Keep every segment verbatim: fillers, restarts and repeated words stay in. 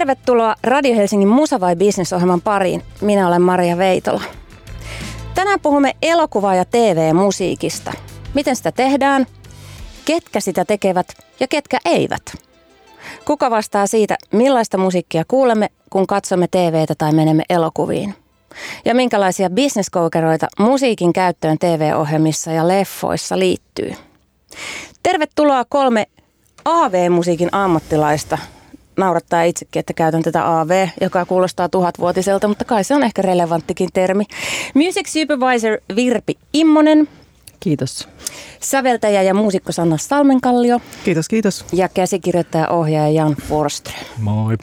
Tervetuloa Radio Helsingin Musa vai Business-ohjelman pariin. Minä olen Maria Veitola. Tänään puhumme elokuva- ja T V-musiikista. Miten sitä tehdään, ketkä sitä tekevät ja ketkä eivät. Kuka vastaa siitä, millaista musiikkia kuulemme, kun katsomme T V:tä tai menemme elokuviin. Ja minkälaisia bisneskoukeroita musiikin käyttöön T V-ohjelmissa ja leffoissa liittyy. Tervetuloa kolme A V-musiikin ammattilaista. Naurattaa itsekin, että käytän tätä A V, joka kuulostaa tuhatvuotiselta, mutta kai se on ehkä relevanttikin termi. Music Supervisor Virpi Immonen. Kiitos. Säveltäjä ja muusikko Sanna Salmenkallio. Kiitos, kiitos. Ja käsikirjoittaja ohjaaja Jan Forström. Moi.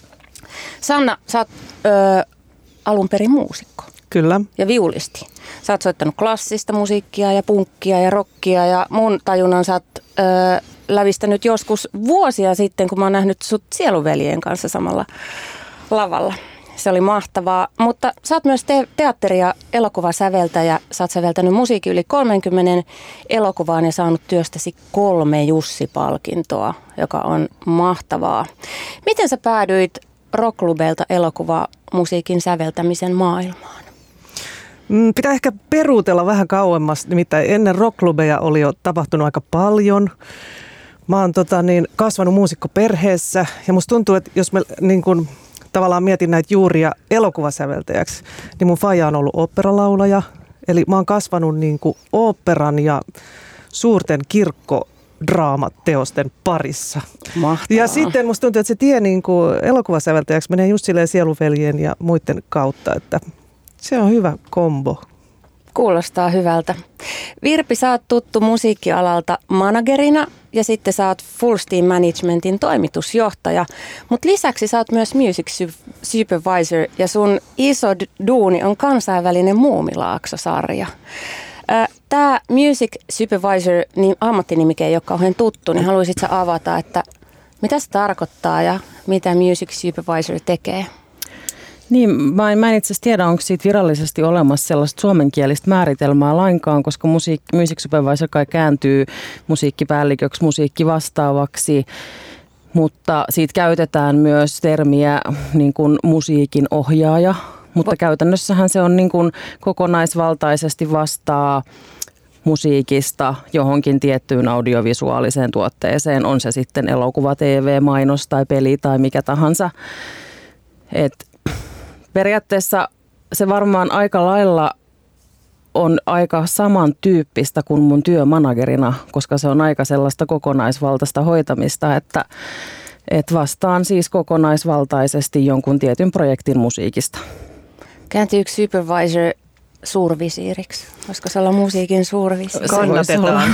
Sanna, sä oot ö, alun perin muusikko. Kyllä. Ja viulisti. Sä oot soittanut klassista musiikkia ja punkkia ja rockia ja mun tajunnan sä oot ö, lävistänyt joskus vuosia sitten, kun mä oon nähnyt sut Sieluveljen kanssa samalla lavalla. Se oli mahtavaa, mutta sä oot myös te- teatteri- ja elokuvasäveltäjä. Sä oot säveltänyt musiikin yli kolmekymmentä elokuvaan ja saanut työstäsi kolme Jussi-palkintoa, joka on mahtavaa. Miten sä päädyit rockklubeilta elokuvamusiikin säveltämisen maailmaan? Pitää ehkä peruutella vähän kauemmas, nimittäin ennen rockklubeja oli jo tapahtunut aika paljon. Mä oon tota, niin, kasvanut muusikkoperheessä ja musta tuntuu, että jos mä niin kun, tavallaan mietin näitä juuria elokuvasäveltäjäksi, niin mun faija on ollut oopperalaulaja. Eli mä oon kasvanut niin kuin oopperan ja suurten kirkkodraamateosten parissa. Mahtavaa. Ja sitten musta tuntuu, että se tie niin kuin elokuvasäveltäjäksi menee just silleen Sieluveljen ja muiden kautta, että se on hyvä kombo. Kuulostaa hyvältä. Virpi, sä oot tuttu musiikkialalta managerina ja sitten sä oot Full Steam Managementin toimitusjohtaja. Mutta lisäksi sä oot myös Music Supervisor ja sun iso duuni on kansainvälinen Muumilaakso-sarja. Tämä Music Supervisor niin ammattinimike ei ole kauhean tuttu, niin haluaisit sä avata, että mitä se tarkoittaa ja mitä Music Supervisor tekee? Niin, mä en, mä en itse asiassa tiedä, onko siitä virallisesti olemassa sellaista suomenkielistä määritelmää lainkaan, koska musiik, music supervisor kai kääntyy musiikkipäälliköksi, musiikkivastaavaksi, mutta siitä käytetään myös termiä niin kuin musiikin ohjaaja, mutta käytännössähän se on niin kuin kokonaisvaltaisesti vastaa musiikista johonkin tiettyyn audiovisuaaliseen tuotteeseen, on se sitten elokuva, T V, mainos tai peli tai mikä tahansa, että periaatteessa se varmaan aika lailla on aika samantyyppistä kuin mun työ managerina, koska se on aika sellaista kokonaisvaltaista hoitamista, että, että vastaan siis kokonaisvaltaisesti jonkun tietyn projektin musiikista. Kääntyykö supervisor suurvisiiriksi? Voisiko se olla musiikin suurvisiiri? Kannatetaan.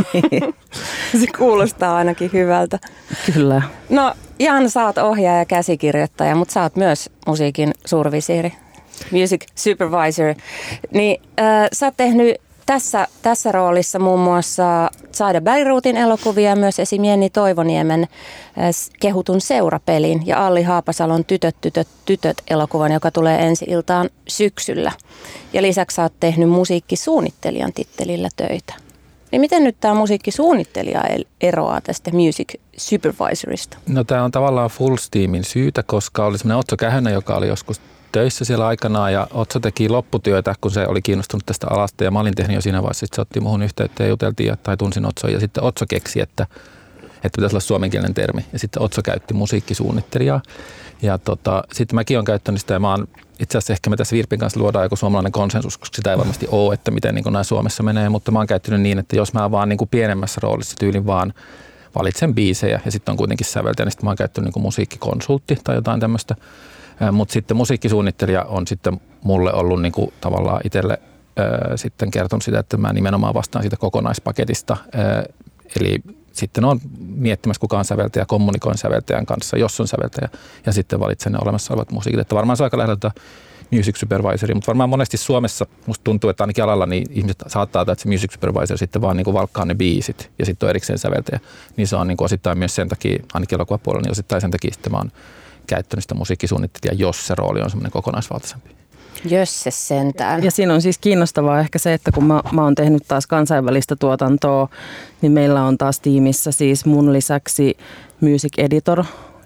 Se kuulostaa ainakin hyvältä. Kyllä. No Jan, sä oot ohjaaja ja käsikirjoittaja, mutta sä oot myös musiikin suurvisiiri, music supervisor. Niin äh, sä oot tehnyt tässä, tässä roolissa muun muassa Saida Bergruutin elokuvia ja myös esim. Jenni Toivoniemen äh, kehutun Seurapelin ja Alli Haapasalon Tytöt, tytöt, tytöt elokuvan, joka tulee ensi iltaan syksyllä. Ja lisäksi sä oot tehnyt musiikkisuunnittelijan tittelillä töitä. Niin miten nyt tämä musiikkisuunnittelija eroaa tästä music supervisorista? No tämä on tavallaan Full Steamin syytä, koska oli semmoinen Otso Kähönä, joka oli joskus töissä siellä aikanaan ja Otso teki lopputyötä, kun se oli kiinnostunut tästä alasta ja mä olin tehnyt jo siinä vaiheessa, että se otti muhun yhteyttä ja juteltiin tai tunsin Otson ja sitten Otso keksi, että, että pitäisi olla suomenkielinen termi ja sitten Otso käytti musiikkisuunnittelijaa ja tota, sitten mäkin olen käyttänyt sitä ja mä oon itse asiassa ehkä me tässä Virpin kanssa luodaan joku suomalainen konsensus, koska sitä ei varmasti ole, että miten niin nämä Suomessa menee, mutta mä oon käyttänyt niin, että jos mä vaan niin kuin pienemmässä roolissa tyylin vaan valitsen biisejä ja sitten on kuitenkin säveltäjä, niin sitten mä oon käyttänyt niin kuin musiikkikonsultti tai jotain tämmöistä, mutta sitten musiikkisuunnittelija on sitten mulle ollut niin kuin tavallaan itselle ää, sitten kertonut sitä, että mä nimenomaan vastaan siitä kokonaispaketista, ää, eli sitten on miettimässä, kuka on säveltäjä, kommunikoin säveltäjän kanssa, jos on säveltäjä, ja sitten valitsen ne olemassa olevat musiikit. Että varmaan se on aika lähdöltä music supervisori, mutta varmaan monesti Suomessa musta tuntuu, että ainakin alalla niin ihmiset saattaa, että se music supervisor sitten vaan niin kuin valkkaa ne biisit ja sitten on erikseen säveltäjä. Niin se on niin kuin osittain myös sen takia, ainakin elokuvapuolella, niin osittain sen takia sitten mä oon käyttänyt sitä musiikkisuunnittelijaa, jos se rooli on semmoinen kokonaisvaltaisempi. Jösses sentään. Ja siinä on siis kiinnostavaa ehkä se, että kun mä, mä oon tehnyt taas kansainvälistä tuotantoa, niin meillä on taas tiimissä siis mun lisäksi music editor,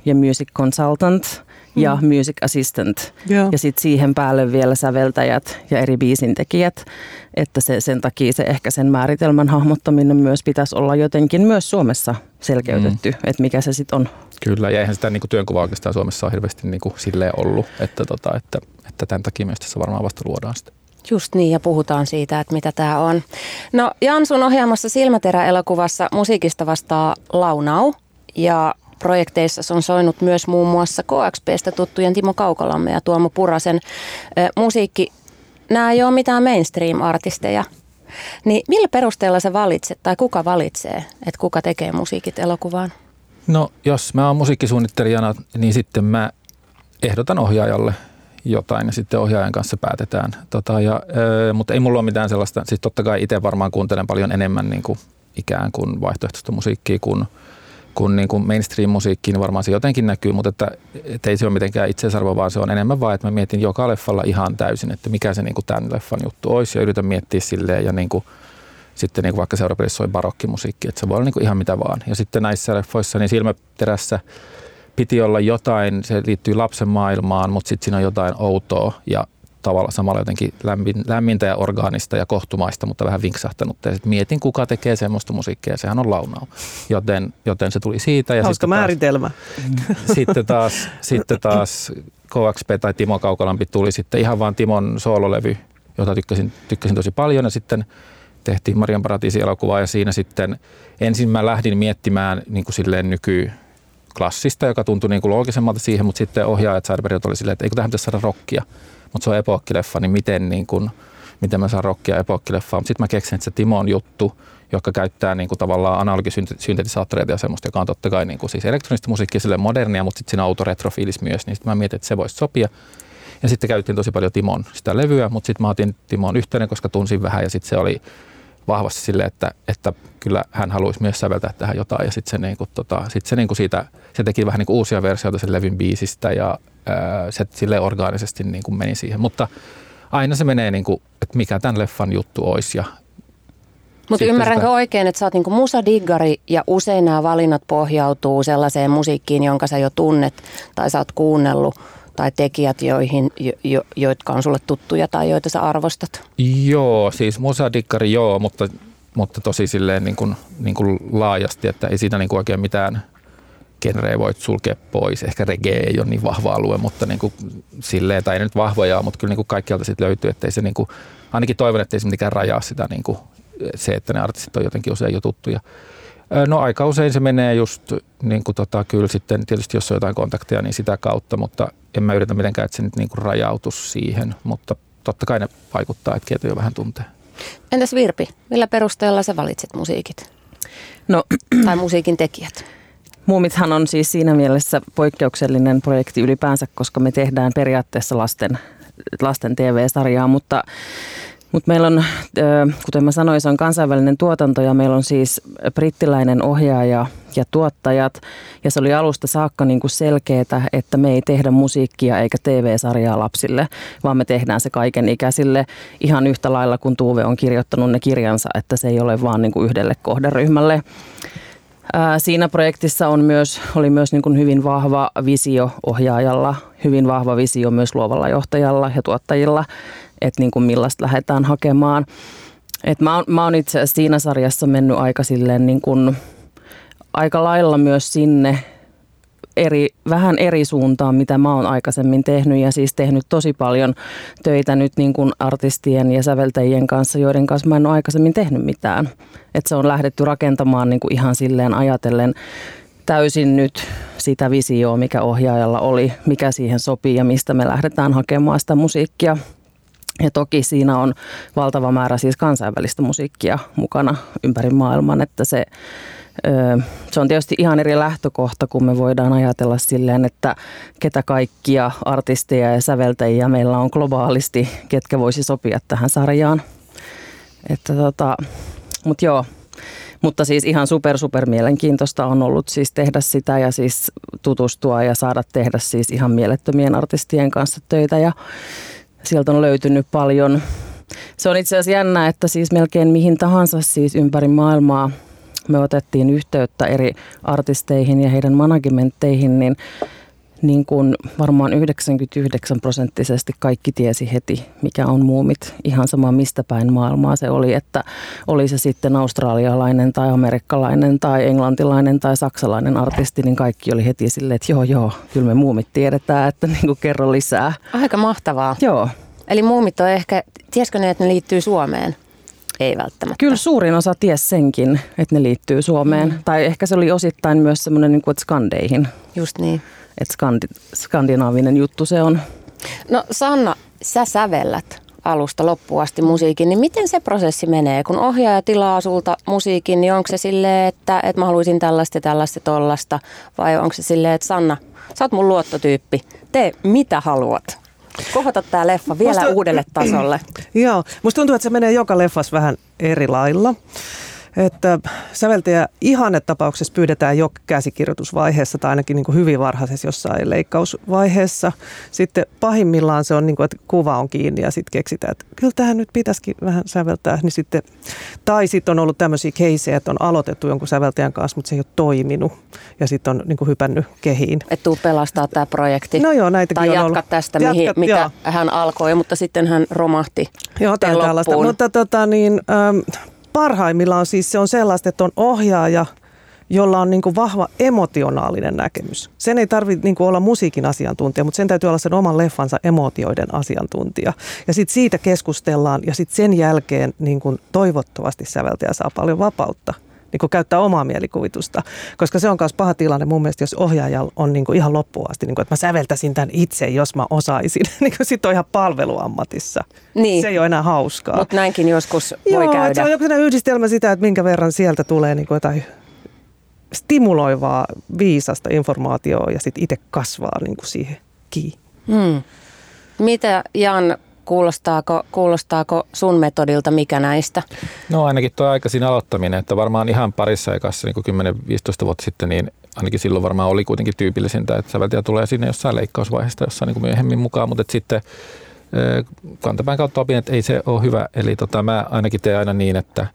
ja music consultant ja mm. music assistant. Joo. Ja sitten siihen päälle vielä säveltäjät ja eri biisintekijät. Että se, sen takia se ehkä sen määritelmän hahmottaminen myös pitäisi olla jotenkin myös Suomessa selkeytetty, mm. että mikä se sitten on. Kyllä, ja eihän sitä niin kuin työnkuvaa oikeastaan Suomessa ole hirveästi niin kuin silleen ollut, että, tota, että, että tämän takia myös tässä varmaan vasta luodaan sitä. Just niin, ja puhutaan siitä, että mitä tämä on. No, Jansun ohjaamassa Silmäterä-elokuvassa musiikista vastaa Launau, ja projekteissa on soinut myös muun muassa K X P:stä tuttujen Timo Kaukolamme ja Tuomo Purasen äh, musiikki. Nämä ei ole mitään mainstream-artisteja. Niin millä perusteella sä valitset, tai kuka valitsee, että kuka tekee musiikit elokuvaan? No, jos mä oon musiikkisuunnittelijana, niin sitten mä ehdotan ohjaajalle jotain ja sitten ohjaajan kanssa päätetään. Tota, ja, ö, mutta ei mulla ole mitään sellaista, siis totta kai itse varmaan kuuntelen paljon enemmän niin kuin ikään kuin vaihtoehtoista musiikkia kuin, kuin, niin kuin mainstream-musiikkiin, niin varmaan se jotenkin näkyy, mutta että, että ei se ole mitenkään itseisarvo, vaan se on enemmän vaan, että mä mietin joka leffalla ihan täysin, että mikä se niin kuin tämän leffan juttu olisi ja yritän miettiä silleen ja niin kuin, sitten niin kuin vaikka seuraavassa soi barokkimusiikki, että se voi olla niin kuin ihan mitä vaan. Ja sitten näissä leffoissa niin Silmäterässä piti olla jotain, se liittyy lapsen maailmaan, mutta sitten siinä on jotain outoa ja tavallaan samalla jotenkin lämmin, lämmintä ja orgaanista ja kohtumaista, mutta vähän vinksahtanutta. Ja sitten mietin, kuka tekee semmoista musiikkia, sehän on Launau. Joten, joten se tuli siitä. Ja hauska määritelmä. Taas, sitten taas, sitten taas K X P tai Timo Kaukolampi tuli sitten ihan vaan Timon soololevy, jota tykkäsin, tykkäsin tosi paljon. Ja sitten tehtiin Marian Paratiisi-elokuvaa ja siinä sitten ensin mä lähdin miettimään niin kuin silleen nyky klassista, joka tuntui niin kuin loogisemmalta siihen, mutta sitten ohjaajat Sidebergilta oli silleen, että eikö tähän pitäisi saada rockia, mutta se on epokkileffa, niin miten, niin kuin, miten mä saan rockia epokkileffaa. Mutta sitten mä keksin, että se Timon juttu, joka käyttää niin kuin tavallaan analogisyntetisaattoreita ja semmoista, joka on totta kai niin kuin siis elektronista musiikkia, silleen modernia, mutta sitten siinä autoretrofiilis myös, niin sitten mä mietin, että se voisi sopia. Ja sitten käytettiin tosi paljon Timon sitä levyä, mutta sitten mä otin Timon yhteyden, koska tunsin vähän ja sitten se oli vahvasti silleen, että, että kyllä hän haluaisi myös säveltää tähän jotain ja sitten se, niinku, tota, sit se, niinku siitä, se teki vähän niinku uusia versioita sen levyn biisistä ja ää, se silleen orgaanisesti niinku meni siihen, mutta aina se menee, niinku, että mikä tämän leffan juttu olisi. Mutta ymmärränkö sitä oikein, että sä oot niinku musadiggari ja usein nämä valinnat pohjautuu sellaiseen musiikkiin, jonka sä jo tunnet tai sä oot kuunnellut, tai tekijät, joihin, jo, jo, jotka on sulle tuttuja tai joita sä arvostat? Joo, siis musadikkari joo, mutta, mutta tosi silleen niin kuin, niin kuin laajasti, että ei siinä niin kuin oikein mitään genreä voi sulkea pois. Ehkä reggae ei ole niin vahva alue, mutta niin kuin silleen, tai ei nyt vahvoja, mutta kyllä niin kuin kaikkialta sitten löytyy, että ei se niin kuin, ainakin toivon, että ei se mitenkään rajaa sitä niin kuin se, että ne artistit on jotenkin usein jo tuttuja. No aika usein se menee just niin kuin tota, kyllä sitten tietysti jos on jotain kontakteja, niin sitä kautta, mutta en mä yritä mitenkään, että se nyt niin kuin rajautus siihen, mutta totta kai ne vaikuttaa, että ketä jo vähän tuntee. Entäs Virpi, millä perusteella sä valitset musiikit? No, tai musiikin tekijät? Muumithan on siis siinä mielessä poikkeuksellinen projekti ylipäänsä, koska me tehdään periaatteessa lasten, lasten T V-sarjaa, mutta Mutta meillä on, kuten mä sanoin, se on kansainvälinen tuotanto ja meillä on siis brittiläinen ohjaaja ja tuottajat. Ja se oli alusta saakka niin kuin selkeätä, että me ei tehdä musiikkia eikä T V-sarjaa lapsille, vaan me tehdään se kaiken ikäisille ihan yhtä lailla kuin Tuve on kirjoittanut ne kirjansa, että se ei ole vaan niin kuin yhdelle kohderyhmälle. Ää, siinä projektissa on myös, oli myös niin kuin hyvin vahva visio ohjaajalla, hyvin vahva visio myös luovalla johtajalla ja tuottajilla, että niin kuin millaista lähdetään hakemaan. Et mä, oon, mä oon itse asiassa siinä sarjassa mennyt aika, silleen niin kuin, aika lailla myös sinne eri, vähän eri suuntaan, mitä mä oon aikaisemmin tehnyt. Ja siis tehnyt tosi paljon töitä nyt niin kuin artistien ja säveltäjien kanssa, joiden kanssa mä en ole aikaisemmin tehnyt mitään. Että se on lähdetty rakentamaan niin kuin ihan silleen ajatellen täysin nyt sitä visioa, mikä ohjaajalla oli, mikä siihen sopii ja mistä me lähdetään hakemaan sitä musiikkia. Ja toki siinä on valtava määrä siis kansainvälistä musiikkia mukana ympäri maailman, että se, se on tietysti ihan eri lähtökohta, kun me voidaan ajatella silleen, että ketä kaikkia artisteja ja säveltäjiä meillä on globaalisti, ketkä voisi sopia tähän sarjaan. Että tota, mut joo. Mutta siis ihan super, super mielenkiintoista on ollut siis tehdä sitä ja siis tutustua ja saada tehdä siis ihan mielettömien artistien kanssa töitä ja sieltä on löytynyt paljon. Se on itse asiassa jännä, että siis melkein mihin tahansa siis ympäri maailmaa me otettiin yhteyttä eri artisteihin ja heidän managementteihin, niin niin kuin varmaan yhdeksänkymmentäyhdeksän prosenttisesti kaikki tiesi heti, mikä on Muumit. Ihan sama mistä päin maailmaa se oli, että oli se sitten australialainen tai amerikkalainen tai englantilainen tai saksalainen artisti, niin kaikki oli heti silleen, että joo joo, kyllä me Muumit tiedetään, että niin kuin kerro lisää. Aika mahtavaa. Joo. Eli Muumit on ehkä, tiesikö ne, että ne liittyy Suomeen? Ei välttämättä. Kyllä suurin osa ties senkin, että ne liittyy Suomeen. Mm. Tai ehkä se oli osittain myös semmoinen niin kuin, että skandeihin. Just niin. Että skandi- skandinaavinen juttu se on. No Sanna, sä sävellät alusta loppuun asti musiikin, niin miten se prosessi menee? Kun ohjaaja tilaa sulta musiikin, niin onko se silleen, että, että mä haluaisin tällaista ja tällaista tollasta? Vai onko se silleen, että Sanna, sä oot mun luottotyyppi, tee mitä haluat? Kohota tää leffa vielä musta, uudelle tasolle. Joo, musta tuntuu, että se menee joka leffas vähän eri lailla. Että säveltäjä ihannetapauksessa pyydetään jo käsikirjoitusvaiheessa tai ainakin niin kuin hyvin varhaisessa jossain leikkausvaiheessa. Sitten pahimmillaan se on niin kuin, että kuva on kiinni ja sitten keksitään, että kyllä tähän nyt pitäisikin vähän säveltää. Niin sitten, tai sitten on ollut tämmöisiä keisejä, että on aloitettu jonkun säveltäjän kanssa, mutta se ei ole toiminut ja sitten on niin kuin hypännyt kehiin. Että tuu pelastaa tämä projekti. No joo, näitäkin tai on jatka ollut. tästä, mihin, Jatkat, mitä joo. hän alkoi, mutta sitten hän romahti joo, tällaista. Mutta tota niin... Ähm, parhaimmillaan siis se on sellaista, että on ohjaaja, jolla on niin kuin vahva emotionaalinen näkemys. Sen ei tarvitse niin kuin olla musiikin asiantuntija, mutta sen täytyy olla sen oman leffansa emootioiden asiantuntija. Ja sitten siitä keskustellaan ja sitten sen jälkeen niin kuin toivottavasti säveltäjä saa paljon vapautta. Niin kuin käyttää omaa mielikuvitusta, koska se on myös paha tilanne mun mielestä, jos ohjaaja on niin kuin ihan loppuun asti, niin kuin, että mä säveltäisin tämän itse, jos mä osaisin. Niin sitten on ihan palveluammatissa. Niin. Se ei ole enää hauskaa. Mutta näinkin joskus Joo, voi käydä. Se on joku yhdistelmä sitä, että minkä verran sieltä tulee niin kuin jotain stimuloivaa, viisasta informaatiota ja sitten itse kasvaa niin kuin siihen kiinni. Hmm. Mitä Jan... Kuulostaako, kuulostaako sun metodilta mikä näistä? No ainakin tuo aikaisin aloittaminen, että varmaan ihan parissa aikassa niin kymmenen viisitoista vuotta sitten, niin ainakin silloin varmaan oli kuitenkin tyypillisintä, että säveltäjä tulee sinne jossain leikkausvaiheesta jossain niin myöhemmin mukaan, mutta sitten kantapään kautta opin, että ei se ole hyvä. Eli tota, mä ainakin teen aina niin, että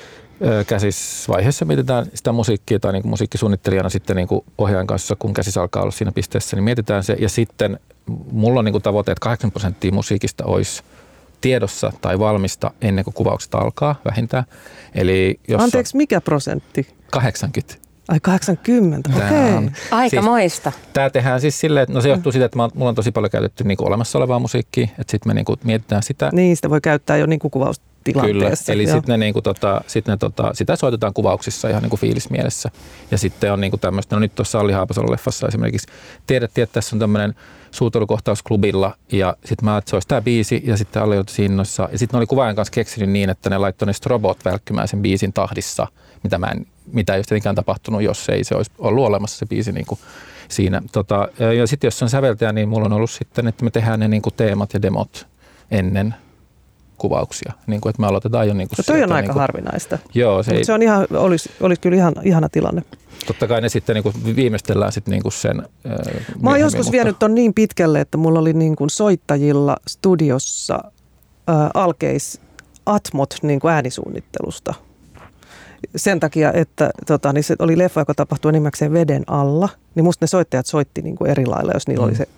käsisvaiheessa mietitään sitä musiikkia tai niin kuin musiikkisuunnittelijana sitten niin kuin ohjaajan kanssa, kun käsis alkaa olla siinä pisteessä, niin mietitään se ja sitten mulla on niin kuin tavoite, että kahdeksankymmentä prosenttia musiikista olisi tiedossa tai valmista ennen kuin kuvaukset alkaa vähintään. Eli jos Anteeksi, mikä prosentti? kahdeksankymmentä. Ai kahdeksankymmentä, okei. Okay. Aikamoista. Siis, tämä tehdään siis silleen, että no se johtuu siitä, että mä, mulla on tosi paljon käytetty niin kuin olemassa olevaa musiikkia, että sitten me niin kuin mietitään sitä. Niin, sitä voi käyttää jo niin kuin kuvaustilanteessa. Kyllä, eli sitten ne, niin tota, sit ne, tota, sitä soitetaan kuvauksissa ihan niin kuin fiilismielessä. Ja sitten on niin kuin tämmöistä, no nyt tuossa Alli Haapasalon leffassa esimerkiksi tiedettiin, että tässä on tämmöinen suutelukohtaus klubilla ja sitten mä ajattelin, että se olisi tämä biisi ja sitten Alli joutui innoissa. Ja sitten ne oli kuvaajan kanssa keksinyt niin, että ne laittoi ne strobot välkkymään sen biisin tahdissa, mitä, mä en, mitä ei olisi tietenkään tapahtunut, jos ei se olisi ollut olemassa se biisi niin kuin siinä. Tota, ja sitten jos on säveltäjä, niin mulla on ollut sitten, että me tehdään ne niin kuin teemat ja demot ennen kuvauksia. Niin kuin, että me aloitetaan jo niin kuin no toi on aika niin kuin, harvinaista. Joo, se, ei, se on ihan, olisi, olisi kyllä ihan, ihana tilanne. Totta kai ne sitten niin kuin viimeistellään sitten niin kuin sen äh, Mä oon joskus mutta... vienyt ton niin pitkälle, että mulla oli niin kuin soittajilla studiossa äh, alkeis Atmot niin kuin äänisuunnittelusta. Sen takia, että tota, niin se oli leffa, joka tapahtui enimmäkseen veden alla, niin musta ne soittajat soitti niin kuin eri lailla, jos niillä mm. oli se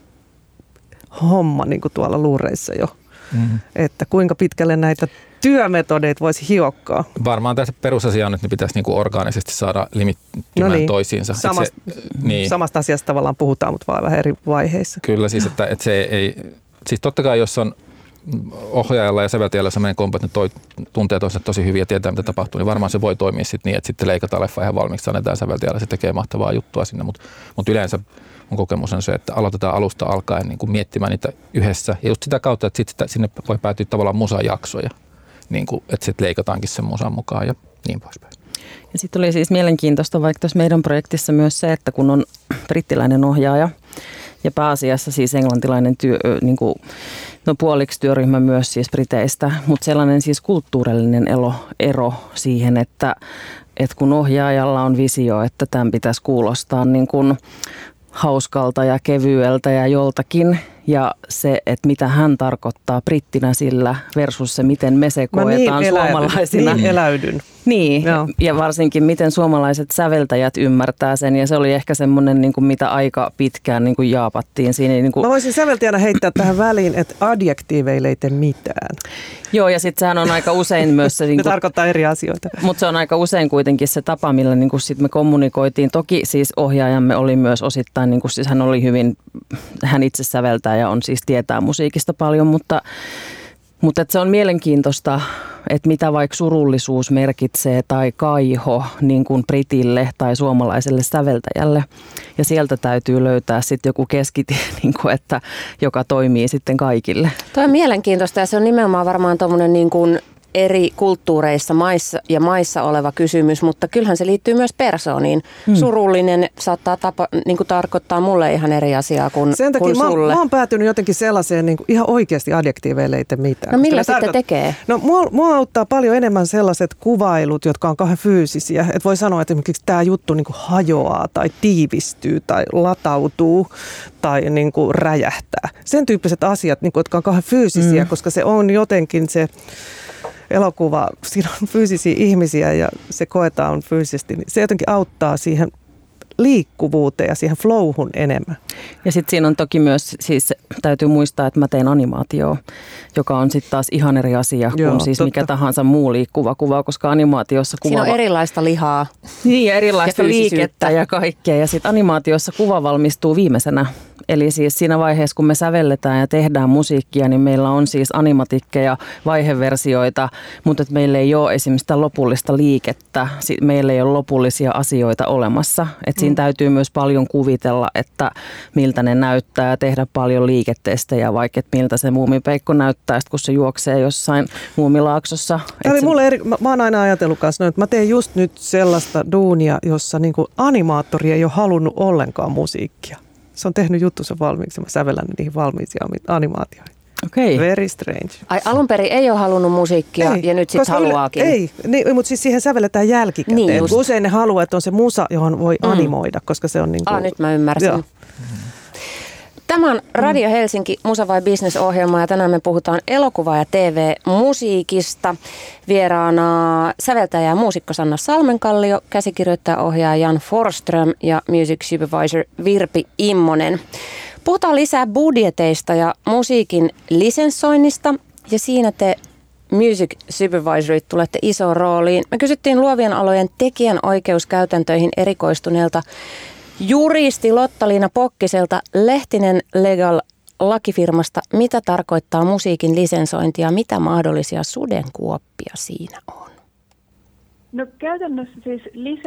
homma niin kuin tuolla luureissa jo. Mm. Että kuinka pitkälle näitä työmetodeita voisi hiokkaa. Varmaan tässä perusasia on, että ne pitäisi niinku orgaanisesti saada limittymään no niin. toisiinsa. Samasta, se, niin. Samasta asiasta tavallaan puhutaan, mutta vaan vähän eri vaiheissa. Kyllä siis, että, että se ei, siis totta kai jos on ohjaajalla ja säveltäjällä sellainen kompo, että ne toi, tuntee toisensa tosi hyvin ja tietää, mitä tapahtuu, niin varmaan se voi toimia sitten niin, että sitten leikataan leffa ihan valmiiksi, annetaan säveltäjällä, se tekee mahtavaa juttua sinne, mutta mut yleensä mun kokemus on se, että aloitetaan alusta alkaen niin kuin miettimään niitä yhdessä ja just sitä kautta, että sit sitä, sinne voi päätyä tavallaan musajaksoja, niin kuin, että sitten leikataankin sen musan mukaan ja niin poispäin. Ja sitten oli siis mielenkiintoista vaikka tässä meidän projektissa myös se, että kun on brittiläinen ohjaaja ja pääasiassa siis englantilainen työ, niin kuin, no puoliksi työryhmä myös siis Briteistä, mutta sellainen siis kulttuurillinen elo, ero siihen, että, että kun ohjaajalla on visio, että tämän pitäisi kuulostaa niin kuin hauskalta ja kevyeltä ja joltakin. Ja se, että mitä hän tarkoittaa brittinä sillä versus se, miten me se koetaan niin suomalaisina. Niin eläydyn. Niin, Joo. ja varsinkin miten suomalaiset säveltäjät ymmärtää sen, ja se oli ehkä semmoinen, niin kuin mitä aika pitkään niin kuin jaapattiin siinä. Niin kuin... Mä voisin säveltäjänä heittää tähän väliin, että adjektiiveille ei tee mitään. Joo, ja sitten sehän on aika usein myös se... Niin kuin... Ne tarkoittaa eri asioita. Mutta se on aika usein kuitenkin se tapa, millä niin kuin sit me kommunikoitiin. Toki siis ohjaajamme oli myös osittain, niin kuin siis hän oli hyvin, hän itse säveltää ja on siis tietää musiikista paljon, mutta... Mutta että se on mielenkiintoista, että mitä vaikka surullisuus merkitsee tai kaiho niin kuin britille tai suomalaiselle säveltäjälle. Ja sieltä täytyy löytää sitten joku keskitie, niin kuin, että, joka toimii sitten kaikille. Tuo on mielenkiintoista ja se on nimenomaan varmaan tuommoinen niin kuin eri kulttuureissa maissa ja maissa oleva kysymys, mutta kyllähän se liittyy myös persooniin. Hmm. Surullinen saattaa tapa, niin kuin tarkoittaa mulle ihan eri asiaa kuin, Sen takia kuin mä, sulle. mä oon päätynyt jotenkin sellaiseen niin kuin ihan oikeasti adjektiiveille ei tee mitään. No millä sitten tarkoit... tekee? No mua, mua auttaa paljon enemmän sellaiset kuvailut, jotka on kauhean fyysisiä. Että voi sanoa, että esimerkiksi tämä juttu niin kuin hajoaa tai tiivistyy tai latautuu tai niin kuin räjähtää. Sen tyyppiset asiat, niin kuin, jotka on kauhean fyysisiä, hmm. koska se on jotenkin se... elokuva, siinä on fyysisiä ihmisiä ja se koetaan fyysisesti, niin se jotenkin auttaa siihen liikkuvuuteen ja siihen flowhun enemmän. Ja sitten siinä on toki myös, siis täytyy muistaa, että mä teen animaatioa, joka on sitten taas ihan eri asia kuin Joo, siis totta. mikä tahansa muu liikkuva kuva, koska animaatiossa kuva... Siinä on erilaista lihaa. Niin, ja erilaista ja liikettä ja kaikkea. Ja sitten animaatiossa kuva valmistuu viimeisenä. Eli siis siinä vaiheessa, kun me sävelletään ja tehdään musiikkia, niin meillä on siis animatikkeja, vaiheversioita, mutta et meillä ei ole esimerkiksi sitä lopullista liikettä. Meillä ei ole lopullisia asioita olemassa. Et siinä mm. täytyy myös paljon kuvitella, että miltä ne näyttää ja tehdä paljon liiketestejä, vaikka että miltä se muumipeikko näyttää, kun se juoksee jossain muumilaaksossa. Tämä oli se... mulle eri, mä, mä oon aina ajatellut kanssa, että mä teen just nyt sellaista duunia, jossa niinku animaattori ei ole halunnut ollenkaan musiikkia. Se on tehnyt juttunsa valmiiksi ja mä sävellän niihin valmiisiin animaatioihin. Okay. Very strange. Ai alun perin ei ole halunnut musiikkia ei, ja nyt sitten haluaakin. Yle, ei, niin, mutta siis siihen sävelletään jälkikäteen. Niin usein ne haluaa, että on se musa, johon voi mm. animoida, koska se on niin kuin... Ah, nyt mä ymmärsin. Joo. Tämä on Radio Helsinki Musa vai Business -ohjelma ja tänään me puhutaan elokuva- ja T V-musiikista. Vieraana säveltäjä ja muusikko Sanna Salmenkallio, käsikirjoittaja ohjaaja Jan Forsström ja music supervisor Virpi Immonen. Puhutaan lisää budjeteista ja musiikin lisenssoinnista ja siinä te music supervisorit tulette isoon rooliin. Me kysyttiin luovien alojen tekijänoikeuskäytäntöihin erikoistuneelta juristi Lotta-Liina Pokkiselta Lehtinen Legal lakifirmasta, mitä tarkoittaa musiikin lisensointi ja mitä mahdollisia sudenkuoppia siinä on? No käytännössä siis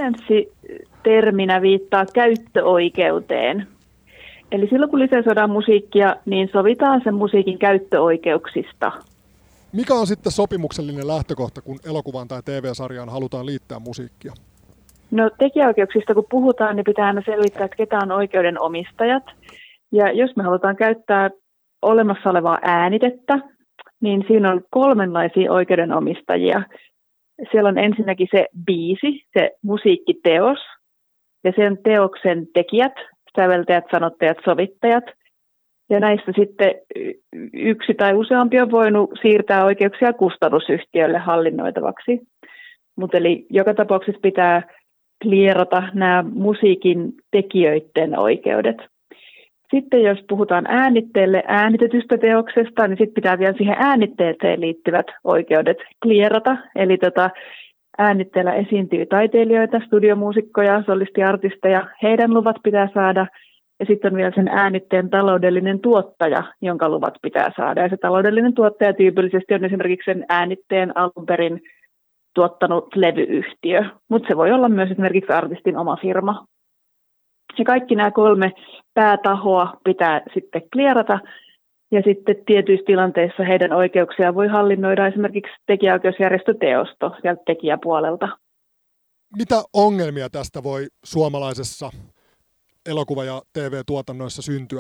lisenssiterminä viittaa käyttöoikeuteen. Eli silloin kun lisensoidaan musiikkia, niin sovitaan sen musiikin käyttöoikeuksista. Mikä on sitten sopimuksellinen lähtökohta, kun elokuvaan tai T V-sarjaan halutaan liittää musiikkia? No tekijäoikeuksista kun puhutaan, niin pitää aina selvittää, että ketä on oikeudenomistajat. Ja jos me halutaan käyttää olemassa olevaa äänitettä, niin siinä on kolmenlaisia oikeudenomistajia. Siellä on ensinnäkin se biisi, se musiikkiteos ja sen teoksen tekijät, säveltäjät, sanottajat, sovittajat. Ja näistä sitten yksi tai useampi on voinut siirtää oikeuksia kustannusyhtiölle hallinnoitavaksi. Mutta eli joka tapauksessa pitää klierata nämä musiikin tekijöiden oikeudet. Sitten jos puhutaan äänitteelle äänitetystä teoksesta, niin sitten pitää vielä siihen äänitteeseen liittyvät oikeudet klierata. Eli tota, äänitteellä esiintyy taiteilijoita, studiomuusikkoja, solistiartisteja, heidän luvat pitää saada. Ja sitten on vielä sen äänitteen taloudellinen tuottaja, jonka luvat pitää saada. Ja se taloudellinen tuottaja tyypillisesti on esimerkiksi sen äänitteen alun perin tuottanut levyyhtiö, mutta se voi olla myös esimerkiksi artistin oma firma. Ja kaikki nämä kolme päätahoa pitää sitten klierata, ja sitten tietyissä tilanteissa heidän oikeuksiaan voi hallinnoida esimerkiksi tekijäoikeusjärjestö Teosto sieltä tekijäpuolelta. Mitä ongelmia tästä voi suomalaisessa elokuva- ja T V-tuotannoissa syntyä?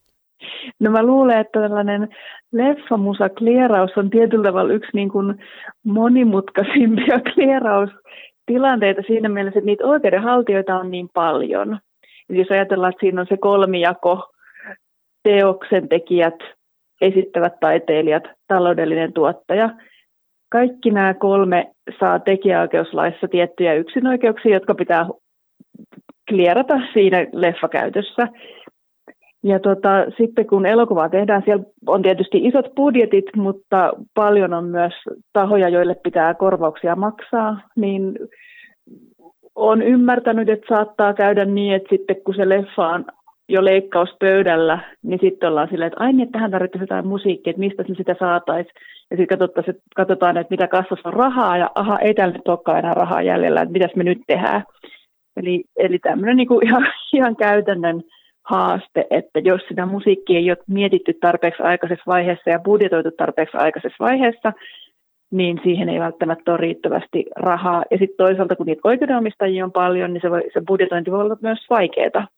No mä luulen, että tällainen leffamusa-klieraus on tietyllä tavalla yksi niin kuin monimutkaisimpia klieraustilanteita siinä mielessä, että niitä oikeudenhaltijoita on niin paljon. Eli jos ajatellaan, että siinä on se kolmijako, teoksen tekijät, esittävät taiteilijat, taloudellinen tuottaja, kaikki nämä kolme saa tekijäoikeuslaissa tiettyjä yksinoikeuksia, jotka pitää klierata siinä leffakäytössä. Ja tota, sitten kun elokuvaa tehdään, siellä on tietysti isot budjetit, mutta paljon on myös tahoja, joille pitää korvauksia maksaa, niin olen ymmärtänyt, että saattaa käydä niin, että sitten kun se leffa on jo leikkauspöydällä, niin sitten ollaan silleen, että ai niin, että tähän tarvittaisiin jotain musiikkia, että mistä sitä saataisiin. Ja sitten katsotaan, että mitä kassassa on rahaa, ja aha, ei täällä nyt olekaan enää rahaa jäljellä, että mitäs me nyt tehdään. Eli, eli tämmöinen niin kuin ihan, ihan käytännön haaste, että jos sitä musiikkia ei ole mietitty tarpeeksi aikaisessa vaiheessa ja budjetoitu tarpeeksi aikaisessa vaiheessa, niin siihen ei välttämättä ole riittävästi rahaa. Ja sitten toisaalta, kun niitä oikeudenomistajia on paljon, niin se, voi, se budjetointi voi olla myös vaikeaa.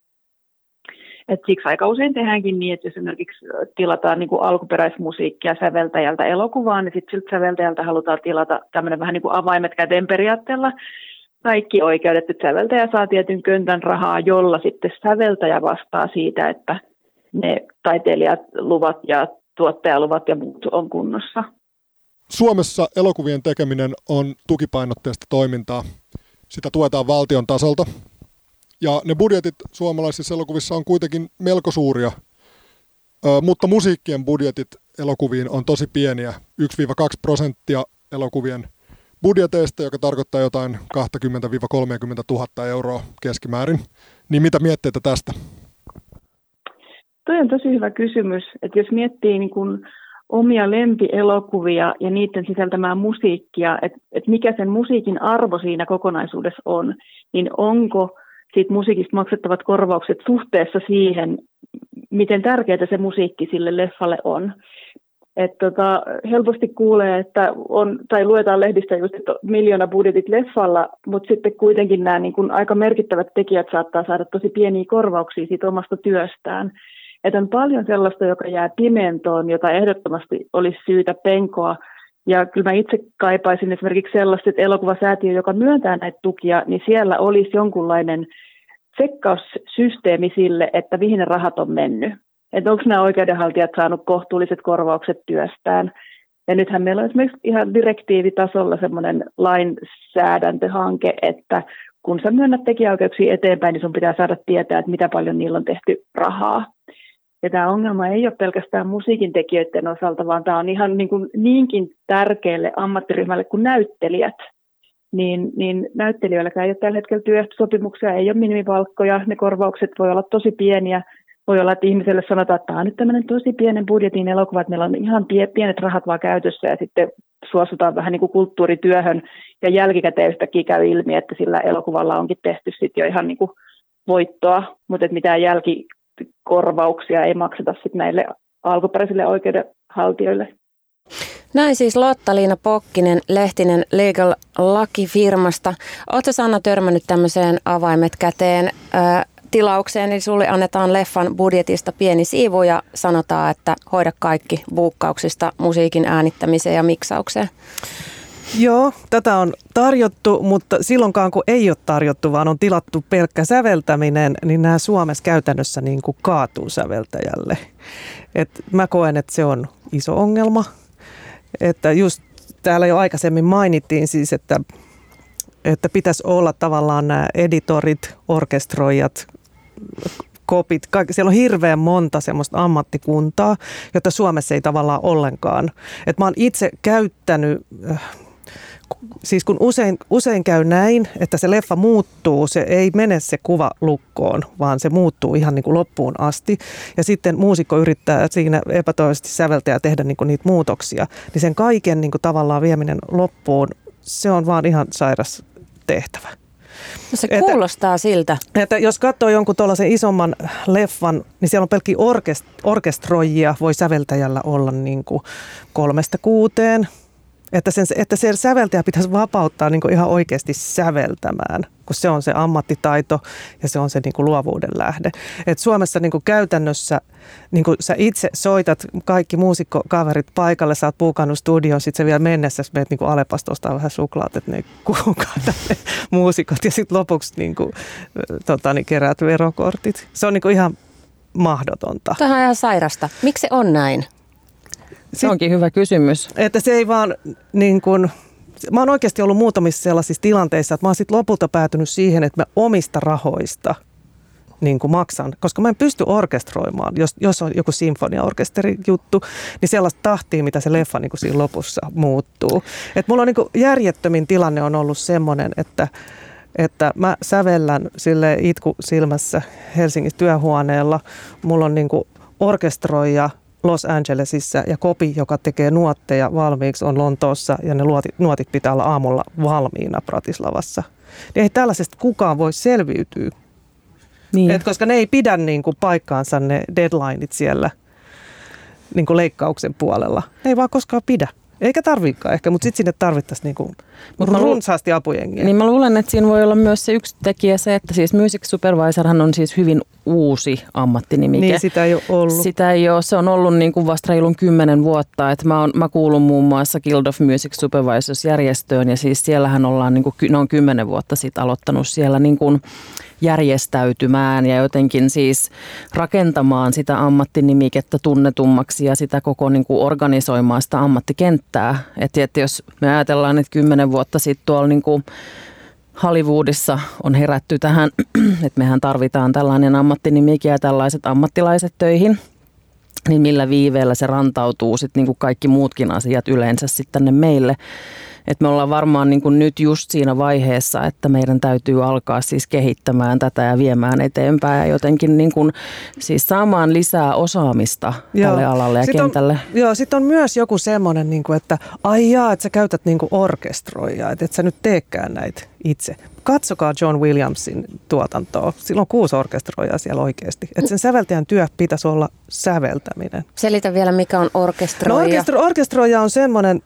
Et siksi aika usein tehdäänkin niin, että jos esimerkiksi tilataan niin kuin alkuperäismusiikkia säveltäjältä elokuvaan, niin sitten siltä säveltäjältä halutaan tilata tämmöinen vähän niin kuin avaimet käteen periaatteella kaikki oikeudet, että säveltäjä saa tietyn köntän rahaa, jolla sitten säveltäjä vastaa siitä, että ne taiteilijat luvat ja tuottajaluvat ja muut on kunnossa. Suomessa elokuvien tekeminen on tukipainotteista toimintaa. Sitä tuetaan valtion tasolta. Ja ne budjetit suomalaisissa elokuvissa on kuitenkin melko suuria, Ö, mutta musiikkien budjetit elokuviin on tosi pieniä, yksi kaksi prosenttia elokuvien budjeteista, joka tarkoittaa jotain kaksikymmentä kolmekymmentä tuhatta euroa keskimäärin. Niin mitä mietteitä tästä? Tuo on tosi hyvä kysymys, että jos miettii niin kun omia lempielokuvia ja niiden sisältämää musiikkia, että, että mikä sen musiikin arvo siinä kokonaisuudessa on, niin onko siitä musiikista maksettavat korvaukset suhteessa siihen, miten tärkeää se musiikki sille leffalle on. Et tota, helposti kuulee, että on, tai luetaan lehdistä just, että miljoona budjetit leffalla, mutta sitten kuitenkin nämä niin kun aika merkittävät tekijät saattaa saada tosi pieniä korvauksia siitä omasta työstään. Että on paljon sellaista, joka jää pimentoon, jota ehdottomasti olisi syytä penkoa. Ja kyllä mä itse kaipaisin esimerkiksi sellaista, että elokuvasäätiö, joka myöntää näitä tukia, niin siellä olisi jonkunlainen tsekkaussysteemi sille, että mihin ne rahat on mennyt. Että onko nämä oikeudenhaltijat saanut kohtuulliset korvaukset työstään. Ja nythän meillä on esimerkiksi ihan direktiivitasolla semmoinen lainsäädäntöhanke, että kun sä myönnät tekijäoikeuksia eteenpäin, niin sun pitää saada tietää, että mitä paljon niillä on tehty rahaa. Ja tämä ongelma ei ole pelkästään musiikin tekijöiden osalta, vaan tämä on ihan niin kuin niinkin tärkeälle ammattiryhmälle kuin näyttelijät. Niin, niin näyttelijöilläkään ei ole tällä hetkellä työehtosopimuksia, ei ole minimipalkkoja, ne korvaukset voi olla tosi pieniä. Voi olla, että ihmiselle sanotaan, että tämä on nyt tämmöinen tosi pienen budjetin elokuva, että meillä on ihan pienet rahat vaan käytössä ja sitten suostutaan vähän niin kuin kulttuurityöhön ja jälkikäteen yhtäkkiä käy ilmi, että sillä elokuvalla onkin tehty sitten jo ihan niin kuin voittoa, mutta että mitään jälkikorvauksia ei makseta sitten näille alkuperäisille oikeudenhaltijoille. Näin siis Lotta-Liina Pokkinen, Lehtinen Legal Laki-firmasta. Oletko Sanna törmännyt tämmöiseen avaimet käteen ää, tilaukseen, eli sulle annetaan leffan budjetista pieni siivu ja sanotaan, että hoida kaikki buukkauksista musiikin äänittämiseen ja miksaukseen? Joo, tätä on tarjottu, mutta silloinkaan kun ei ole tarjottu, vaan on tilattu pelkkä säveltäminen, niin nämä Suomessa käytännössä niin kuin kaatuu säveltäjälle. Et mä koen, että se on iso ongelma. Että just täällä jo aikaisemmin mainittiin siis, että, että pitäisi olla tavallaan nämä editorit, orkestroijat, kopit. Kaikki, siellä on hirveän monta semmoista ammattikuntaa, jota Suomessa ei tavallaan ollenkaan. Et mä oon itse käyttänyt, siis kun usein, usein käy näin, että se leffa muuttuu, se ei mene se kuva lukkoon, vaan se muuttuu ihan niin kuin loppuun asti. Ja sitten muusikko yrittää siinä epätoivoisesti säveltäjä tehdä niin kuin niitä muutoksia. Niin sen kaiken niin kuin tavallaan vieminen loppuun, se on vaan ihan sairas tehtävä. No se kuulostaa että, siltä. Että jos katsoo jonkun tuollaisen isomman leffan, niin siellä on pelkkiä orkest, orkestroijia, voi säveltäjällä olla niin kuin kolmesta kuuteen. Että, sen, että se säveltäjä pitäisi vapauttaa niin kuin ihan oikeasti säveltämään, kun se on se ammattitaito ja se on se niin kuin luovuuden lähde. Et Suomessa niin kuin käytännössä niin kuin sä itse soitat kaikki muusikkokaverit paikalle, sä oot puukannut studioon, sit sä vielä mennessä sä meet niin kuin Alepasta ostaa vähän suklaat, että ne kuukaa ne muusikot ja sitten lopuksi niin kuin, tota, niin keräät verokortit. Se on niin kuin ihan mahdotonta. Tämä on ihan sairasta. Miksi se on näin? Se onkin hyvä kysymys. Että se ei vaan niin kuin, mä oon oikeasti ollut muutamissa sellaisissa tilanteissa, että mä oon sit lopulta päätynyt siihen, että mä omista rahoista niin kuin maksan, koska mä en pysty orkestroimaan, jos, jos on joku sinfoniaorkesteri juttu, niin sellaista tahtia, mitä se leffa niin kuin siinä lopussa muuttuu. Et mulla on niin kuin järjettömin tilanne on ollut semmoinen, että, että mä sävellän sille itku silmässä Helsingin työhuoneella. Mulla on niin kuin orkestroija Los Angelesissa ja kopi, joka tekee nuotteja valmiiksi, on Lontoossa ja ne nuotit, nuotit pitää olla aamulla valmiina Bratislavassa. Niin ei tällaisesta kukaan voi selviytyä. Niin. Et koska ne ei pidä niin kuin paikkaansa ne deadlineit siellä niin kuin leikkauksen puolella. Ne ei vaan koskaan pidä. Eikä tarviikaan ehkä, mutta sitten sinne tarvittaisiin niinku runsaasti apujengiä. Niin mä luulen, että siinä voi olla myös se yksi tekijä se, että siis Music Supervisorhan on siis hyvin uusi ammattinimike. Niin, sitä ei ole ollut. Sitä ei ole. Se on ollut niin kuin vasta reilun kymmenen vuotta. Että mä, on, mä kuulun muun muassa Guild of Music Supervisors-järjestöön ja siis siellähän ollaan, niin kuin, ne on kymmenen vuotta sitten aloittanut siellä niin kuin järjestäytymään ja jotenkin siis rakentamaan sitä ammattinimikettä tunnetummaksi ja sitä koko niin kuin organisoimaan sitä ammattikenttää. Että, että jos me ajatellaan, että kymmenen vuotta sitten tuolla niin kuin Hollywoodissa on herätty tähän, että mehän tarvitaan tällainen ammattinimike ja tällaiset ammattilaiset töihin, niin millä viiveellä se rantautuu sitten niin kuin kaikki muutkin asiat yleensä sitten tänne meille. Et me ollaan varmaan niin kuin nyt just siinä vaiheessa, että meidän täytyy alkaa siis kehittämään tätä ja viemään eteenpäin ja jotenkin niin kuin siis saamaan lisää osaamista joo. tälle alalle ja sit kentälle. On, joo, sitten on myös joku semmoinen, niin kuin, että ai jaa, että sä käytät niin kuin orkestroijaa, että et sä nyt teekään näitä itse. Katsokaa John Williamsin tuotantoa. Sillä on kuusi orkestroijaa siellä oikeasti. Että sen säveltäjän työ pitäisi olla säveltäminen. Selitä vielä, mikä on orkestroija. No orkestro, orkestroija on semmoinen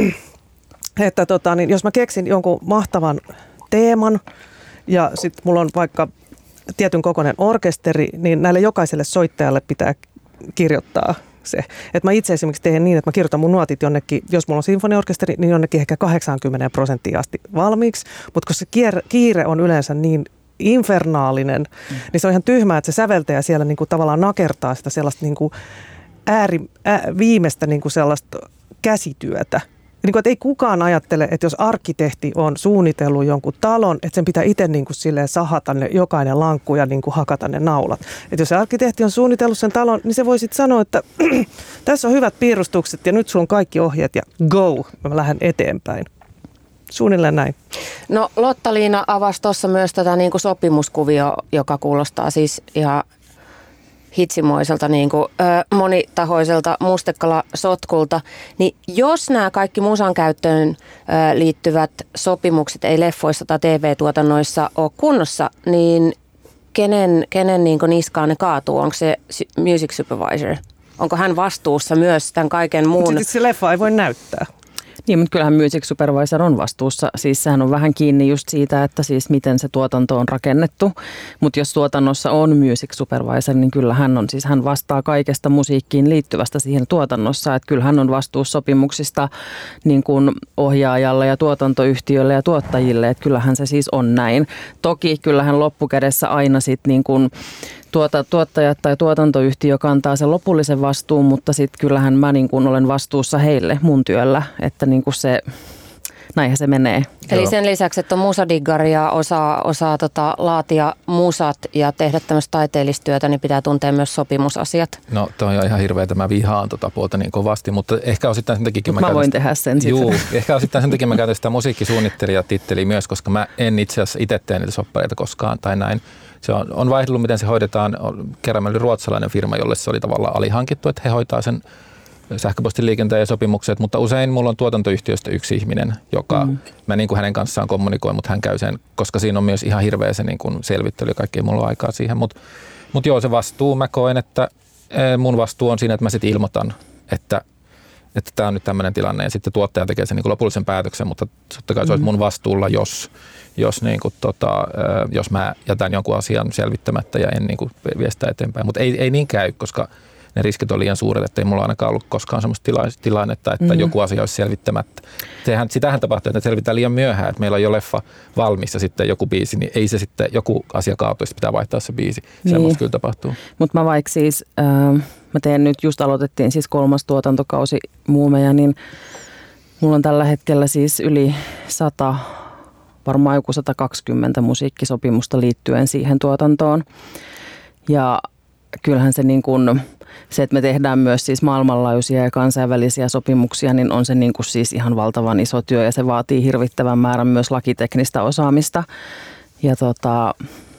että tota, niin jos mä keksin jonkun mahtavan teeman ja sitten mulla on vaikka tietyn kokoinen orkesteri, niin näille jokaiselle soittajalle pitää kirjoittaa se. Että mä itse esimerkiksi teen niin, että mä kirjoitan mun nuotit jonnekin, jos mulla on sinfoniaorkesteri, niin jonnekin ehkä kahdeksankymmentä prosenttia asti valmiiksi, mutta kun se kiire on yleensä niin infernaalinen, mm. niin se on ihan tyhmää, että se säveltäjä siellä niinku tavallaan nakertaa sitä sellaista niinku ääri, ää, viimeistä niinku sellaista käsityötä. Niin kuin, että ei kukaan ajattele, että jos arkkitehti on suunnitellut jonkun talon, että sen pitää itse niin kuin silleen sahata ne jokainen lankku ja niin kuin hakata ne naulat. Että jos arkkitehti on suunnitellut sen talon, niin se voi sitten sanoa, että tässä on hyvät piirustukset ja nyt sulla on kaikki ohjeet ja go, mä lähden eteenpäin. Suunnilleen näin. No Lotta-Liina avasi tuossa myös tätä niin kuin sopimuskuvio, joka kuulostaa siis ihan hitsimoiselta niin kuin, ö, monitahoiselta mustekala-sotkulta, niin jos nämä kaikki musan käyttöön ö, liittyvät sopimukset ei leffoissa tai T V-tuotannoissa ole kunnossa, niin kenen, kenen niin kuin niskaan ne kaatuu? Onko se music supervisor? Onko hän vastuussa myös tämän kaiken muun? Mutta se leffa ei voi näyttää. Niin, mutta kyllähän Music Supervisor on vastuussa. Siis sehän on vähän kiinni just siitä, että siis miten se tuotanto on rakennettu. Mutta jos tuotannossa on Music Supervisor, niin kyllä hän on, siis hän vastaa kaikesta musiikkiin liittyvästä siihen tuotannossa. Että kyllä hän on vastuussa sopimuksista niin kuin ohjaajalle ja tuotantoyhtiölle ja tuottajille. Että kyllähän se siis on näin. Toki kyllähän loppukädessä aina sitten niin kuin Tuota, tuottajat tai tuotantoyhtiö kantaa sen lopullisen vastuun, mutta sitten kyllähän mä niin kun olen vastuussa heille mun työllä, että niin kun se, näinhän se menee. Eli Joo. sen lisäksi, että on musadiggari ja osaa, osaa tota, laatia musat ja tehdä tämmöistä taiteellista työtä, niin pitää tuntea myös sopimusasiat. No toi on ihan hirveä, mä vihaan tota puolta niin kovasti, mutta ehkä osittain sen takia mä, mä voin tehdä sen sitten. Juu, ehkä osittain sen takia mä käytän sitä musiikkisuunnittelijatitteliä myös, koska mä en itse asiassa itse tee niitä soppareita koskaan tai näin. Se on, on vaihdellut, miten se hoidetaan. Kerran oli ruotsalainen firma, jolle se oli tavallaan alihankittu, että he hoitaa sen sähköpostiliikenteen ja sopimukset, mutta usein mulla on tuotantoyhtiöstä yksi ihminen, joka mm. mä niin kuin hänen kanssaan kommunikoin, mutta hän käy sen, koska siinä on myös ihan hirveä se niin kuin selvittely ja kaikki, ei mulla ole aikaa siihen. Mutta mut joo, se vastuu, mä koen, että mun vastuu on siinä, että mä sitten ilmoitan, että että tämä on nyt tämmöinen tilanne ja sitten tuottaja tekee sen niin kuin lopullisen päätöksen, mutta totta kai se olisi mun vastuulla, jos, jos, niin kuin, tota, jos mä jätän jonkun asian selvittämättä ja en niin kuin vie sitä eteenpäin. Mutta ei, ei niin käy, koska ne riskit on liian suuret, että ei mulla ainakaan ollut koskaan semmoista tila- tilannetta, että mm. joku asia olisi selvittämättä. Sehän, sitähän tapahtuu, että selvitään liian myöhään, että meillä on jo leffa valmis ja sitten joku biisi, niin ei se sitten, joku asia kaatui, pitää vaihtaa se biisi. Niin. Semmoista kyllä tapahtuu. Mutta mä vaikka siis, äh, mä teen nyt, just aloitettiin siis kolmas tuotantokausi Muumeja, niin mulla on tällä hetkellä siis yli sata, varmaan joku sata kaksikymmentä musiikkisopimusta liittyen siihen tuotantoon. Ja kyllähän se niin kuin, se, että me tehdään myös siis maailmanlaajuisia ja kansainvälisiä sopimuksia, niin on se niin kuin siis ihan valtavan iso työ ja se vaatii hirvittävän määrän myös lakiteknistä osaamista. Ja tota,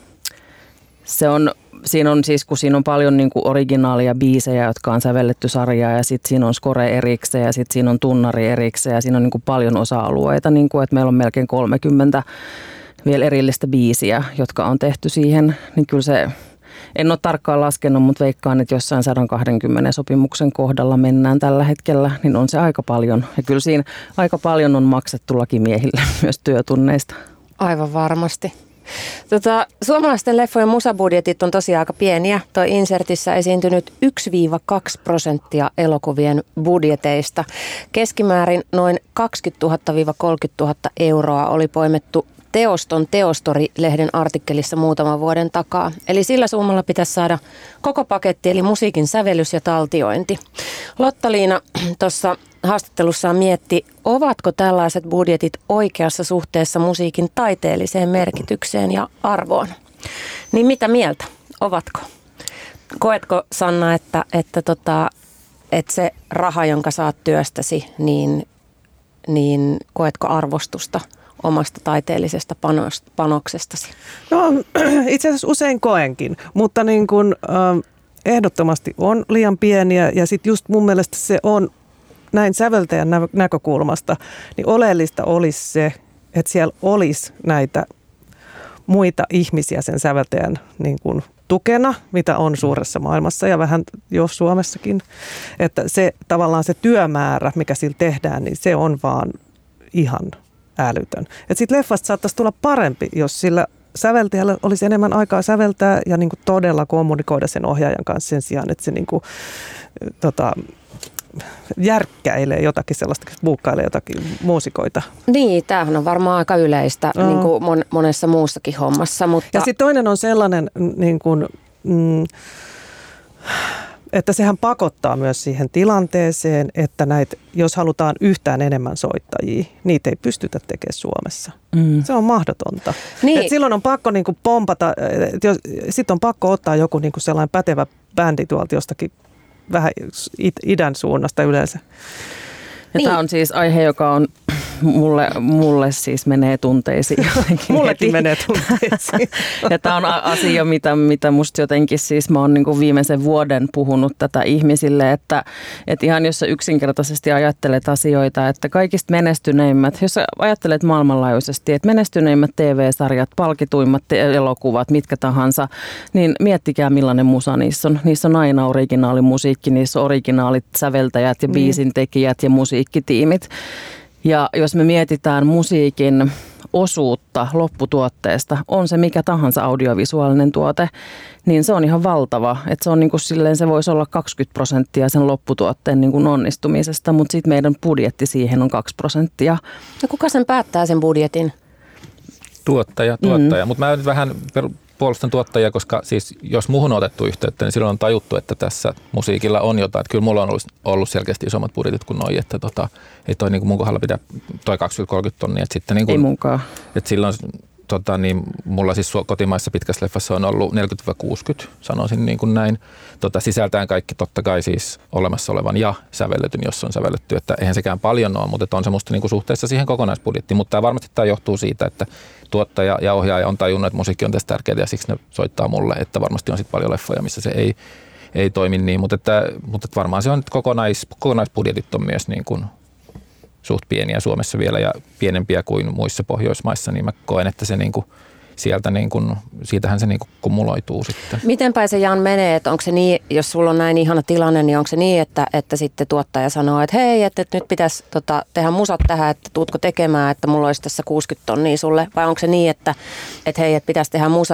se on, siinä on siis, kun siinä on paljon niin kuin originaalia biisejä, jotka on sävelletty sarjaa ja sitten siinä on score erikseen ja sitten siinä on tunnari erikseen ja siinä on niin kuin paljon osa-alueita, niin kuin, että meillä on melkein kolmekymmentä vielä erillistä biisiä, jotka on tehty siihen, niin kyllä se, en ole tarkkaan laskenut, mutta veikkaan, että jossain sata kaksikymmentä sopimuksen kohdalla mennään tällä hetkellä, niin on se aika paljon. Ja kyllä siinä aika paljon on maksettu lakimiehille myös työtunneista. Aivan varmasti. Tota, suomalaisten leffojen musabudjetit on tosiaan aika pieniä. Toi Insertissä esiintynyt yksi kaksi prosenttia elokuvien budjeteista. Keskimäärin noin kaksikymmentätuhatta kolmekymmentätuhatta euroa oli poimettu Teoston Teostori-lehden artikkelissa muutaman vuoden takaa. Eli sillä summalla pitäisi saada koko paketti, eli musiikin sävellys ja taltiointi. Lotta-Liina tuossa haastattelussaan mietti, ovatko tällaiset budjetit oikeassa suhteessa musiikin taiteelliseen merkitykseen ja arvoon. Niin mitä mieltä? Ovatko? Koetko, Sanna, että, että, tota, että se raha, jonka saat työstäsi, niin, niin koetko arvostusta omasta taiteellisesta panoksestasi? No itse asiassa usein koenkin, mutta niin kuin, äh, ehdottomasti on liian pieniä ja sitten just mun mielestä se on näin säveltäjän nä- näkökulmasta, niin oleellista olisi se, että siellä olisi näitä muita ihmisiä sen säveltäjän niin kuin tukena, mitä on suuressa maailmassa ja vähän jo Suomessakin. Että se tavallaan se työmäärä, mikä sillä tehdään, niin se on vaan ihan älytön. Että siitä leffasta saattaisi tulla parempi, jos sillä säveltäjällä olisi enemmän aikaa säveltää ja niin kuin todella kommunikoida sen ohjaajan kanssa sen sijaan, että se niin kuin, tota, järkkäilee jotakin sellaista, buukkailee jotakin muusikoita. Niin, tämähän on varmaan aika yleistä oh. niin kuin mon, monessa muussakin hommassa. Mutta ja sitten toinen on sellainen, niin kuin, mm, että sehän pakottaa myös siihen tilanteeseen, että näitä, jos halutaan yhtään enemmän soittajia, niitä ei pystytä tekemään Suomessa. Mm. Se on mahdotonta. Niin. Et silloin on pakko niin kuin pompata, sitten on pakko ottaa joku niin kuin sellainen pätevä bändi tuolta jostakin vähän idän suunnasta yleensä. Ja niin. Tämä on siis aihe, joka on mulle, mulle siis menee tunteisiin. Mullekin menee tunteisiin. Ja tämä on asia, mitä, mitä musta jotenkin siis mä oon niin kuin viimeisen vuoden puhunut tätä ihmisille, että, että ihan jos sä yksinkertaisesti ajattelet asioita, että kaikista menestyneimmät, jos sä ajattelet maailmanlaajuisesti, että menestyneimmät T V-sarjat, palkituimmat elokuvat, mitkä tahansa, niin miettikää millainen musa niissä on. Niissä on aina originaalimusiikki, niissä on originaalit säveltäjät ja biisintekijät ja musiikkitiimit. Ja jos me mietitään musiikin osuutta lopputuotteesta, on se mikä tahansa audiovisuaalinen tuote, niin se on ihan valtava. Että se on niin kuin silleen, se voisi olla kaksikymmentä prosenttia sen lopputuotteen niin kuin onnistumisesta, mutta sitten meidän budjetti siihen on kaksi prosenttia. No kuka sen päättää sen budjetin? Tuottaja, tuottaja. Mm. Mutta mä nyt vähän puolustan tuottajia, koska siis jos muuhun on otettu yhteyttä, niin silloin on tajuttu, että tässä musiikilla on jotain. Että kyllä mulla on ollut, ollut selkeästi isommat budjetit kuin noi, että tota, ei toi niin mun kohdalla pidä toi kaksikymmentä kolmekymmentä tonnia. Että sitten niin kuin, ei munkaan. Että silloin tota, niin mulla siis kotimaisessa pitkässä leffassa on ollut neljäkymmentä kuusikymmentä, sanoisin niin kuin näin. Tota, sisältäen kaikki totta kai siis olemassa olevan ja sävelletyn, jos on sävelletty. Että eihän sekään paljon ole, mutta on se musta niin kuin suhteessa siihen kokonaisbudjettiin. Mutta varmasti tämä johtuu siitä, että tuottaja ja ohjaaja on tajunnut, että musiikki on tässä tärkeää ja siksi ne soittaa mulle, että varmasti on sitten paljon leffoja, missä se ei, ei toimi niin. Mutta, että, mutta että varmaan se on kokonais, kokonaisbudjetit on myös niin kuin suht pieniä Suomessa vielä ja pienempiä kuin muissa Pohjoismaissa, niin mä koen, että se niin kuin sieltä niin kuin, siitähän se niin kuin kumuloituu sitten. Miten päin se Jan menee, että onko se niin, jos sulla on näin ihana tilanne, niin onko se niin, että, että sitten tuottaja sanoo, että hei, että, että nyt pitäisi tota, tehdä musat tähän, että tuutko tekemään, että mulla olisi tässä kuusikymmentä tonnia sulle, vai onko se niin, että, että hei, että pitäisi tehdä musat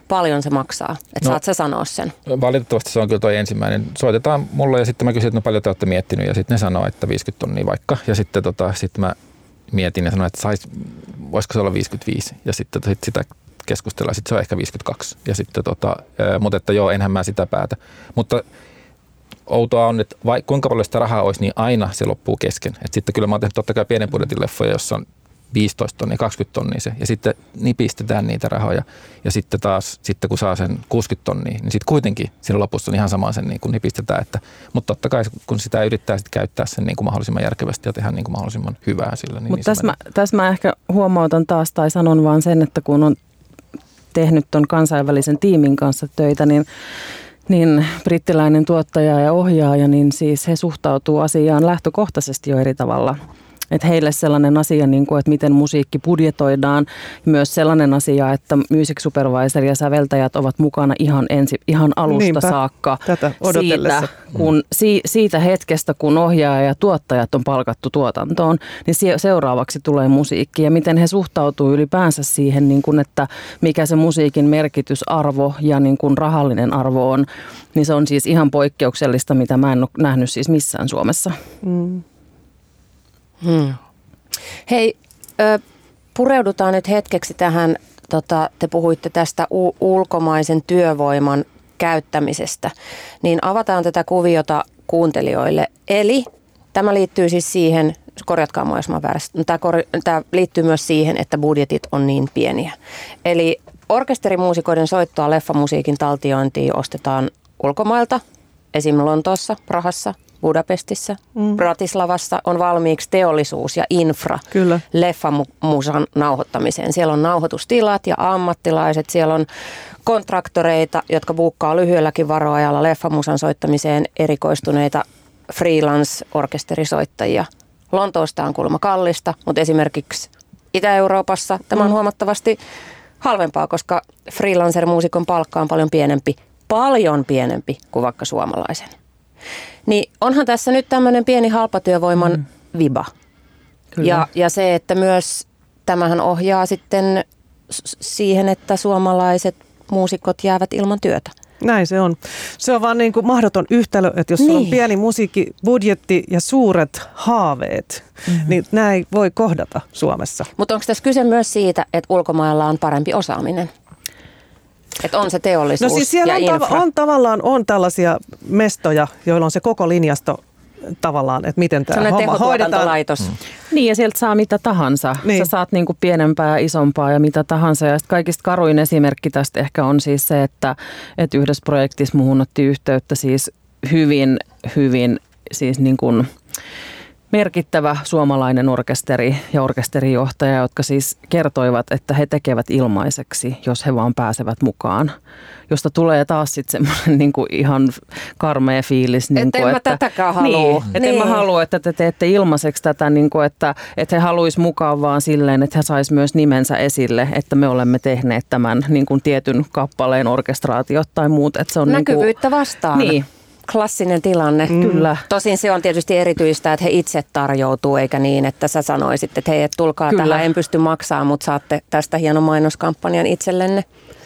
paljon se maksaa? Että no, saat sä sanoa sen? Valitettavasti se on kyllä toi ensimmäinen. Soitetaan mulle ja sitten mä kysyn, että no paljon te olette miettinyt ja sitten ne sanoo, että viisikymmentä tonnia vaikka. Ja sitten tota, sit mä mietin ja sanoin, että sais, voisiko se olla viisikymmentäviisi ja sitten sit sitä keskustellaan. Sitten se on ehkä viisikymmentäkaksi. Ja sitten tota, mutta että joo, enhän mä sitä päätä. Mutta outoa on, että vai, kuinka paljon sitä rahaa olisi, niin aina se loppuu kesken. Et sitten kyllä mä oon tehnyt totta kai pienen budjetin leffoja, jossa on viisitoista tonnia, kaksikymmentä tonnia se. Ja sitten nipistetään niitä rahoja. Ja sitten taas, sitten kun saa sen kuusikymmentä tonnia, niin sitten kuitenkin siinä lopussa on ihan sama sen niin kuin nipistetään. Että, mutta totta kai kun sitä yrittää sitten käyttää sen niin kuin mahdollisimman järkevästi ja tehdä niin kuin mahdollisimman hyvää sillä. Niin mutta niin tässä, mä, tässä mä ehkä huomautan taas tai sanon vaan sen, että kun on tehnyt ton kansainvälisen tiimin kanssa töitä, niin niin brittiläinen tuottaja ja ohjaaja, niin siis he suhtautuu asiaan lähtökohtaisesti jo eri tavalla. Että heille sellainen asia, niin kuin, että miten musiikki budjetoidaan, myös sellainen asia, että music supervisor ja säveltäjät ovat mukana ihan, ensi, ihan alusta Niinpä, saakka siitä, kun, si, siitä hetkestä, kun ohjaaja ja tuottajat on palkattu tuotantoon, niin seuraavaksi tulee musiikki. Ja miten he suhtautuu ylipäänsä siihen, niin kuin, että mikä se musiikin merkitysarvo ja niin kuin rahallinen arvo on, niin se on siis ihan poikkeuksellista, mitä mä en ole nähnyt siis missään Suomessa. Mm. Hmm. Hei, ö, pureudutaan nyt hetkeksi tähän, tota, te puhuitte tästä u- ulkomaisen työvoiman käyttämisestä, niin avataan tätä kuviota kuuntelijoille. Eli tämä liittyy siis siihen, korjatkaa mua jos mä väärässä, tämä, kor- tämä liittyy myös siihen, että budjetit on niin pieniä. Eli orkesterimuusikoiden soittoa leffamusiikin taltiointiin ostetaan ulkomailta, esim. Lontoossa, Prahassa, Budapestissa, mm. Bratislavassa on valmiiksi teollisuus ja infra Kyllä. leffamusan nauhoittamiseen. Siellä on nauhoitustilat ja ammattilaiset, siellä on kontraktoreita, jotka buukkaa lyhyelläkin varoajalla leffamusan soittamiseen erikoistuneita freelance-orkesterisoittajia. Lontoosta on kuulemma kallista, mutta esimerkiksi Itä-Euroopassa tämä on mm. huomattavasti halvempaa, koska freelancer-muusikon palkka on paljon pienempi, paljon pienempi kuin vaikka suomalaisen. Niin onhan tässä nyt tämmöinen pieni halpatyövoiman mm. viba. Ja, ja se, että myös tämähän ohjaa sitten siihen, että suomalaiset muusikot jäävät ilman työtä. Näin se on. Se on vaan niin kuin mahdoton yhtälö, että jos niin. sulla on pieni musiikkibudjetti ja suuret haaveet, mm-hmm. niin nämä ei voi kohdata Suomessa. Mutta onko tässä kyse myös siitä, että ulkomailla on parempi osaaminen? Että on se teollisuus no siis siellä ja on, infra. Tav- on tavallaan on tällaisia mestoja, joilla on se koko linjasto tavallaan, että miten tämä homma hoidetaan. Mm. Niin ja sieltä saa mitä tahansa. Niin. Sä saat niinku pienempää ja isompaa ja mitä tahansa. Ja kaikista karuin esimerkki tästä ehkä on siis se, että, että yhdessä projektissa muuhun otti yhteyttä siis hyvin, hyvin siis niin kuin merkittävä suomalainen orkesteri ja orkesterijohtaja, jotka siis kertoivat, että he tekevät ilmaiseksi, jos he vaan pääsevät mukaan. Josta tulee taas sitten semmoinen niinku ihan karmea fiilis. Niinku, että en mä tätäkään halua. Niin, että niin. en mä halua, että te teette ilmaiseksi tätä, niinku, että, että he haluaisi mukaan vaan silleen, että he sais myös nimensä esille, että me olemme tehneet tämän niinku, tietyn kappaleen orkestraatiot tai muut. Että se on näkyvyyttä niinku, vastaan. Niin. Klassinen tilanne. Mm. Kyllä. Tosin se on tietysti erityistä, että he itse tarjoutuu, eikä niin, että sä sanoisit, että hei, et tulkaa Kyllä. tähän, en pysty maksamaan, mutta saatte tästä hienon mainoskampanjan itsellenne.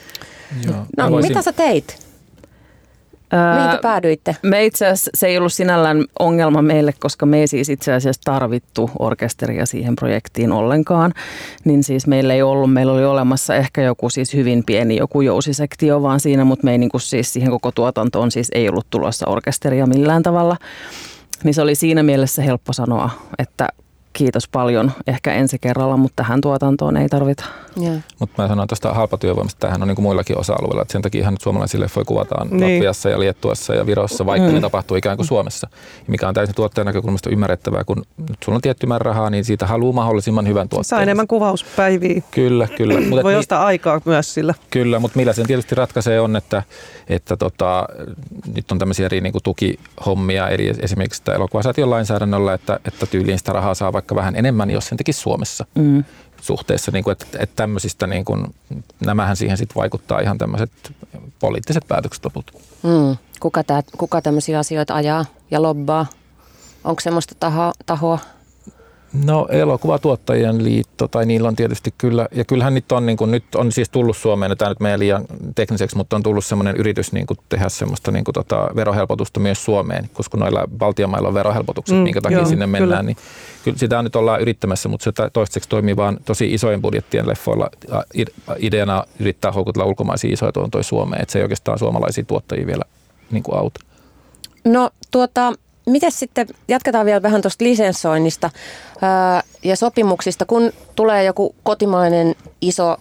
Joo. No, voisin... mitä sä teit? Mihin te päädyitte? Me itse asiassa, se ei ollut sinällään ongelma meille, koska me ei siis itse asiassa tarvittu orkesteria siihen projektiin ollenkaan. Niin siis meillä ei ollut, meillä oli olemassa ehkä joku siis hyvin pieni joku jousisektio vaan siinä, mutta me ei niin kuin siis siihen koko tuotantoon siis ei ollut tulossa orkesteria millään tavalla. Niin se oli siinä mielessä helppo sanoa, että kiitos paljon ehkä ensi kerralla, mutta tähän tuotantoon ei tarvita. Mutta mä sanoin tuosta halpatyövoimasta, tämähän on niin kuin muillakin osa-alueilla. Että sen takia ihan nyt suomalaisille leffoja kuvataan niin. Latviassa ja Liettuassa ja Virossa, vaikka mm. ne tapahtuu ikään kuin Suomessa. Ja mikä on täysin tuottajan näkökulmasta ymmärrettävää, kun nyt sulla on tietty määrä rahaa, niin siitä haluaa mahdollisimman hyvän tuotteen. Saa enemmän kuvauspäiviä. Kyllä, kyllä. Mut voi et, ostaa aikaa myös sillä. Kyllä, mutta millä sen tietysti ratkaisee on, että, että tota, nyt on tämmöisiä eri niin kuin tukihommia, eri esimerkiksi tämä elokuvasäätiön lainsäädännöllä, että, että tyyliin sitä rahaa saa vaikka vähän enemmän, jos sen tekisi Suomessa. Mm. Suhteessa, niin kuin, että, että tämmöisistä, niin kuin, nämähän siihen sitten vaikuttaa ihan tämmöiset poliittiset päätökset lopulta. Mm. Kuka, tää, kuka tämmöisiä asioita ajaa ja lobbaa? Onko semmoista taho, tahoa? No elokuvatuottajien liitto, tai niillä on tietysti kyllä, ja kyllähän nyt on, niin kuin, nyt on siis tullut Suomeen, ja tämä nyt meidän liian tekniseksi, mutta on tullut semmoinen yritys niin kuin, tehdä semmoista niin kuin, tota, verohelpotusta myös Suomeen, koska noilla valtionmailla on verohelpotukset, mm, minkä takia joo, sinne mennään, kyllä. niin kyllä sitä nyt ollaan yrittämässä, mutta se toistaiseksi toimii vaan tosi isojen budjettien leffoilla. Ideana yrittää houkutella ulkomaisia isoja tuotantoja Suomeen, että se ei oikeastaan suomalaisia tuottajia vielä niin kuin auta. No tuota... Miten sitten, jatketaan vielä vähän tuosta lisenssoinnista ää, ja sopimuksista, kun tulee joku kotimainen iso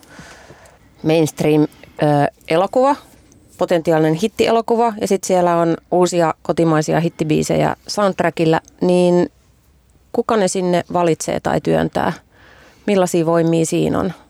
mainstream-elokuva, potentiaalinen hittielokuva, ja sitten siellä on uusia kotimaisia hittibiisejä soundtrackilla, niin kuka ne sinne valitsee tai työntää? Millaisia voimia siinä on?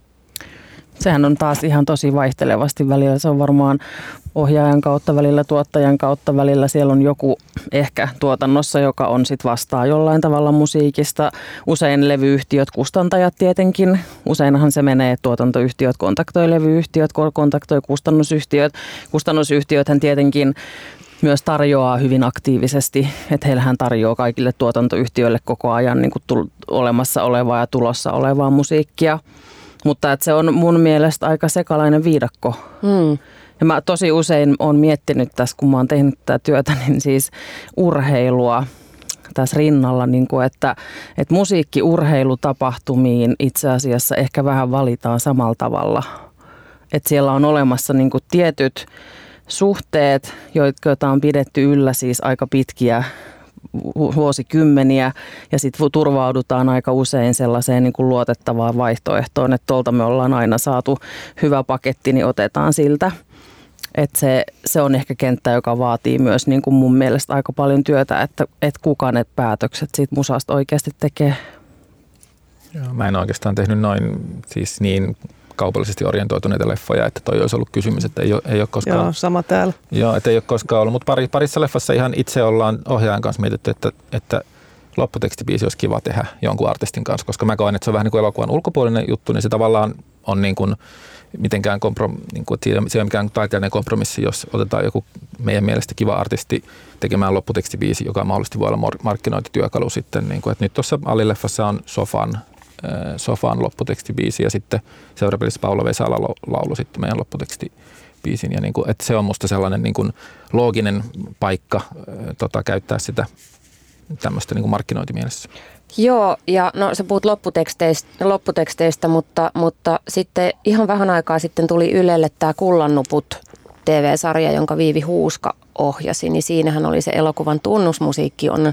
Sehän on taas ihan tosi vaihtelevasti välillä. Se on varmaan ohjaajan kautta, välillä tuottajan kautta, välillä siellä on joku ehkä tuotannossa, joka on sit vastaa jollain tavalla musiikista. Usein levyyhtiöt, kustantajat tietenkin. Useinhan se menee, tuotantoyhtiöt kontaktoi levyyhtiöt, kontaktoi kustannusyhtiöt. Kustannusyhtiöthän tietenkin myös tarjoaa hyvin aktiivisesti, että heillähän tarjoaa kaikille tuotantoyhtiöille koko ajan niin kuin olemassa olevaa ja tulossa olevaa musiikkia. Mutta että se on mun mielestä aika sekalainen viidakko. Mm. Ja mä tosi usein olen miettinyt tässä, kun mä oon tehnyt tätä työtä, niin siis urheilua tässä rinnalla, niin kuin että, että musiikkiurheilutapahtumiin itse asiassa ehkä vähän valitaan samalla tavalla. Että siellä on olemassa niin kuin tietyt suhteet, joita on pidetty yllä siis aika pitkiä vuosikymmeniä, ja sitten turvaudutaan aika usein sellaiseen niin kuin luotettavaan vaihtoehtoon, että tuolta me ollaan aina saatu hyvä paketti, niin otetaan siltä. Että se, se on ehkä kenttä, joka vaatii myös niin kuin mun mielestä aika paljon työtä, että, että kuka ne päätökset siitä musasta oikeasti tekee. Joo, mä en oikeastaan tehnyt noin siis niin kaupallisesti orientoituneita leffoja, että toi olisi ollut kysymys, että ei ole, ei ole koskaan. Joo, sama täällä. Joo, että ei ole koskaan ollut, mutta pari, parissa leffassa ihan itse ollaan ohjaajan kanssa mietitty, että, että lopputekstibiisi olisi kiva tehdä jonkun artistin kanssa, koska mä koen, että se on vähän niin kuin elokuvan ulkopuolinen juttu, niin se tavallaan on niin kuin mitenkään komprom, niin kuin, että se ei ole mikään taiteellinen kompromissi, jos otetaan joku meidän mielestä kiva artisti tekemään lopputekstibiisi, joka mahdollisesti voi olla markkinointityökalu sitten. Niin kuin, että nyt tuossa Alli-leffassa on Sofan Sofaan lopputekstibiisi ja sitten seuraavassa Paula Vesala laulu sitten meidän lopputekstibiisin. Ja niin kuin, että se on musta sellainen niin kuin looginen paikka tota, käyttää sitä tämmöistä niin kuin markkinointimielessä. Joo, ja no sä puhut lopputeksteistä, lopputeksteistä mutta, mutta sitten ihan vähän aikaa sitten tuli Ylelle tämä Kullannuput T V-sarja, jonka Viivi Huuska ohjasi, niin siinähän oli se elokuvan tunnusmusiikki on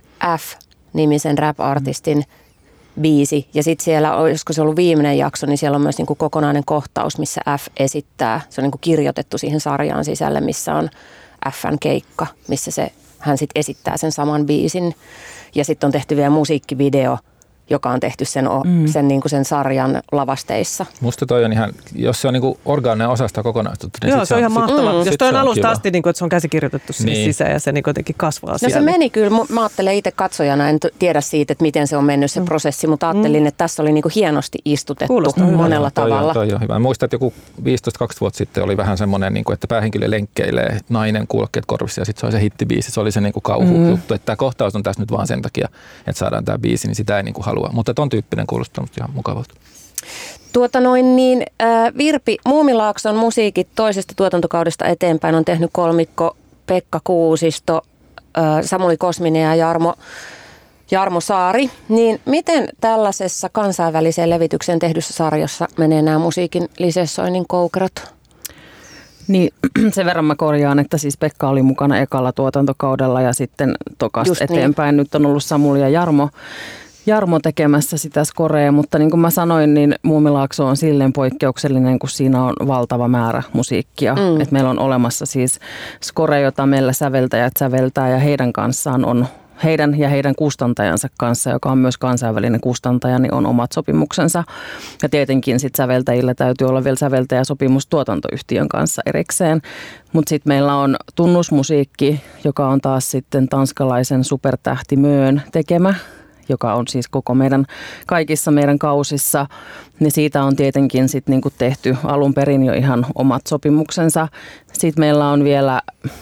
F-nimisen rap-artistin biisi. Ja sitten siellä, olisiko se ollut viimeinen jakso, niin siellä on myös niinku kokonainen kohtaus, missä F esittää. Se on niinku kirjoitettu siihen sarjaan sisälle, missä on F:n keikka, missä se, hän sitten esittää sen saman biisin. Ja sitten on tehty vielä musiikkivideo, joka on tehty sen, mm. sen, niin kuin sen sarjan lavasteissa. Musta toi on ihan, jos se on niin kuin orgaaninen osa sitä kokonaisuutta. Niin joo, se on ihan mahtavaa. Mm. Jos toi on alusta kiva. Asti, niin kuin, että se on käsikirjoitettu sinne niin sisään ja se niin jotenkin kasvaa no siellä. Se meni kyllä. Mä ajattelen itse katsojana, en tiedä siitä, että miten se on mennyt se mm. prosessi, mutta ajattelin, mm. että tässä oli niin kuin hienosti istutettu Kuulostaa monella toi tavalla. On, toi on hyvä. Muistan, että joku viisitoista kaksikymmentä vuotta sitten oli vähän semmoinen, niin kuin, että päähenkilö lenkkeilee, nainen kuulokkeet korvissa ja sitten se oli se hittibiisi. Se oli se niin kuin kauhujuttu. Mm. Että tämä kohtaus on tässä nyt vaan sen takia, että saadaan tämä biisi, niin sitä ei niin kuin halua. Mutta ton tyyppinen kuulostaa ihan mukavalta. Tuota noin niin, äh, Virpi, Muumilaakson musiikit toisesta tuotantokaudesta eteenpäin on tehnyt kolmikko Pekka Kuusisto, äh, Samuli Kosminen ja Jarmo, Jarmo Saari. Niin miten tällaisessa kansainväliseen levitykseen tehdyssä sarjassa menee nämä musiikin lisenssoinnin koukerot? Niin sen verran mä korjaan, että siis Pekka oli mukana ekalla tuotantokaudella ja sitten tokasta Just eteenpäin niin. Nyt on ollut Samuli ja Jarmo. Jarmo tekemässä sitä skorea, mutta niin kuin mä sanoin, niin Muumilaakso on silleen poikkeuksellinen, kun siinä on valtava määrä musiikkia. Mm. Et meillä on olemassa siis skore, jota meillä säveltäjät säveltää ja heidän kanssaan on, heidän ja heidän kustantajansa kanssa, joka on myös kansainvälinen kustantaja, niin on omat sopimuksensa. Ja tietenkin sitten säveltäjillä täytyy olla vielä säveltäjäsopimus tuotantoyhtiön kanssa erikseen. Mutta sitten meillä on tunnusmusiikki, joka on taas sitten tanskalaisen supertähti Möön tekemä, joka on siis koko meidän, kaikissa meidän kausissa, niin siitä on tietenkin sit niinku tehty alun perin jo ihan omat sopimuksensa. Sitten meillä on vielä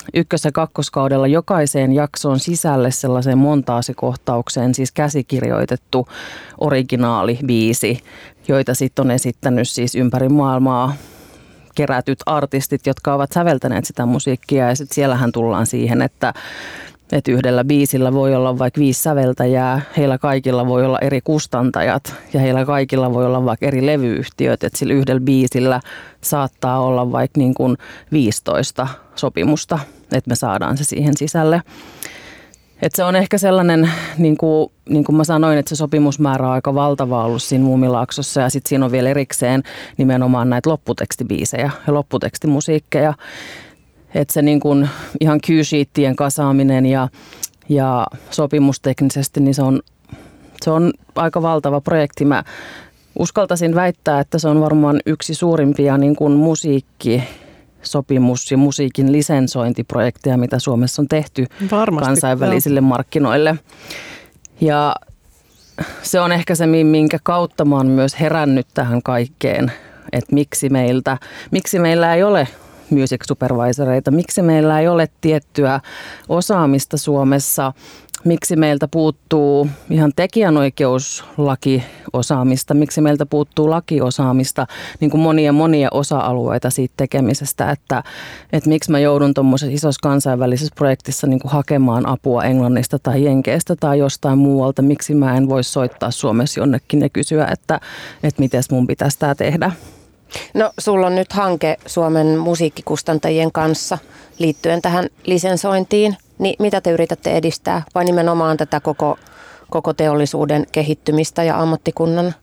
ykkös- ja kakkoskaudella jokaiseen jaksoon sisälle sellaiseen montaasikohtaukseen siis käsikirjoitettu originaalibiisi, joita sitten on esittänyt siis ympäri maailmaa kerätyt artistit, jotka ovat säveltäneet sitä musiikkia. Ja sitten siellähän tullaan siihen, että että yhdellä biisillä voi olla vaikka viisi säveltäjää, heillä kaikilla voi olla eri kustantajat ja heillä kaikilla voi olla vaikka eri levyyhtiöt, että sillä yhdellä biisillä saattaa olla vaikka niin kuin viisitoista sopimusta, että me saadaan se siihen sisälle. Että se on ehkä sellainen, niin kuin, niin kuin mä sanoin, että se sopimusmäärä on aika valtava ollut siinä Muumilaaksossa ja sitten siinä on vielä erikseen nimenomaan näitä lopputekstibiisejä ja lopputekstimusiikkeja. Että se niin kuin ihan cue-sheettien kasaaminen ja, ja sopimusteknisesti, niin se on, se on aika valtava projekti. Mä uskaltaisin väittää, että se on varmaan yksi suurimpia niin kuin musiikkisopimus- ja musiikin lisensointiprojekteja, mitä Suomessa on tehty varmasti kansainvälisille jo. markkinoille. Ja se on ehkä se, minkä kautta mä oon myös herännyt tähän kaikkeen, että miksi, meiltä, miksi meillä ei ole music supervisoreita, miksi meillä ei ole tiettyä osaamista Suomessa, miksi meiltä puuttuu ihan tekijänoikeuslakiosaamista, miksi meiltä puuttuu lakiosaamista, niin kuin monia monia osa-alueita siitä tekemisestä, että, että miksi mä joudun tuommoisessa isossa kansainvälisessä projektissa niin kuin hakemaan apua Englannista tai Jenkeistä tai jostain muualta, miksi mä en voi soittaa Suomessa jonnekin ja kysyä, että, että miten mun pitäisi tämä tehdä. No sulla on nyt hanke Suomen musiikkikustantajien kanssa liittyen tähän lisensointiin. Niin mitä te yritätte edistää vai nimenomaan tätä koko, koko teollisuuden kehittymistä ja ammattikunnan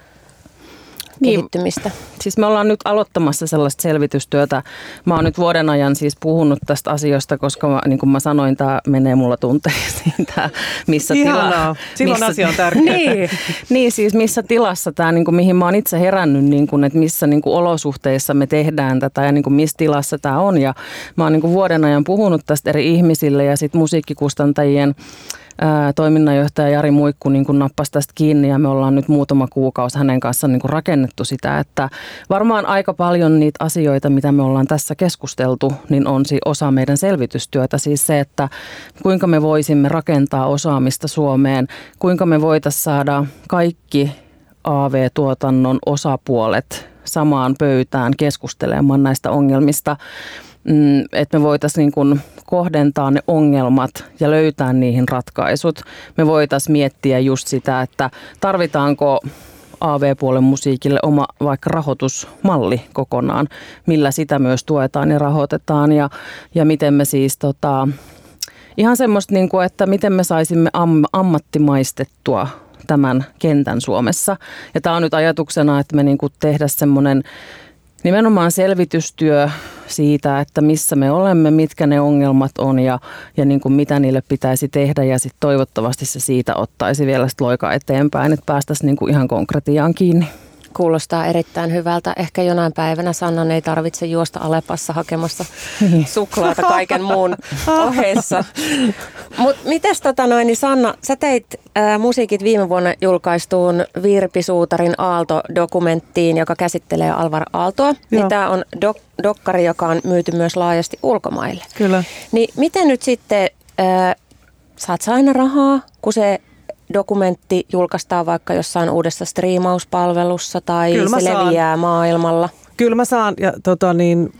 niin, kehittymistä? Siis me ollaan nyt aloittamassa sellaista selvitystyötä. Mä oon nyt vuoden ajan siis puhunut tästä asiasta, koska mä, niin kuin mä sanoin, tämä menee mulla tunteisiin. Tää, missä Ihanaa. Tila, Silloin missä, asia on tärkeä. niin, niin siis missä tilassa tämä, niin kuin, mihin mä oon itse herännyt, niin kuin, että missä niin kuin olosuhteissa me tehdään tätä ja niin kuin, missä tilassa tämä on. Ja mä oon niin kuin vuoden ajan puhunut tästä eri ihmisille ja sitten musiikkikustantajien Ää, toiminnanjohtaja Jari Muikku niin kuin nappasi tästä kiinni ja me ollaan nyt muutama kuukausi hänen kanssaan niin kuin rakennettu sitä, että varmaan aika paljon niitä asioita, mitä me ollaan tässä keskusteltu, niin on osa meidän selvitystyötä. Siis se, että kuinka me voisimme rakentaa osaamista Suomeen, kuinka me voitaisiin saada kaikki A V-tuotannon osapuolet samaan pöytään keskustelemaan näistä ongelmista, että me voitaisiin niin kuin kohdentaa ne ongelmat ja löytää niihin ratkaisut. Me voitaisiin miettiä just sitä, että tarvitaanko A V-puolen musiikille oma vaikka rahoitusmalli kokonaan, millä sitä myös tuetaan ja rahoitetaan ja, ja miten me siis tota, ihan semmoista, niin kuin, että miten me saisimme am, ammattimaistettua tämän kentän Suomessa. Ja tämä on nyt ajatuksena, että me niin kuin tehdä semmoinen nimenomaan selvitystyö siitä, että missä me olemme, mitkä ne ongelmat on ja, ja niin kuin mitä niille pitäisi tehdä ja sitten toivottavasti se siitä ottaisi vielä sit loika eteenpäin, että päästäisiin niin kuin ihan konkretiaan kiinni. Kuulostaa erittäin hyvältä. Ehkä jonain päivänä Sannan ei tarvitse juosta Alepassa hakemassa suklaata kaiken muun ohessa. Mutta mites tota noin, niin Sanna, sä teit ää, musiikit viime vuonna julkaistuun Virpi Suutarin Aalto-dokumenttiin, joka käsittelee Alvar Aaltoa. Niin tämä on dok- dokkari, joka on myyty myös laajasti ulkomaille. Kyllä. Niin miten nyt sitten, ää, saat sä aina rahaa, kun se dokumentti julkaistaan vaikka jossain uudessa striimauspalvelussa tai Kyllä se leviää saan. maailmalla? Kyllä mä saan. Ja, tota, niin,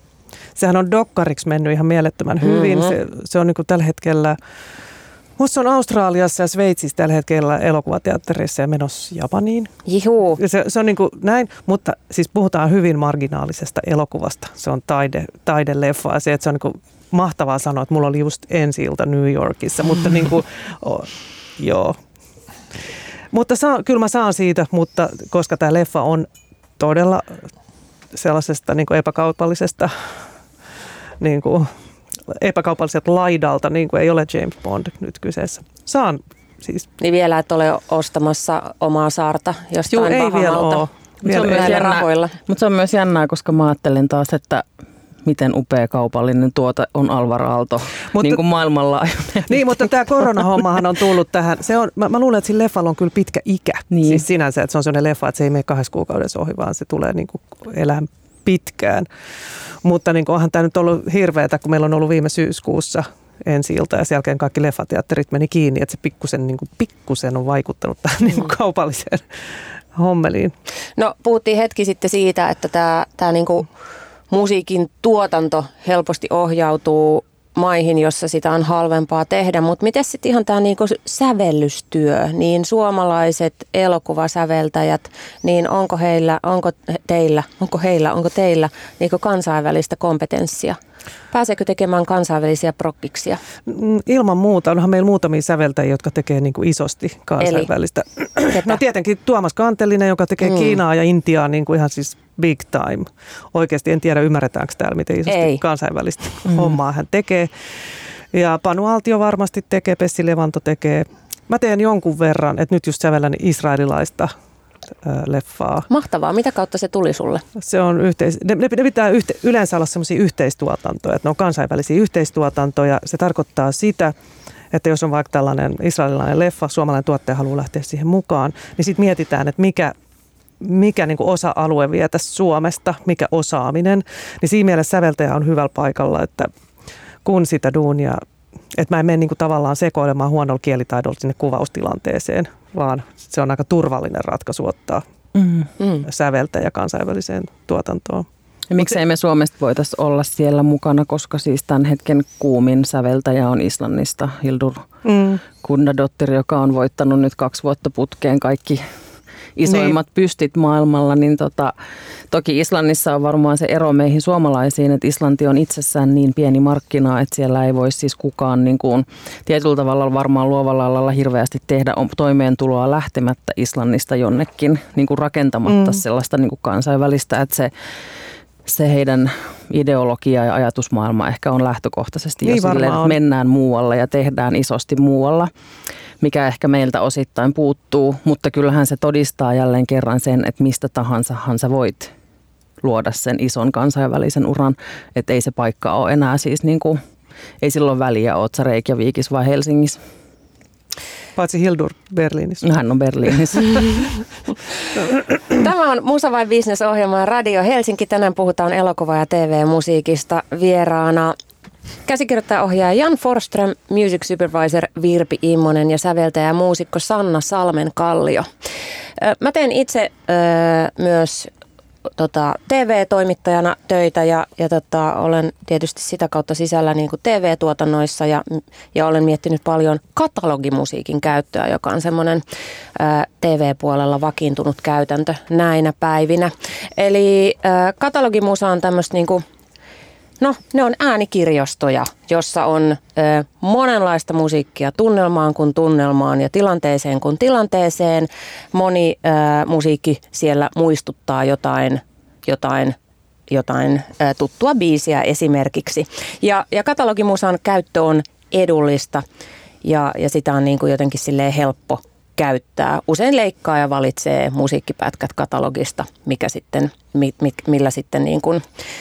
sehän on dokkariksi mennyt ihan mielettömän hyvin. Mm-hmm. Se, se on niin kuin tällä hetkellä, musta on Australiassa ja Sveitsissä tällä hetkellä elokuvateatterissa ja menossa Japaniin. Juhu. Se, se on niin kuin näin, mutta siis puhutaan hyvin marginaalisesta elokuvasta. Se on taide, taideleffa ja se, että se on niin kuin mahtavaa sanoa, että mulla oli just ensi-ilta New Yorkissa, mutta niin kuin, oh, joo. Mutta saa, kyllä mä saan siitä, mutta koska tämä leffa on todella sellaisesta niin kuin epäkaupallisesta, niin kuin, epäkaupalliselta laidalta, niin kuin ei ole James Bond nyt kyseessä. Saan siis. Niin vielä et ole ostamassa omaa saarta jostain Juu, pahamalta näillä rahoilla. Mutta se on myös jännää, koska mä ajattelen taas, että miten upea kaupallinen tuote on Alvar Aalto niin kuin maailmanlaajuinen. Niin, mutta tämä koronahommahan on tullut tähän. Se on, mä, mä luulen, että sillä leffalla on kyllä pitkä ikä. Niin. Siis sinänsä, että se on sellainen leffa, että se ei mene kahdessa kuukaudessa ohi, vaan se tulee niin kuin elää pitkään. Mutta niin onhan tämä nyt ollut hirveätä, kun meillä on ollut viime syyskuussa ensi-ilta ja sen jälkeen kaikki leffateatterit meni kiinni, että se pikkusen, niin kuin, pikkusen on vaikuttanut tähän niin kuin kaupalliseen hommeliin. No puhuttiin hetki sitten siitä, että tämä, tämä niin kuin musiikin tuotanto helposti ohjautuu maihin, jossa sitä on halvempaa tehdä, mutta miten sitten ihan tämä niinku sävellystyö, niin suomalaiset elokuvasäveltäjät, niin onko heillä, onko teillä, onko heillä, onko teillä niinku kansainvälistä kompetenssia? Pääseekö tekemään kansainvälisiä prokkiksia? Ilman muuta. Onhan meillä muutamia säveltäjiä, jotka tekee niin kuin isosti kansainvälistä. Eli? No tietenkin Tuomas Kantellinen, joka tekee mm. Kiinaa ja Intiaa niin kuin ihan siis big time. Oikeasti en tiedä, ymmärretäänkö täällä, miten isosti Ei. kansainvälistä mm. hommaa hän tekee. Ja Panu Altio varmasti tekee, Pessi Levanto tekee. Mä teen jonkun verran, että nyt just sävellän israelilaista leffaa. Mahtavaa. Mitä kautta se tuli sulle? Se on yhteis... Ne, ne pitää yhte... yleensä olla sellaisia yhteistuotantoja, että ne on kansainvälisiä yhteistuotantoja. Se tarkoittaa sitä, että jos on vaikka tällainen israelilainen leffa, suomalainen tuottaja haluaa lähteä siihen mukaan, niin sitten mietitään, että mikä, mikä niin kuin osa-alue vie tässä Suomesta, mikä osaaminen. Niin siinä mielessä säveltäjä on hyvällä paikalla, että kun sitä duunia, että mä en mene niin kuin tavallaan sekoilemaan huonolla kielitaidolla sinne kuvaustilanteeseen, vaan se on aika turvallinen ratkaisu ottaa mm. säveltäjä kansainväliseen tuotantoon. Ja miksei me Suomesta voitaisiin olla siellä mukana, koska siis tämän hetken kuumin säveltäjä on Islannista Hildur mm. Guðnadóttir, joka on voittanut nyt kaksi vuotta putkeen kaikki isoimmat niin. pystit maailmalla, niin tota, toki Islannissa on varmaan se ero meihin suomalaisiin, että Islanti on itsessään niin pieni markkina, että siellä ei voi siis kukaan niin kuin, tietyllä tavalla varmaan luovalla alalla hirveästi tehdä toimeentuloa lähtemättä Islannista jonnekin niin kuin rakentamatta mm. sellaista niin kuin kansainvälistä, että se se heidän ideologia ja ajatusmaailma ehkä on lähtökohtaisesti niin jo silleen, että mennään muualle ja tehdään isosti muualla, mikä ehkä meiltä osittain puuttuu, mutta kyllähän se todistaa jälleen kerran sen, että mistä tahansahan sä voit luoda sen ison kansainvälisen uran, että ei se paikka ole enää siis niin kuin, ei silloin väliä, oot sä Reykjavikissa vai Helsingissä. Paitsi Hildur Berliinissä. Hän on Berliinissä. Tämä on Musa vai Business -ohjelma Radio Helsinki. Tänään puhutaan elokuva- ja T V-musiikista. Vieraana käsikirjoittaja-ohjaaja Jan Forsström, music supervisor Virpi Immonen ja säveltäjä ja muusikko Sanna Salmenkallio. Mä teen itse ö, myös tota, T V-toimittajana töitä ja, ja tota, olen tietysti sitä kautta sisällä niin kuin T V-tuotannoissa ja, ja olen miettinyt paljon katalogimusiikin käyttöä, joka on semmoinen ä, T V-puolella vakiintunut käytäntö näinä päivinä. Eli ä, katalogimusa on tämmöistä niin kuin no, ne on äänikirjastoja, jossa on ö, monenlaista musiikkia tunnelmaan kuin tunnelmaan ja tilanteeseen kuin tilanteeseen. Moni ö, musiikki siellä muistuttaa jotain, jotain, jotain ö, tuttua biisiä esimerkiksi. Ja, ja katalogimusan käyttö on edullista ja, ja sitä on niin kuin jotenkin silleen helppo käyttää. Usein leikkaaja valitsee musiikkipätkät katalogista, mikä sitten, mi, mi, millä sitten niin kuin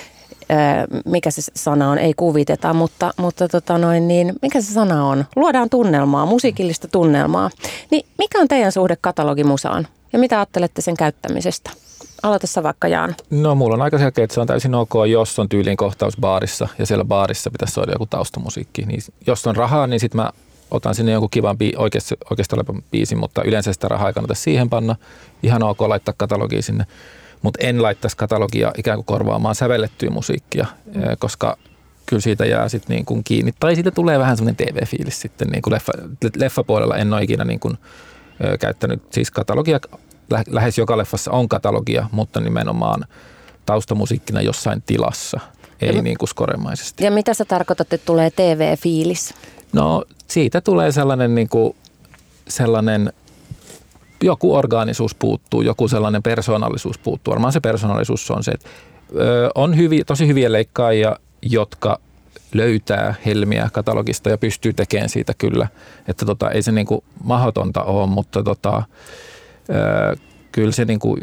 mikä se sana on, ei kuviteta, mutta, mutta tota noin, niin, mikä se sana on? Luodaan tunnelmaa, musiikillista tunnelmaa. Niin mikä on teidän suhde katalogimusaan ja mitä ajattelette sen käyttämisestä? Aloita sä vaikka, Jaan. No mulla on aika selkeä, että se on täysin ok, jos on tyyliin kohtaus baarissa ja siellä baarissa pitäisi soida joku taustamusiikki. Niin jos on rahaa, niin sitten mä otan sinne jonkun kivan bii- oikeasti, oikeasti olevan biisin, mutta yleensä sitä rahaa ei kannata siihen panna. Ihan ok laittaa katalogia sinne. Mutta en laittaisi katalogia ikään kuin korvaamaan sävellettyä musiikkia, mm. koska kyllä siitä jää sitten niin kuin kiinni. Tai siitä tulee vähän semmoinen T V-fiilis sitten. Niin kuin leffa, leffapuolella en ole ikinä niin kuin, ö, käyttänyt siis katalogia. Lähes joka leffassa on katalogia, mutta nimenomaan taustamusiikkina jossain tilassa, ei ja, niin kuin skoremaisesti. Ja mitä sä tarkoitat, että tulee T V-fiilis? No siitä tulee sellainen niin kuin, sellainen... joku orgaanisuus puuttuu, joku sellainen persoonallisuus puuttuu. Varmaan se persoonallisuus on se, että ö, on hyviä, tosi hyviä leikkaajia, jotka löytää helmiä katalogista ja pystyy tekemään siitä kyllä. Että tota, ei se niinku mahdotonta ole, mutta tota, ö, kyllä se niinku,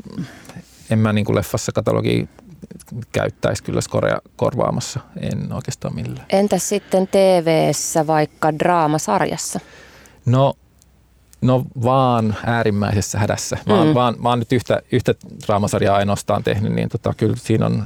en mä niinku leffassa katalogia käyttäisi kyllä skorea korvaamassa, en oikeastaan millään. Entäs sitten T V:ssä vaikka draamasarjassa? No No vaan äärimmäisessä hädässä. Mä oon, mm. vaan, mä oon nyt yhtä, yhtä draamasarjaa ainoastaan tehnyt, niin tota, kyllä siinä on,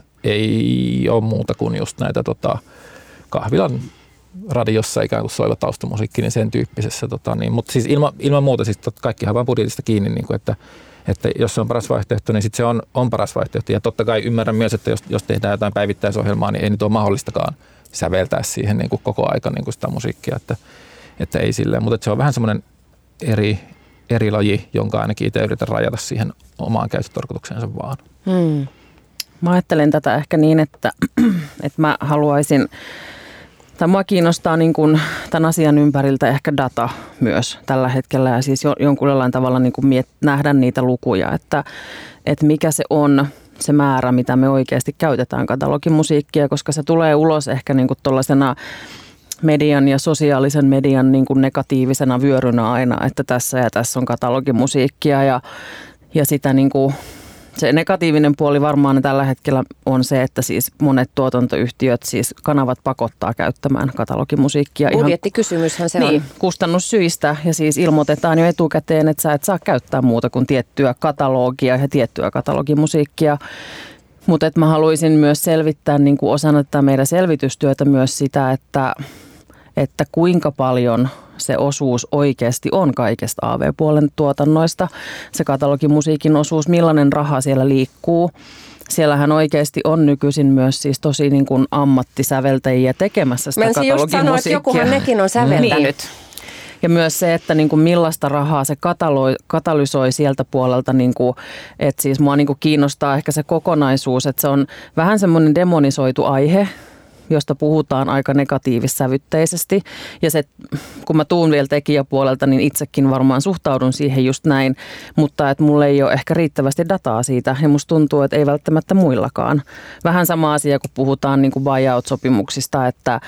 ei ole muuta kuin just näitä tota, kahvilan radiossa ikään kuin soiva taustamusiikki, niin sen tyyppisessä. Tota, niin, mutta siis ilman, ilman muuta siis tot, kaikkihan vaan budjetista kiinni, niin kuin, että, että jos se on paras vaihtoehto, niin sitten se on, on paras vaihtoehto. Ja totta kai ymmärrän myös, että jos, jos tehdään jotain päivittäisohjelmaa, niin ei nyt ole mahdollistakaan säveltää siihen niin kuin koko aika niin kuin sitä musiikkia, että, että ei silleen. Mutta se on vähän semmoinen eri, eri laji, jonka ainakin itse yritän rajata siihen omaan käyttötarkoitukseensa vaan. Hmm. Mä ajattelen tätä ehkä niin, että, että mä haluaisin, tai mua kiinnostaa niin kuin tämän asian ympäriltä ehkä data myös tällä hetkellä ja siis jonkun jollain tavalla niin kuin miet, nähdä niitä lukuja, että, että mikä se on se määrä, mitä me oikeasti käytetään katalogimusiikkia, koska se tulee ulos ehkä niin kuin tuollaisena median ja sosiaalisen median niin kuin negatiivisena vyörynä aina, että tässä ja tässä on katalogimusiikkia ja, ja sitä niin kuin, se negatiivinen puoli varmaan tällä hetkellä on se, että siis monet tuotantoyhtiöt, siis kanavat pakottaa käyttämään katalogimusiikkia. Budjettikysymyshän se niin, on. Kustannussyistä ja siis ilmoitetaan jo etukäteen, että sä et saa käyttää muuta kuin tiettyä katalogia ja tiettyä katalogimusiikkia. Mutta että mä haluaisin myös selvittää niin kuin osana tätä meidän selvitystyötä myös sitä, että, että kuinka paljon se osuus oikeasti on kaikesta A V-puolen tuotannoista. Se katalogimusiikin osuus, millainen raha siellä liikkuu. Siellähän oikeasti on nykyisin myös siis tosi niin kuin ammattisäveltäjiä tekemässä sitä katalogimusiikkia. Mä just sanoa, että jokuhan nekin on säveltänyt. Niin. Ja myös se, että niin kuin millaista rahaa se kataloi, katalysoi sieltä puolelta, niin kuin, että siis mua niin kuin kiinnostaa ehkä se kokonaisuus, että se on vähän semmoinen demonisoitu aihe, josta puhutaan aika negatiivissävytteisesti. Ja se, kun mä tuun vielä tekijäpuolelta, niin itsekin varmaan suhtaudun siihen just näin, mutta että mulla ei ole ehkä riittävästi dataa siitä ja musta tuntuu, että ei välttämättä muillakaan. Vähän sama asia, kun puhutaan niin kuin buyout-sopimuksista, että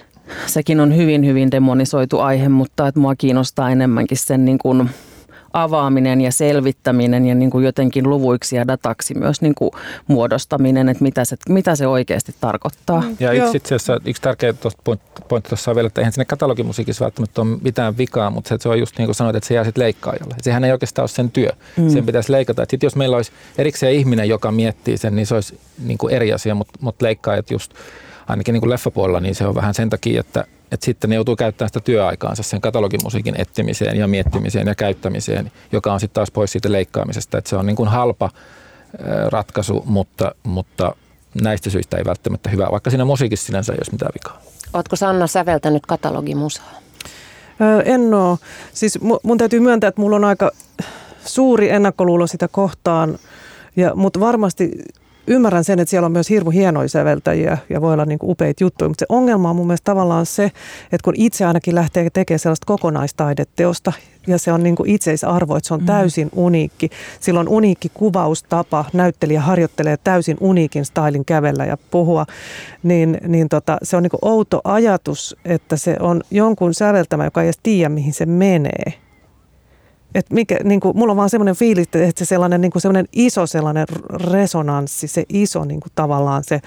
sekin on hyvin, hyvin demonisoitu aihe, mutta että mua kiinnostaa enemmänkin sen niin kuin avaaminen ja selvittäminen ja niin kuin jotenkin luvuiksi ja dataksi myös niin kuin muodostaminen, että mitä se, mitä se oikeasti tarkoittaa. Ja yksi, itse asiassa, yksi tärkeä pointti tuossa on vielä, että eihän sinne katalogimusiikissa välttämättä ole mitään vikaa, mutta se, se on just niin kuin sanoit, että se jää sitten leikkaajalle. Sehän ei oikeastaan ole sen työ. Mm. Sen pitäisi leikata. Sitten jos meillä olisi erikseen ihminen, joka miettii sen, niin se olisi niin kuin eri asia, mutta, mutta leikkaajat just ainakin niin kuin leffapuolella, niin se on vähän sen takia, että, että sitten ne joutuu käyttämään sitä työaikaansa sen katalogimusiikin etsimiseen ja miettimiseen ja käyttämiseen, joka on sitten taas pois siitä leikkaamisesta. Että se on niin kuin halpa ratkaisu, mutta, mutta näistä syistä ei välttämättä hyvä, vaikka siinä musiikissa sinänsä ei olisi mitään vikaa. Ootko Sanna säveltänyt katalogimusaa? Öö, en oo. Siis mun täytyy myöntää, että mulla on aika suuri ennakkoluulo sitä kohtaan, ja, mutta varmasti ymmärrän sen, että siellä on myös hirmu hienoja säveltäjiä ja voi olla niin kuin upeita juttuja, mutta se ongelma on mun mielestä tavallaan se, että kun itse ainakin lähtee tekemään sellaista kokonaistaideteosta ja se on niin kuin itseisarvo, että se on täysin uniikki. Sillä on uniikki kuvaustapa, näyttelijä harjoittelee täysin uniikin stylin kävellä ja puhua, niin, niin tota, se on niin kuin outo ajatus, että se on jonkun säveltämä, joka ei edes tiedä, mihin se menee. Et mikä, niin kuin, mulla on vaan semmoinen fiilis, että se sellainen, niin kuin sellainen iso sellainen resonanssi, se iso niin kuin tavallaan se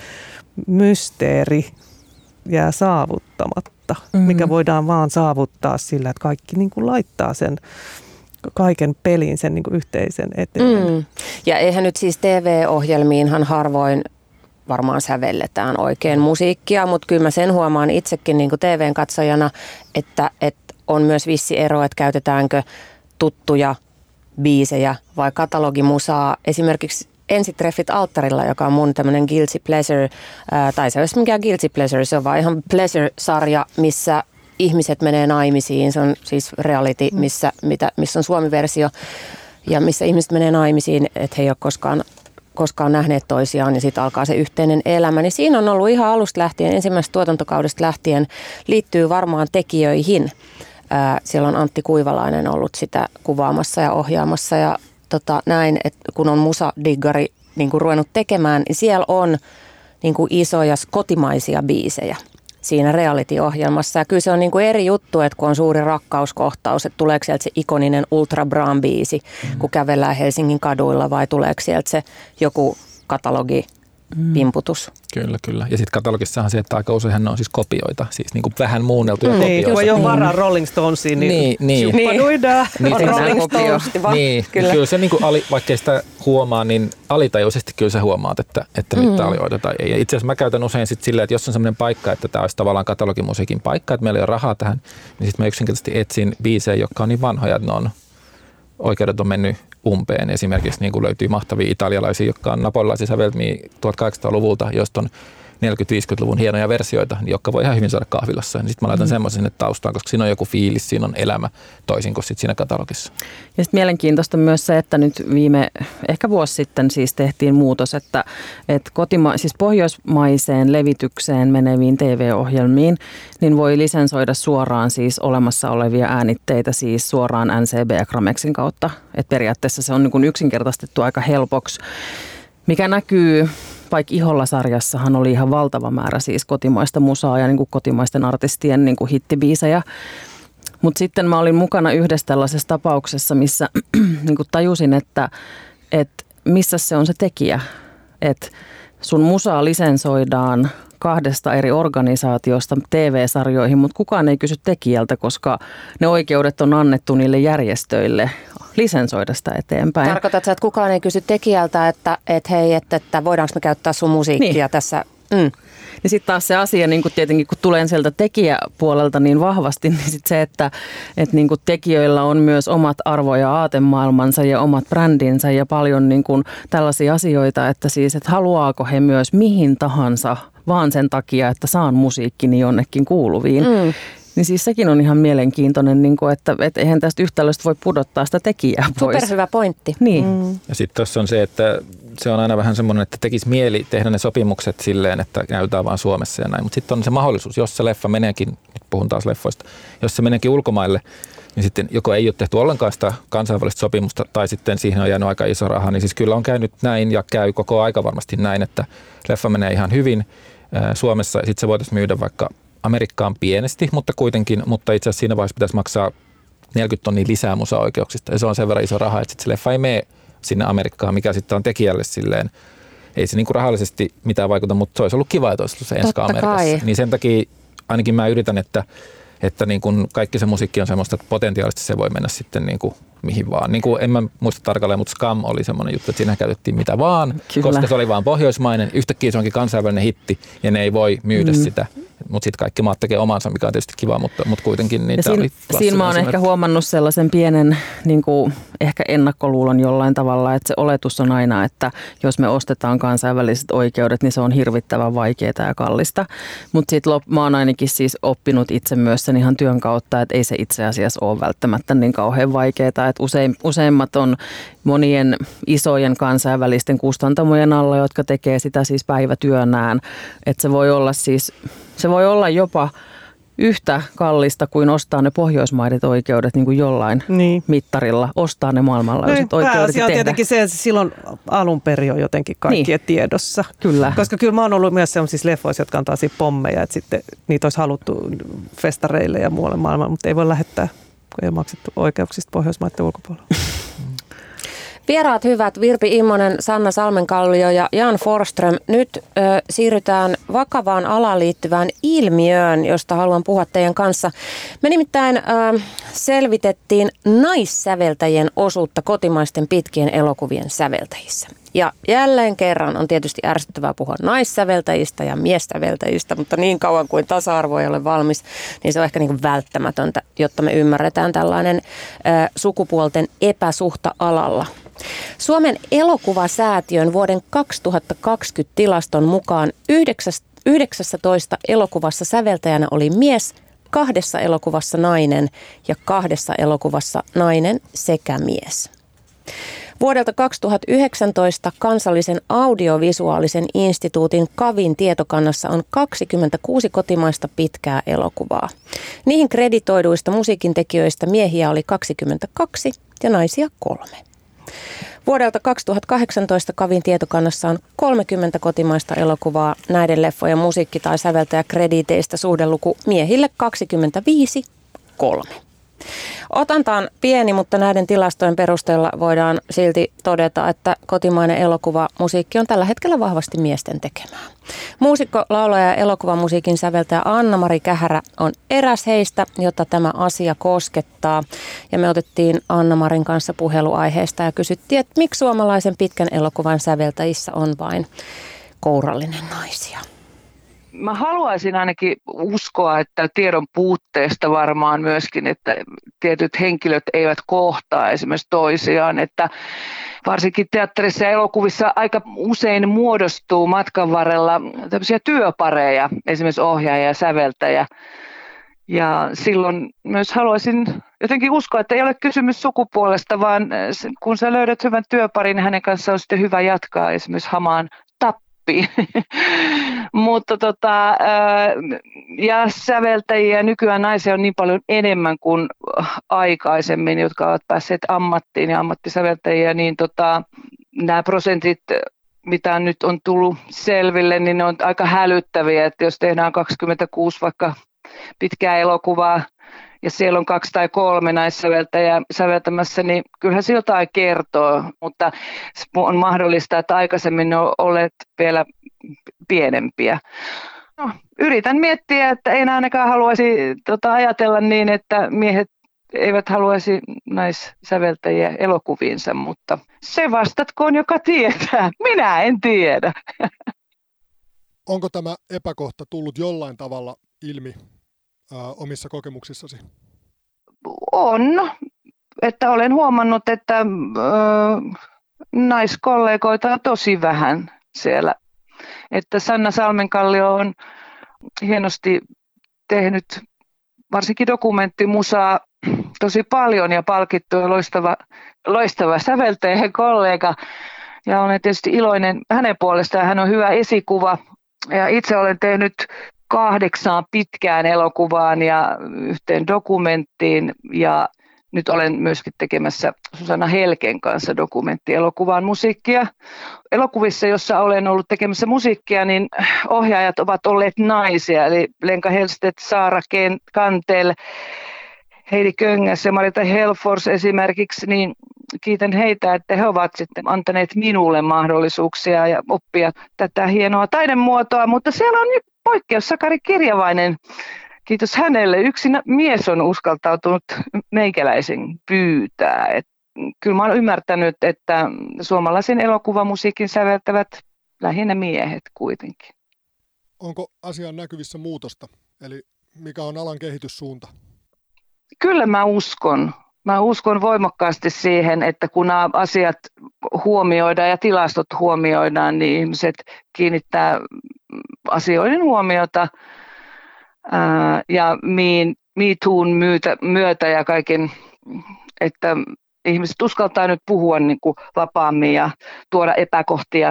mysteeri jää saavuttamatta, mm-hmm. mikä voidaan vaan saavuttaa sillä, että kaikki niin kuin laittaa sen kaiken pelin sen niin kuin yhteisen eteen. Mm. Ja eihän nyt siis T V-ohjelmiinhan harvoin varmaan sävelletään oikein musiikkia, mutta kyllä mä sen huomaan itsekin niin kuin T V:n katsojana, että, että on myös vissi ero, että käytetäänkö tuttuja biisejä vai katalogimusaa. Esimerkiksi Ensitreffit alttarilla, joka on mun tämmöinen guilty pleasure, ää, tai se ei ole mikään guilty pleasure, se on vaan ihan pleasure-sarja, missä ihmiset menee naimisiin. Se on siis reality, missä, mitä, missä on suomi-versio, ja missä ihmiset menee naimisiin, että he ei ole koskaan, koskaan nähneet toisiaan, ja sitten alkaa se yhteinen elämä. Niin siinä on ollut ihan alusta lähtien, ensimmäisestä tuotantokaudesta lähtien, liittyy varmaan tekijöihin. Siellä on Antti Kuivalainen ollut sitä kuvaamassa ja ohjaamassa ja tota, näin, että kun on musadiggari niin kuin ruvennut tekemään, niin siellä on niin kuin isoja kotimaisia biisejä siinä reality-ohjelmassa. Ja kyllä se on niin kuin eri juttu, että kun on suuri rakkauskohtaus, että tuleeko sieltä se ikoninen Ultra Brown-biisi, kun kävellään Helsingin kaduilla, vai tuleeko sieltä se joku katalogi mm. pimputus. Kyllä, kyllä. Ja sitten katalogissahan se, että aika useinhan ne on siis kopioita, siis niin kuin vähän muunneltuja mm. kopioita. Niin, kun ei ole varaa Rolling Stonesiin, niin, niin, niin. Niin. Niin, Rolling Stones. Niin, kyllä. kyllä se niin kuin ali, vaikka ei sitä huomaa, niin alitajuisesti kyllä sä huomaat, että, että mm. nyt tämä alioita tai ei. Ja itse asiassa mä käytän usein sit silleen, että jos on sellainen paikka, että tämä olisi tavallaan katalogimusiikin paikka, että meillä ei ole rahaa tähän, niin sitten mä yksinkertaisesti etsin biisejä, jotka on niin vanhoja, että ne on, oikeudet on mennyt umpeen. Esimerkiksi niin kuin löytyy mahtavia italialaisia, jotka on napolilaisia sävelmiä tuhatkahdeksansataaluvulta, josta on neljäkymmentä-viisikymmentäluvun hienoja versioita, jotka voi ihan hyvin saada kahvilassa. Niin sitten mä laitan mm. semmoisen sinne taustaan, koska siinä on joku fiilis, siinä on elämä toisin kuin sit siinä katalogissa. Ja sitten mielenkiintoista myös se, että nyt viime, ehkä vuosi sitten siis tehtiin muutos, että, että kotima, siis pohjoismaiseen levitykseen meneviin T V-ohjelmiin, niin voi lisensoida suoraan siis olemassa olevia äänitteitä siis suoraan N C B ja Gramexin kautta. Että periaatteessa se on niin kuin yksinkertaistettu aika helpoksi, mikä näkyy. Vaikka Iholla-sarjassahan oli ihan valtava määrä siis kotimaista musaa ja niin kuin kotimaisten artistien niin kuin hittibiisejä. Mutta sitten mä olin mukana yhdessä tällaisessa tapauksessa, missä niin kuin tajusin, että, että missä se on se tekijä. Että sun musaa lisensoidaan kahdesta eri organisaatiosta T V-sarjoihin, mutta kukaan ei kysy tekijältä, koska ne oikeudet on annettu niille järjestöille lisensoida sitä eteenpäin. Tarkoitatko, että kukaan ei kysy tekijältä, että, että hei, että, että voidaanko me käyttää sun musiikkia niin. tässä? Mm. Ja sitten taas se asia, niin kun tietenkin kun tulee sieltä tekijäpuolelta niin vahvasti, niin sit se, että, että niin kun tekijöillä on myös omat arvo- ja aatemaailmansa ja omat brändinsä ja paljon niin kun tällaisia asioita, että siis, että haluaako he myös mihin tahansa vaan sen takia, että saan musiikkini jonnekin kuuluviin. Mm. Niin siis sekin on ihan mielenkiintoinen, niin kuin, että et eihän tästä yhtälöstä voi pudottaa sitä tekijää pois. Superhyvä pointti. Niin. Mm. Ja sitten tuossa on se, että se on aina vähän semmoinen, että tekisi mieli tehdä ne sopimukset silleen, että näytetään vaan Suomessa ja näin. Mutta sitten on se mahdollisuus, jos se leffa meneekin, nyt puhun taas leffoista, jos se meneekin ulkomaille, niin sitten joko ei ole tehty ollenkaan sitä kansainvälistä sopimusta tai sitten siihen on jäänyt aika iso raha. Niin siis kyllä on käynyt näin ja käy koko aika varmasti näin, että leffa menee ihan hyvin Suomessa. Sitten se voitaisiin myydä vaikka Amerikkaan pienesti, mutta kuitenkin, mutta itse asiassa siinä vaiheessa pitäisi maksaa neljäkymmentä tonnia lisää musaoikeuksista. Ja se on sen verran iso raha, että sitten se leffa ei mene sinne Amerikkaan, mikä sitten on tekijälle silleen, ei se niinku rahallisesti mitään vaikuta, mutta se olisi ollut kiva, että olisi ollut se ensi Amerikassa. Kai. Niin sen takia ainakin mä yritän, että, että niin kun kaikki se musiikki on semmoista, että potentiaalisesti se voi mennä sitten niin kuin mihin vaan. Niin kuin en mä muista tarkalleen, mutta Scam oli semmoinen juttu, että siinä käytettiin mitä vaan, Kyllä. koska se oli vaan pohjoismainen. Yhtäkkiä se onkin kansainvälinen hitti ja ne ei voi myydä mm. sitä. Mutta sitten kaikki maat tekee omansa, mikä on tietysti kiva, mutta, mutta kuitenkin niitä siinä, oli Siinä mä oon ehkä huomannut sellaisen pienen niin kuin, ehkä ennakkoluulon jollain tavalla, että se oletus on aina, että jos me ostetaan kansainväliset oikeudet, niin se on hirvittävän vaikeaa ja kallista. Mutta sitten mä oon ainakin siis oppinut itse myös sen ihan työn kautta, että ei se itse asiassa ole välttämättä niin kauhean vaikeaa. Että usein, useimmat on monien isojen kansainvälisten kustantamojen alla, jotka tekee sitä siis päivätyönään. Että se voi olla siis... Se voi olla jopa yhtä kallista kuin ostaa ne pohjoismaiset oikeudet niin kuin jollain niin. mittarilla, ostaa ne maailmanlaajuiset niin, oikeudet ja tehdä. On tietenkin se, että silloin alun perin on jotenkin kaikkien niin. tiedossa. Kyllä. Koska kyllä mä oon ollut myös sellaisissa leffoissa, jotka on taas pommeja, että sitten niitä olisi haluttu festareille ja muualle maailmaan, mutta ei voi lähettää, kun ei ole maksettu oikeuksista pohjoismaiden ulkopuolella. Vieraat hyvät, Virpi Immonen, Sanna Salmenkallio ja Jan Forsström. Nyt ö, siirrytään vakavaan alaan liittyvään ilmiöön, josta haluan puhua teidän kanssa. Me nimittäin ö, selvitettiin naissäveltäjien osuutta kotimaisten pitkien elokuvien säveltäjissä. Ja jälleen kerran on tietysti ärsyttävää puhua naissäveltäjistä ja miessäveltäjistä, mutta niin kauan kuin tasa-arvo ei ole valmis, niin se on ehkä niin kuin välttämätöntä, jotta me ymmärretään tällainen ö, sukupuolten epäsuhta alalla. Suomen elokuvasäätiön vuoden kaksituhattakaksikymmentä tilaston mukaan yhdeksässätoista elokuvassa säveltäjänä oli mies, kahdessa elokuvassa nainen ja kahdessa elokuvassa nainen sekä mies. Vuodelta kaksituhattayhdeksäntoista kansallisen audiovisuaalisen instituutin KAVin tietokannassa on kaksikymmentäkuusi kotimaista pitkää elokuvaa. Niihin kreditoiduista musiikintekijöistä miehiä oli kaksikymmentäkaksi ja naisia kolme. Vuodelta kaksituhattakahdeksantoista KAVin tietokannassa on kolmekymmentä kotimaista elokuvaa. Näiden leffojen musiikki- tai säveltäjäkrediteistä suhdeluku miehille kaksikymmentäviisi kolme. Otanta on pieni, mutta näiden tilastojen perusteella voidaan silti todeta, että kotimainen elokuvamusiikki on tällä hetkellä vahvasti miesten tekemää. Muusikko, laulaja ja elokuvamusiikin säveltäjä Anna-Mari Kähärä on eräs heistä, jota tämä asia koskettaa. Ja me otettiin Anna-Marin kanssa puheluaiheesta ja kysyttiin, että miksi suomalaisen pitkän elokuvan säveltäjissä on vain kourallinen naisia. Mä haluaisin ainakin uskoa, että tiedon puutteesta varmaan myöskin, että tietyt henkilöt eivät kohtaa esimerkiksi toisiaan, että varsinkin teatterissa ja elokuvissa aika usein muodostuu matkan varrella tämmöisiä työpareja, esimerkiksi ohjaaja ja säveltäjä. Ja silloin myös haluaisin jotenkin uskoa, että ei ole kysymys sukupuolesta, vaan kun sä löydät hyvän työparin, niin hänen kanssaan on sitten hyvä jatkaa esimerkiksi hamaan tappiin. Mutta tota, ja säveltäjiä nykyään naisia on niin paljon enemmän kuin aikaisemmin, jotka ovat päässeet ammattiin ja ammattisäveltäjiä, niin tota, nämä prosentit, mitä nyt on tullut selville, niin ne on aika hälyttäviä, että jos tehdään kaksikymmentäkuusi vaikka pitkää elokuvaa ja siellä on kaksi tai kolme naissäveltäjää säveltämässä, niin kyllähän se jotain kertoo, mutta on mahdollista, että aikaisemmin ne on olleet vielä pienempiä. No, yritän miettiä, että en ainakaan haluaisi tota, ajatella niin, että miehet eivät haluaisi naissäveltäjiä elokuviinsa, mutta se vastatkoon, joka tietää. Minä en tiedä. Onko tämä epäkohta tullut jollain tavalla ilmi ää, omissa kokemuksissasi? On, että olen huomannut, että ö, naiskollegoita on tosi vähän siellä. Että Sanna Salmenkallio on hienosti tehnyt varsinkin dokumenttimusaa tosi paljon ja palkittu ja loistava, loistava säveltäjä ja kollega. Ja olen tietysti iloinen hänen puolestaan, hän on hyvä esikuva. Ja itse olen tehnyt kahdeksaan pitkään elokuvaan ja yhteen dokumenttiin ja nyt olen myöskin tekemässä Susanna Helken kanssa dokumenttielokuvan musiikkia. Elokuvissa, jossa olen ollut tekemässä musiikkia, niin ohjaajat ovat olleet naisia, eli Lenka Hellstedt, Saara Kantel, Heidi Köngäs ja Marita Helfors esimerkiksi, niin kiitän heitä, että he ovat sitten antaneet minulle mahdollisuuksia ja oppia tätä hienoa taidemuotoa, mutta siellä on poikkeus Sakari Kirjavainen. Kiitos hänelle. Yksi mies on uskaltautunut meikäläisen pyytää. Et kyllä mä olen ymmärtänyt, että suomalaisen elokuvamusiikin säveltävät lähinnä miehet kuitenkin. Onko asian näkyvissä muutosta? Eli mikä on alan kehityssuunta? Kyllä mä uskon. Mä uskon voimakkaasti siihen, että kun nämä asiat huomioidaan ja tilastot huomioidaan, niin ihmiset kiinnittää asioiden huomiota. Ää, ja Me Toon myötä, myötä ja kaiken, että ihmiset uskaltaa nyt puhua niin kuin vapaammin ja tuoda epäkohtia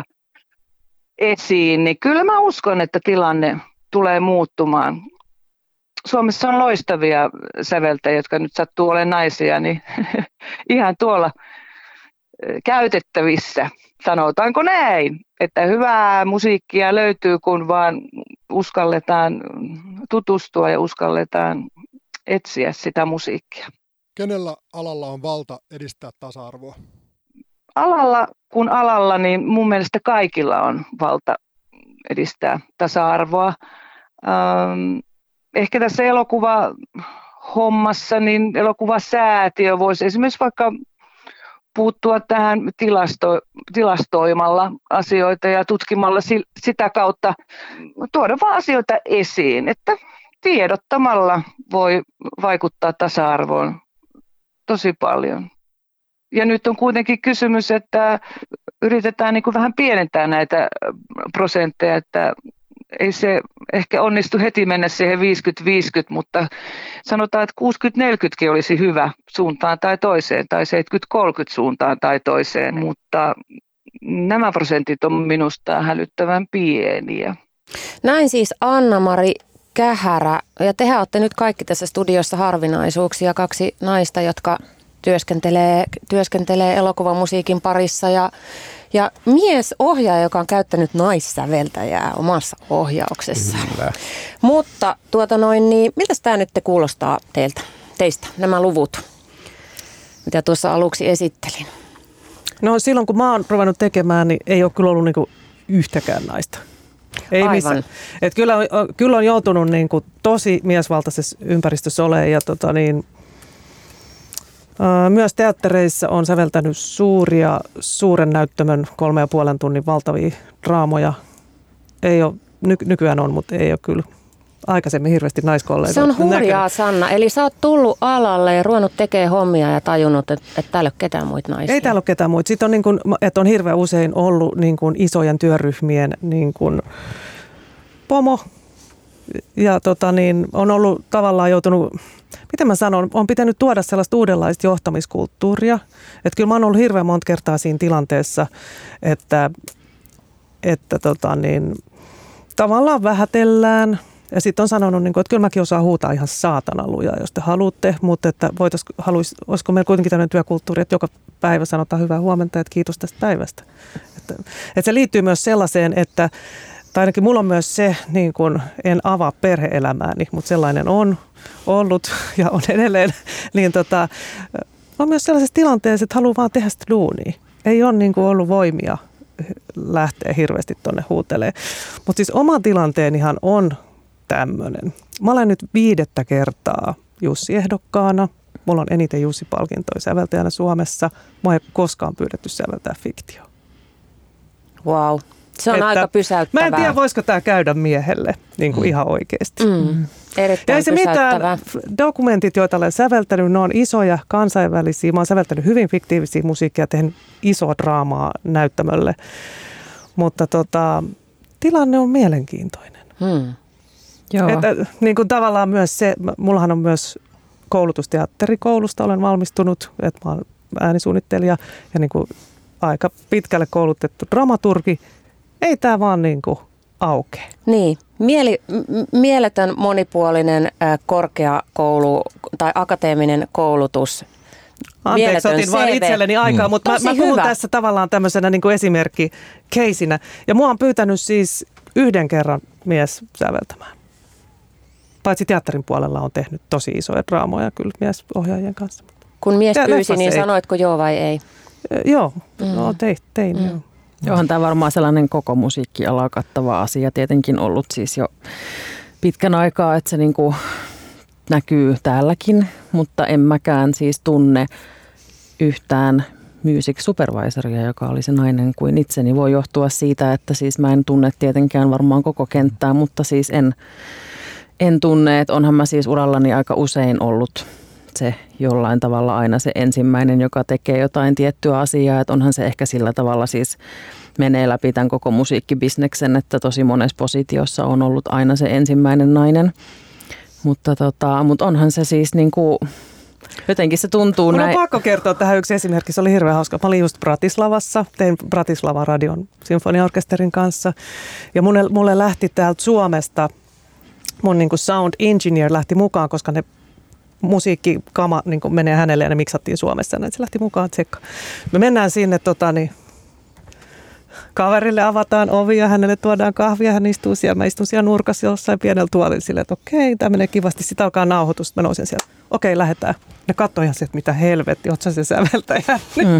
esiin, niin kyllä mä uskon, että tilanne tulee muuttumaan. Suomessa on loistavia säveltäjiä, jotka nyt sattuu olemaan naisia, niin ihan tuolla käytettävissä. Sanotaanko näin, että hyvää musiikkia löytyy, kun vaan uskalletaan tutustua ja uskalletaan etsiä sitä musiikkia. Kenellä alalla on valta edistää tasa-arvoa? Alalla kun alalla, niin mun mielestä kaikilla on valta edistää tasa-arvoa. Ähm, ehkä tässä elokuvahommassa, niin elokuvasäätiö voisi esimerkiksi vaikka puuttua tähän tilasto, tilastoimalla asioita ja tutkimalla sitä kautta tuoda vaan asioita esiin, että tiedottamalla voi vaikuttaa tasa-arvoon tosi paljon. Ja nyt on kuitenkin kysymys, että yritetään niin kuin vähän pienentää näitä prosentteja, että ei se ehkä onnistu heti mennä siihen viisikymmentä viisikymmentä, mutta sanotaan, että kuusikymmentä neljäkymmentäkin olisi hyvä suuntaan tai toiseen, tai seitsemänkymmentä kolmekymmentä suuntaan tai toiseen, mutta nämä prosentit on minusta hälyttävän pieniä. Näin siis Anna-Mari Kähärä, ja tehän olette nyt kaikki tässä studiossa harvinaisuuksia, kaksi naista, jotka työskentelee, työskentelee elokuvamusiikin parissa ja Ja miesohjaaja, joka on käyttänyt naissäveltäjää omassa ohjauksessaan. Kyllä. Mutta tuota noin, niin miltä tämä nyt kuulostaa teiltä? teistä nämä luvut, mitä tuossa aluksi esittelin? No silloin kun mä oon ruvennut tekemään, niin ei ole kyllä ollut niinku yhtäkään naista. Ei Aivan. missään. Et kyllä, kyllä on joutunut niinku tosi miesvaltaisessa ympäristössä olemaan ja tota niin, ää, myös teattereissa on säveltänyt suuria, suuren näyttämön kolme ja puolen tunnin valtavia draamoja. Ei ole, ny, nykyään on, mutta ei ole kyllä aikaisemmin hirveästi naiskollegoita. Se on hurjaa, näkynyt. Sanna. Eli sä oot tullut alalle ja ruvennut tekemään hommia ja tajunnut, että, että täällä ei ole ketään muita naisia. Ei täällä ole ketään muita. Sitten on, niin kuin, että on hirveän usein ollut niin kuin isojen työryhmien niin kuin pomo. Ja tota niin, on ollut tavallaan joutunut, miten mä sanon, on pitänyt tuoda sellaista uudenlaista johtamiskulttuuria. Että kyllä mä oon ollut hirveän monta kertaa siinä tilanteessa, että, että tota niin, tavallaan vähätellään. Ja sitten on sanonut, että kyllä mäkin osaan huutaa ihan saatana lujaa, jos te haluatte, mutta että haluais, olisiko meillä kuitenkin tämmöinen työkulttuuri, että joka päivä sanotaan hyvää huomenta, että kiitos tästä päivästä. Että, että se liittyy myös sellaiseen, että, tai ainakin mulla on myös se, niin kun en avaa perhe-elämääni, mutta sellainen on ollut ja on edelleen, niin tota, on myös sellaisessa tilanteessa, että haluaa vaan tehdä sitä duunia. Ei ole niin kuin ollut voimia lähteä hirveästi tuonne huutelee. Mutta siis oma tilanteenihan on tämmöinen. Mä olen nyt viidettä kertaa Jussi-ehdokkaana. Mulla on eniten Jussi-palkintoja säveltäjänä Suomessa. Mua ei koskaan pyydetty säveltää fiktio. Wow. Se on että aika pysäyttävää. Mä en tiedä, voisiko tämä käydä miehelle niin kuin mm. ihan oikeasti. Mm. Erittäin ja ei se pysäyttävää. mitään. Dokumentit, joita olen säveltänyt, ne on isoja kansainvälisiä. Mä oon säveltänyt hyvin fiktiivisiä musiikkia ja tehnyt isoa draamaa näyttämölle. Mutta tota, tilanne on mielenkiintoinen. Hmm. Joo. Että, niin kuin tavallaan myös se, mullahan on myös koulutus teatterikoulusta, olen valmistunut, että mä oon äänisuunnittelija ja niin kuin aika pitkälle koulutettu dramaturgi. Ei tämä vaan niin kuin aukea. Niin, Mieli, m- mieletön monipuolinen äh, korkeakoulu tai akateeminen koulutus. Anteeksi, otin vaan itselleni aikaa, mm. mutta mä, mä puhun hyvä. Tässä tavallaan tämmöisenä niin kuin esimerkki-keisinä. Ja mua on pyytänyt siis yhden kerran mies säveltämään. Paitsi teatterin puolella on tehnyt tosi isoja draamoja kyllä miesohjaajien kanssa. Kun mies ja pyysi, niin ei. sanoitko joo vai ei? Joo, mm. no, tein, tein mm. joo. Onhan tämä varmaan sellainen koko musiikkialaa kattava asia tietenkin ollut siis jo pitkän aikaa, että se niinku näkyy täälläkin, mutta en mäkään siis tunne yhtään music supervisoria, joka oli se nainen kuin itseni. Voi johtua siitä, että siis mä en tunne tietenkään varmaan koko kenttää, mutta siis en, en tunne, että onhan mä siis urallani aika usein ollut se jollain tavalla aina se ensimmäinen, joka tekee jotain tiettyä asiaa, että onhan se ehkä sillä tavalla siis menee läpi tämän koko musiikkibisneksen, että tosi monessa positiossa on ollut aina se ensimmäinen nainen, mutta, tota, mutta onhan se siis niin kuin, jotenkin se tuntuu Mun näin. on pakko kertoa tähän yksi esimerkki, se oli hirveän hauska. Mä olin just Bratislavassa, tein Bratislavan radion sinfoniaorkesterin kanssa ja mulle, mulle lähti täältä Suomesta, mun niin kuin sound engineer lähti mukaan, koska ne musiikkikama niin menee hänelle ja ne miksattiin Suomessa. Näin se lähti mukaan tsekkaan. Me mennään sinne, tota, niin, kaverille avataan ovi ja hänelle tuodaan kahvia. Hän istuu siellä. Mä istun siellä nurkassa jossain pienellä tuolilla silleen, että okei, tämä menee kivasti. Sitten alkaa nauhoitus. Mä nousen sieltä. Okei, lähdetään. Ne katsoo ihan sieltä, mitä helvetti, oot sä se säveltäjä? Mm.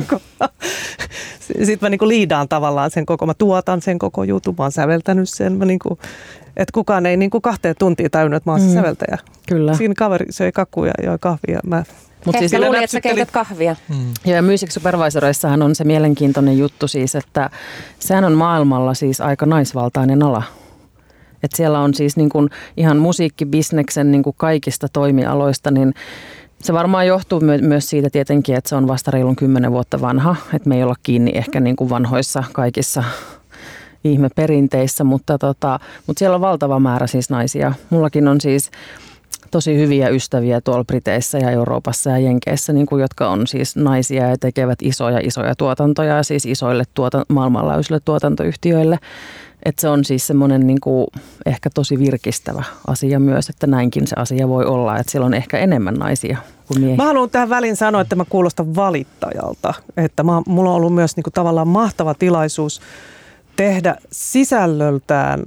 Sitten mä niinku liidaan tavallaan sen koko, mä tuotan sen koko jutun. Mä oon säveltänyt sen. Mä niinku, että kukaan ei niinku kahteen tuntia tajunnut, että mä oon se mm. säveltäjä. Kyllä. Siinä kaveri söi kakuja ja joi kahvia. Mä Mut siis luulin, että sä keität kahvia. Mm. Ja music supervisoreissahan on se mielenkiintoinen juttu siis, että sehän on maailmalla siis aika naisvaltainen ala. Et siellä on siis niin kuin ihan musiikkibisneksen niin kuin kaikista toimialoista, niin se varmaan johtuu my- myös siitä tietenkin, että se on vasta reilun kymmenen vuotta vanha. Että me ei olla kiinni ehkä niin kuin vanhoissa kaikissa ihmeperinteissä, mutta, tota, mutta siellä on valtava määrä siis naisia. Mullakin on siis tosi hyviä ystäviä tuolla Briteissä ja Euroopassa ja Jenkeissä, niin kuin, jotka on siis naisia ja tekevät isoja isoja tuotantoja siis isoille tuota, maailmanlaajuisille tuotantoyhtiöille. Että se on siis semmoinen niin kuin ehkä tosi virkistävä asia myös, että näinkin se asia voi olla, että siellä on ehkä enemmän naisia kuin miehiä. Mä haluan tähän väliin sanoa, että mä kuulostan valittajalta, että mä, mulla on ollut myös niin kuin tavallaan mahtava tilaisuus tehdä sisällöltään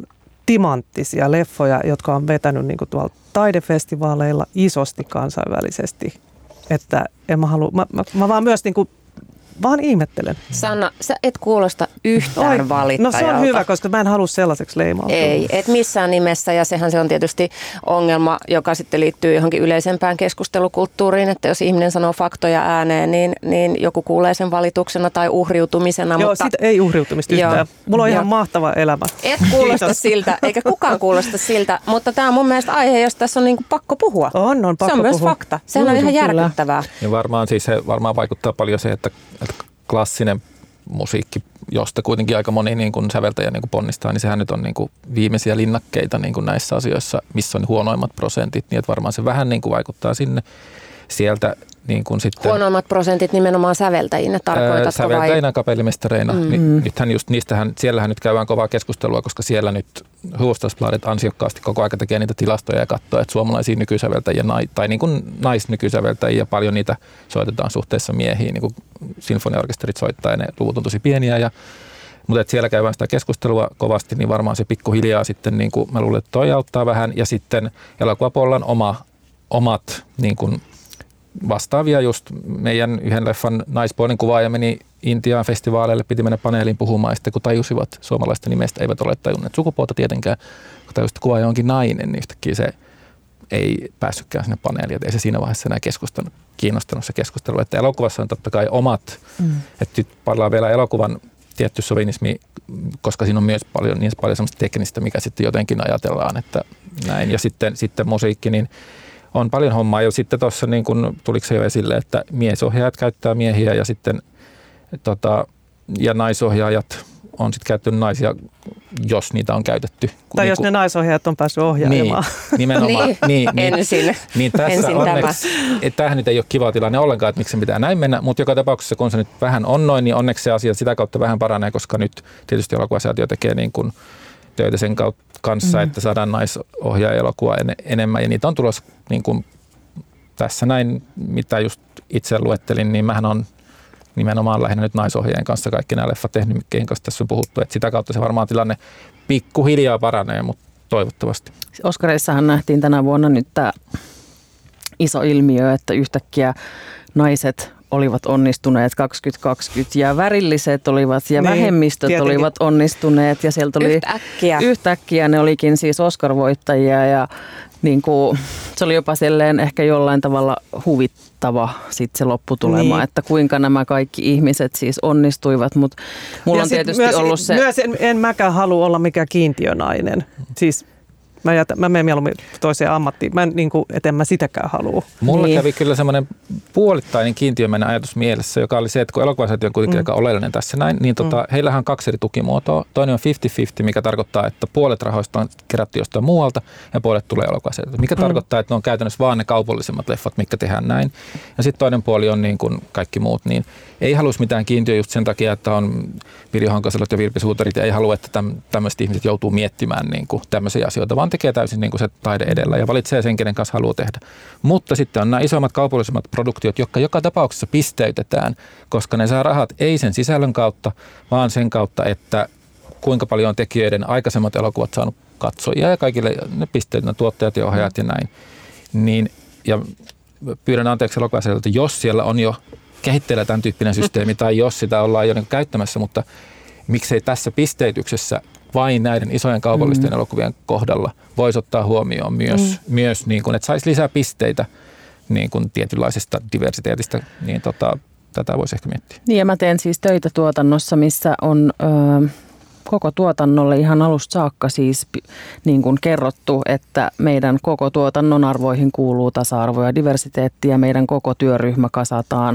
timanttisia leffoja, jotka on vetänyt niin kuin tuolla taidefestivaaleilla isosti kansainvälisesti. Että en mä halua, mä, mä, mä vaan myös niin kuin vaan ihmettelen. Sanna, sä et kuulosta yhtään Oi, valittajalta. No se on hyvä, koska mä en halua sellaiseksi leimautua. Ei, et missään nimessä, ja sehän se on tietysti ongelma, joka sitten liittyy johonkin yleisempään keskustelukulttuuriin, että jos ihminen sanoo faktoja ääneen, niin, niin joku kuulee sen valituksena tai uhriutumisena. Joo, mutta siitä ei uhriutumista yhtään. Joo, Mulla on jo. ihan mahtava elämä. Et kuulosta Kiitos. siltä, eikä kukaan kuulosta siltä, mutta tämä on mun mielestä aihe, josta tässä on niin kuin pakko puhua. On, on pakko Se on puhua. myös fakta. Sehän on ihan järkyttävää. Ja varmaan, siis se varmaan vaikuttaa paljon se, että klassinen musiikki, josta kuitenkin aika moni niin kuin säveltäjä niin kuin ponnistaa, niin sehän nyt on niin kuin viimeisiä linnakkeita niin kuin näissä asioissa, missä on huonoimmat prosentit, niin että varmaan se vähän niin kuin vaikuttaa sinne sieltä. Niin kuin sitten, huonoimmat prosentit nimenomaan säveltäjinä, tarkoitatko säveltäjinä, vai? kapellimestareina. Mm. Niin, nythän just niistähän, siellähän nyt käydään kovaa keskustelua, koska siellä nyt Hufvudstadsbladet ansiokkaasti koko aika tekee niitä tilastoja ja katsoo, että suomalaisia nykysäveltäjiä tai niin kuin naisnykysäveltäjiä paljon niitä soitetaan suhteessa miehiin, niin kuin sinfoniaorkesterit soittaa ja ne luvut on tosi pieniä. Ja, mutta että siellä käydään sitä keskustelua kovasti, niin varmaan se pikkuhiljaa sitten, niin kuin mä luulen, että toi auttaa vähän. Ja sitten elokuvapuolella on oma, omat niin kuin vastaavia, just meidän yhden leffan naispuolinen kuvaaja meni Intiaan festivaaleille, piti mennä paneeliin puhumaan, ja sitten kun tajusivat suomalaisten nimestä, eivät ole tajunneet sukupuolta tietenkään, kun tajusivat, että kuvaaja onkin nainen, niin yhtäkkiä se ei päässytkään sinne paneeliin, että ei se siinä vaiheessa enää keskustanut, kiinnostanut se keskustelu, että elokuvassa on totta kai omat, mm. että nyt palaa vielä elokuvan tietty sovinismi, koska siinä on myös paljon, niin paljon semmoista teknistä, mikä sitten jotenkin ajatellaan, että näin, ja sitten, sitten musiikki, niin on paljon hommaa ja sitten tuossa niin kun tuliko se jo esille, että miesohjaajat käyttää miehiä ja sitten tota, ja naisohjaajat on sitten käyttänyt naisia, jos niitä on käytetty. Tai niin jos ne naisohjaajat on päässyt ohjaamaan. Niin, nimenomaan. niin, niin, niin, ensin. Niin tässä ensin onneksi, että tämähän nyt ei ole kiva tilanne ollenkaan, että miksi se pitää näin mennä, mutta joka tapauksessa kun se nyt vähän on noin, niin onneksi se asia sitä kautta vähän paranee, koska nyt tietysti elokuvasäätiö tekee niin kuin töitä sen kanssa, mm-hmm. että saadaan naisohjaaja-elokuvaa en, enemmän. Ja niitä on tulossa niin kuin tässä näin, mitä just itse luettelin, niin mähän on nimenomaan lähinnä nyt naisohjaajien kanssa kaikki nämä leffat tehnyt, kenen kanssa tässä on puhuttu. Että sitä kautta se varmaan tilanne pikkuhiljaa paranee, mutta toivottavasti. Oskareissahan nähtiin tänä vuonna nyt tämä iso ilmiö, että yhtäkkiä naiset olivat onnistuneet kaksituhattakaksikymmentä ja värilliset olivat ja niin, vähemmistöt tietenkin. Olivat onnistuneet ja sieltä oli yhtäkkiä. yhtäkkiä ne olikin siis Oscar-voittajia ja niin kuin, se oli jopa silleen ehkä jollain tavalla huvittava sit se lopputulema, niin. Että kuinka nämä kaikki ihmiset siis onnistuivat, mutta mulla ja on tietysti myös, ollut se. Myös en, en mäkään halua olla mikään kiintiönainen, siis Mä, jätän, mä menen mieluummin toiseen ammattiin. Mä en, niin kuin, et en mä sitäkään halua. Mulla niin. kävi kyllä semmoinen puolittainen kiintiömäinen ajatus mielessä, joka oli se, että kun elokuvasäätiö on kuitenkin mm. aika oleellinen tässä näin, niin tota, mm. heillähän on kaksi eri tukimuotoa. Toinen on viisikymmentä viisikymmentä, mikä tarkoittaa, että puolet rahoista on kerätty jostain muualta ja puolet tulee elokuvasäätiöltä. Mikä mm. tarkoittaa, että ne on käytännössä vaan ne kaupallisemmat leffat, mitkä tehdään näin. Ja sitten toinen puoli on niin kuin kaikki muut. Niin ei halusi mitään kiintiö just sen takia, että on Pirjo Honkaselot ja Virpi Suutarit ja ei halua, että tämmöiset ihmiset joutuu miettimään niin kuin tämmöisiä asioita, vaan tekee täysin niin kuin se taide edellä ja valitsee sen, kenen kanssa haluaa tehdä. Mutta sitten on nämä isommat kaupallisemmat produktiot, jotka joka tapauksessa pisteytetään, koska ne saa rahat ei sen sisällön kautta, vaan sen kautta, että kuinka paljon on tekijöiden aikaisemmat elokuvat saanut katsojia ja kaikille ne pisteytetään, tuottajat ja ohjaajat ja näin. Niin, ja pyydän anteeksi elokuvasäätiöltä, jos siellä on jo kehitteillä tämän tyyppinen systeemi tai jos sitä ollaan jo niin käyttämässä, mutta miksei tässä pisteytyksessä vain näiden isojen kaupallisten mm. elokuvien kohdalla voisi ottaa huomioon myös, mm. myös niin kuin, että saisi lisää pisteitä niin kuin tietynlaisesta diversiteetistä, niin tota, tätä voisi ehkä miettiä. Niin ja mä teen siis töitä tuotannossa, missä on ö, koko tuotannolle ihan alusta saakka siis niin kuin kerrottu, että meidän koko tuotannon arvoihin kuuluu tasa-arvo ja diversiteetti ja meidän koko työryhmä kasataan.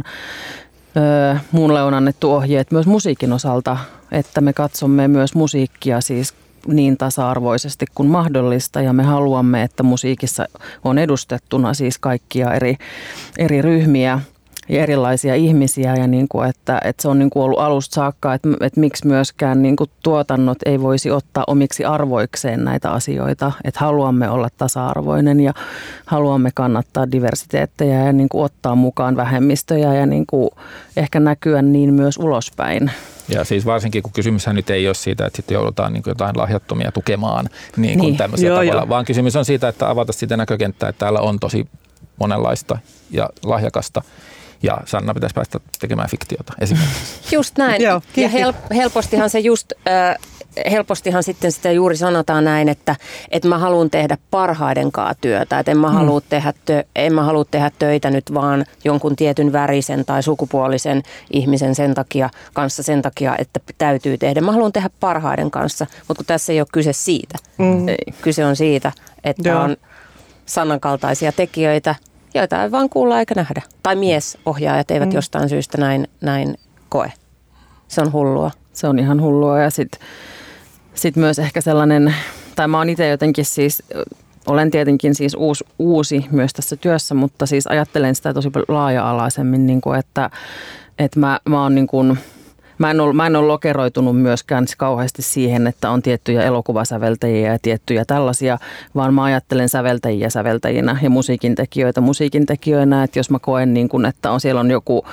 Öö, muulle on annettu ohjeet myös musiikin osalta, että me katsomme myös musiikkia siis niin tasa-arvoisesti kuin mahdollista ja me haluamme, että musiikissa on edustettuna siis kaikkia eri, eri ryhmiä. ja erilaisia ihmisiä ja niin kuin, että, että se on niin kuin ollut alusta saakka, että, että miksi myöskään niin kuin tuotannot ei voisi ottaa omiksi arvoikseen näitä asioita, että haluamme olla tasa-arvoinen ja haluamme kannattaa diversiteettejä ja niin kuin ottaa mukaan vähemmistöjä ja niin kuin ehkä näkyä niin myös ulospäin. Ja siis varsinkin, kun kysymyshän nyt ei ole siitä, että sitten joudutaan niin kuin jotain lahjattomia tukemaan niin kuin niin. tämmöisellä joo, tavalla, joo. vaan kysymys on siitä, että avata sitä näkökenttää, että täällä on tosi monenlaista ja lahjakasta. Ja Sanna pitäisi päästä tekemään fiktiota esimerkiksi. Just näin. Joo, ja help- helpostihan se just, äh, helpostihan sitten sitä juuri sanotaan näin, että, että mä haluan tehdä parhaidenkaan työtä. Että en mä, hmm. halua tehdä tö- en mä halua tehdä töitä nyt vaan jonkun tietyn värisen tai sukupuolisen ihmisen sen takia, kanssa sen takia, että täytyy tehdä. Mä haluan tehdä parhaiden kanssa, mutta kun tässä ei ole kyse siitä. Hmm. Kyse on siitä, että Joo. on Sannan kaltaisia tekijöitä, joita ei vaan kuulla eikä nähdä. Tai miesohjaajat eivät mm. jostain syystä näin, näin koe. Se on hullua. Se on ihan hullua ja sitten sit myös ehkä sellainen, tai mä oon itse jotenkin siis, olen tietenkin siis uusi, uusi myös tässä työssä, mutta siis ajattelen sitä tosi laaja-alaisemmin, niin kuin että, että mä, mä oon niin kuin, Mä en, ole, mä en ole lokeroitunut myöskään kauheasti siihen, että on tiettyjä elokuvasäveltäjiä ja tiettyjä tällaisia, vaan mä ajattelen säveltäjiä säveltäjinä ja musiikintekijöitä musiikintekijöinä, että jos mä koen niin kuin, että on, siellä on joku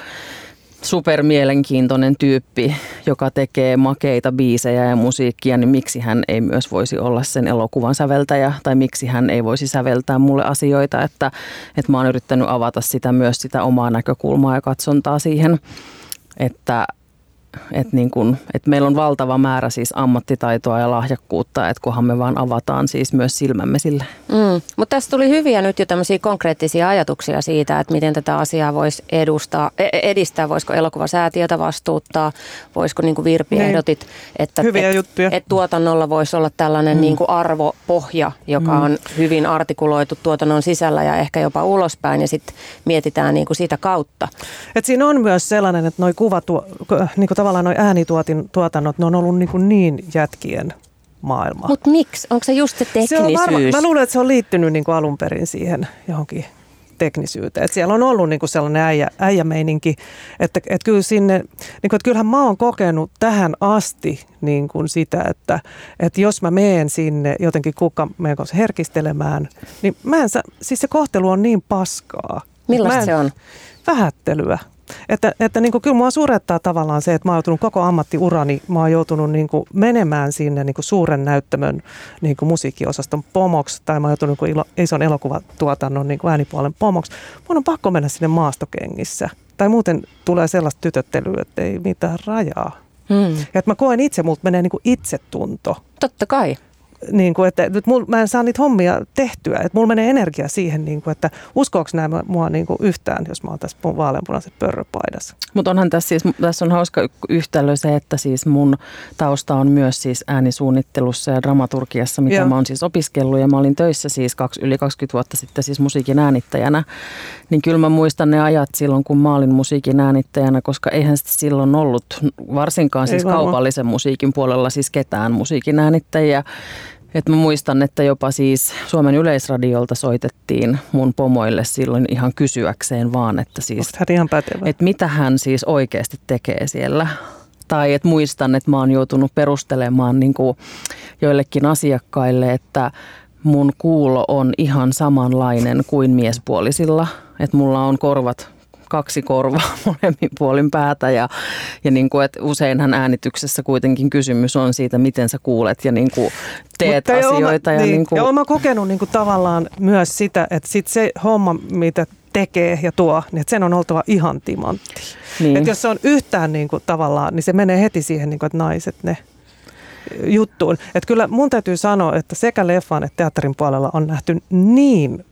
supermielenkiintoinen tyyppi, joka tekee makeita biisejä ja musiikkia, niin miksi hän ei myös voisi olla sen elokuvan säveltäjä tai miksi hän ei voisi säveltää mulle asioita, että, että mä oon yrittänyt avata sitä myös sitä omaa näkökulmaa ja katsontaa siihen, että Että niin kun, et meillä on valtava määrä siis ammattitaitoa ja lahjakkuutta, että kunhan me vaan avataan siis myös silmämme sille. Mm. Mutta tässä tuli hyviä nyt jo tämmöisiä konkreettisia ajatuksia siitä, että miten tätä asiaa voisi edustaa, edistää, voisiko elokuvasäätiötä vastuuttaa, voisiko niin kuin Virpi niin. ehdotit, että et, et tuotannolla voisi olla tällainen mm. niin kuin arvopohja, joka mm. on hyvin artikuloitu tuotannon sisällä ja ehkä jopa ulospäin ja sitten mietitään niin kuin sitä kautta. Et siinä on myös sellainen, että noi kuvat, niin kuin tavallaan nuo äänituotannot, ne on ollut niin, kuin niin jätkien maailma. Mutta miksi? Onko se just se teknisyys? Se on varma, mä luulen, että se on liittynyt niin kuin alun perin siihen johonkin teknisyyteen. Et siellä on ollut niin kuin sellainen äijä, äijämeininki, että, että, kyllä sinne, niin kuin, että kyllähän mä oon kokenut tähän asti niin kuin sitä, että, että jos mä meen sinne jotenkin kukka meen kanssa herkistelemään, niin mä en, siis se kohtelu on niin paskaa. Millaista se on? Vähättelyä. Että, että niin kuin, kyllä mua surettaa tavallaan se, että mä oon joutunut koko ammattiurani, mä oon joutunut niin kuin menemään sinne niin kuin suuren näyttämön niin kuin musiikkiosaston pomoksi, tai mä oon joutunut niin kuin ison elokuvatuotannon niin kuin äänipuolen pomoksi. Mun on pakko mennä sinne maastokengissä. Tai muuten tulee sellaista tytöttelyä, että ei mitään rajaa. Hmm. Ja että mä koen itse, multa menee niin kuin itsetunto. Totta kai. Niin kuin, että nyt mul, mä en saa niitä hommia tehtyä, että mulla menee energia siihen, niin kuin, että uskoako nämä mua niin kuin yhtään, jos mä oon tässä vaaleanpunaisessa pörröpaidassa. Mutta onhan tässä siis, tässä on hauska yhtälö se, että siis mun tausta on myös siis äänisuunnittelussa ja dramaturgiassa, mitä Joo. mä oon siis opiskellut ja mä olin töissä siis kaksi, yli kaksikymmentä vuotta sitten siis musiikin äänittäjänä, niin kyllä mä muistan ne ajat silloin, kun mä olin musiikin äänittäjänä, koska eihän sitten silloin ollut varsinkaan siis kaupallisen musiikin puolella siis ketään musiikin äänittäjiä. Et mä muistan, että jopa siis Suomen Yleisradiolta soitettiin mun pomoille silloin ihan kysyäkseen vaan, että siis, että mitä hän siis oikeasti tekee siellä. Tai että muistan, että mä oon joutunut perustelemaan niin kuin joillekin asiakkaille, että mun kuulo on ihan samanlainen kuin miespuolisilla. Että mulla on korvat kaksi korvaa molemmin puolin päätä ja, ja niin kuin, että useinhan äänityksessä kuitenkin kysymys on siitä, miten sä kuulet ja niin kuin teet Mutta asioita. Oma, ja niin, niin kuin... ja olen kokenut niin kuin tavallaan myös sitä, että sit se homma, mitä tekee ja tuo, niin että sen on oltava ihan timantti. Niin. Että jos se on yhtään niin kuin tavallaan, niin se menee heti siihen, niin kuin, että naiset ne juttuun. Että kyllä mun täytyy sanoa, että sekä leffan että teatterin puolella on nähty niin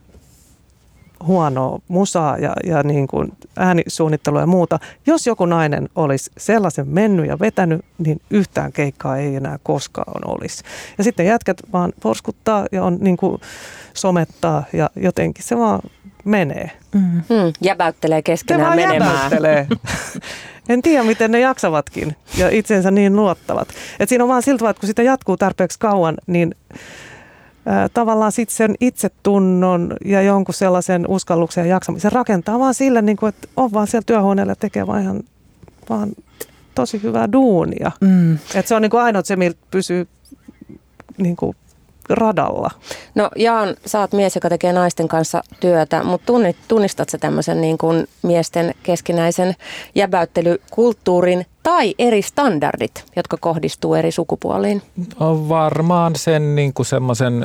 huonoa musaa ja, ja niin kuin äänisuunnittelua ja muuta. Jos joku nainen olisi sellaisen mennyt ja vetänyt, niin yhtään keikkaa ei enää koskaan olisi. Ja sitten jätkät vaan porskuttaa ja on niin kuin somettaa ja jotenkin se vaan menee. Mm. Mm. Jäbäyttelee keskenään se menemään. Jäbäyttelee. En tiedä, miten ne jaksavatkin ja itseensä niin luottavat. Et siinä on vaan siltä, että kun sitä jatkuu tarpeeksi kauan, niin ää, tavallaan sitten sen itsetunnon ja jonkun sellaisen uskalluksen ja jaksamisen rakentaa vaan sille, niin kuin, että on vaan siellä työhuoneella tekee vaan ihan vaan tosi hyvää duunia. Mm. Et se on niin kuin ainoa se, miltä pysyy niin kuin radalla. No Jaan, sä oot mies, joka tekee naisten kanssa työtä, mutta tunnistat sä tämmöisen niin kuin miesten keskinäisen jäbäyttelykulttuurin tai eri standardit, jotka kohdistuu eri sukupuoliin? No varmaan sen niin kuin semmoisen,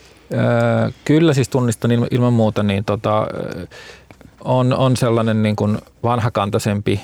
äh, kyllä siis tunnistan ilman, ilman muuta, niin tota, äh, on, on sellainen niin kuin vanhakantaisempi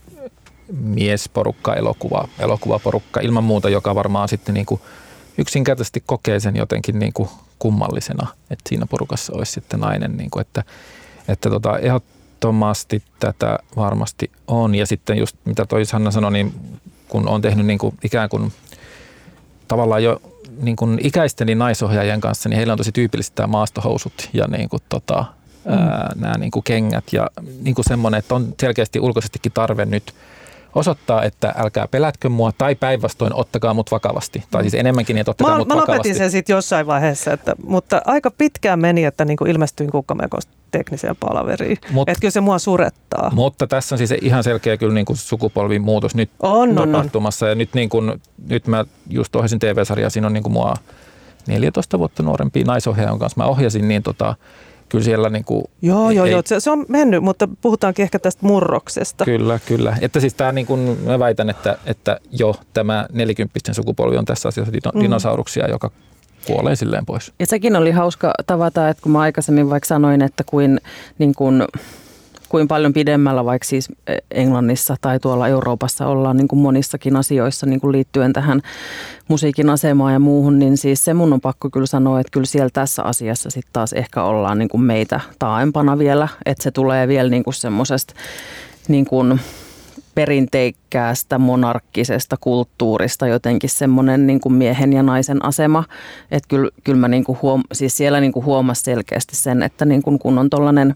miesporukka, elokuva, elokuvaporukka ilman muuta, joka varmaan sitten niin kuin yksinkertaisesti kokee sen jotenkin niin kuin kummallisena, että siinä porukassa olisi sitten nainen, niin kuin, että, että tota, ehdottomasti tätä varmasti on. Ja sitten just mitä toi Hanna sanoi, niin kun on tehnyt niin kuin ikään kuin tavallaan jo niin kuin ikäisteni naisohjaajien kanssa, niin heillä on tosi tyypillistä tämä maastohousut ja niin kuin tota, mm. ää, nämä niin kuin kengät ja niin kuin semmoinen, että on selkeästi ulkoisestikin tarve nyt osoittaa, että älkää pelätkö mua tai päinvastoin ottakaa mut vakavasti. Tai siis enemmänkin, että ottakaa mä, mut mä vakavasti. Mä lopetin sen sitten jossain vaiheessa, että, mutta aika pitkään meni, että niinku ilmestyin kukkamekosta tekniseen palaveriin. Mut, että kyllä se mua surettaa. Mutta tässä on siis ihan selkeä kyllä niinku sukupolvin muutos nyt on, tapahtumassa. On, on. Ja nyt, niinku, nyt mä just ohjasin T V-sarjaa, siinä on niinku mua neljätoista vuotta nuorempia naisohjaajan kanssa mä ohjasin, niin tota, kyllä siellä niinku, joo, joo, ei, joo. Se, se on mennyt, mutta puhutaankin ehkä tästä murroksesta. Kyllä, kyllä. Että siis tää niin kuin, mä väitän, että, että jo tämä nelikymppisten sukupolvi on tässä asiassa dino, mm. dinosauruksia, joka kuolee silleen pois. Ja sekin oli hauska tavata, että kun mä aikaisemmin vaikka sanoin, että kuin, niin kuin kuin paljon pidemmällä vaikka siis Englannissa tai tuolla Euroopassa ollaan niin kuin monissakin asioissa niin kuin liittyen tähän musiikin asemaan ja muuhun, niin siis se mun on pakko kyllä sanoa, että kyllä siellä tässä asiassa sitten taas ehkä ollaan niin kuin meitä taaempana vielä, että se tulee vielä niin kuin semmoisesta niin kuin perinteikkäästä monarkkisesta kulttuurista jotenkin semmoinen niin kuin miehen ja naisen asema, että kyllä, kyllä mä niin kuin huom- siis siellä niin kuin huomasin selkeästi sen, että niin kuin kun on tollainen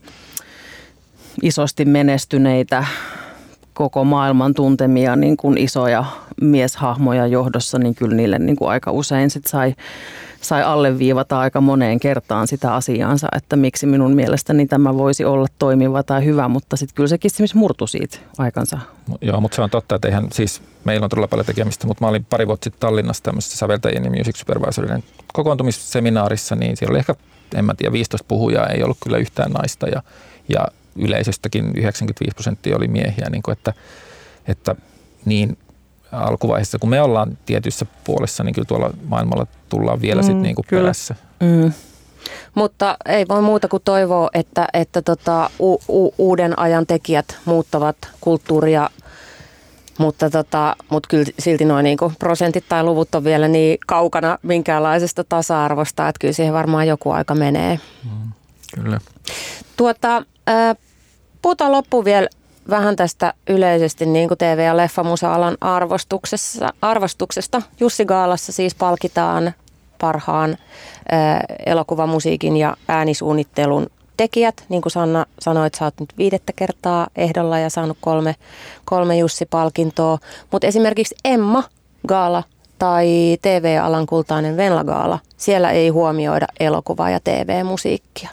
isosti menestyneitä, koko maailman tuntemia niin kuin isoja mieshahmoja johdossa, niin kyllä niille niin kuin aika usein sit sai, sai alleviivata aika moneen kertaan sitä asiaansa, että miksi minun mielestäni tämä voisi olla toimiva tai hyvä, mutta sitten kyllä sekin esimerkiksi murtui siitä aikansa. Joo, mutta se on totta, että eihän siis meillä on todella paljon tekemistä, mutta mä olin pari vuotta sitten Tallinnassa tämmöisessä säveltäjien ja music supervisorien kokoontumisseminaarissa, niin siellä oli ehkä, en mä tiedä, viisitoista puhujaa, ei ollut kyllä yhtään naista ja, ja yleisöstäkin yhdeksänkymmentäviisi prosenttia oli miehiä, niin kuin että, että niin alkuvaiheessa, kun me ollaan tietyissä puolessa, niin kyllä tuolla maailmalla tullaan vielä mm, sitten niin kuin perässä. Mm. Mutta ei voi muuta kuin toivoa, että, että tota, u, u, uuden ajan tekijät muuttavat kulttuuria, mutta, tota, mutta kyllä silti nuo niin kuin prosentit tai luvut on vielä niin kaukana minkäänlaisesta tasa-arvosta, että kyllä siihen varmaan joku aika menee. Mm, kyllä. Tuota, äh, puhutaan loppuun vielä vähän tästä yleisesti niin kuin T V- ja leffamusa-alan arvostuksessa, arvostuksesta. Jussi Gaalassa siis palkitaan parhaan äh, elokuvamusiikin ja äänisuunnittelun tekijät. Niin kuin Sanna sanoit, sä oot nyt viidettä kertaa ehdolla ja saanut kolme, kolme Jussi-palkintoa. Mutta esimerkiksi Emma Gaala tai T V-alan kultainen Venla-gaala, siellä ei huomioida elokuvaa ja T V-musiikkia.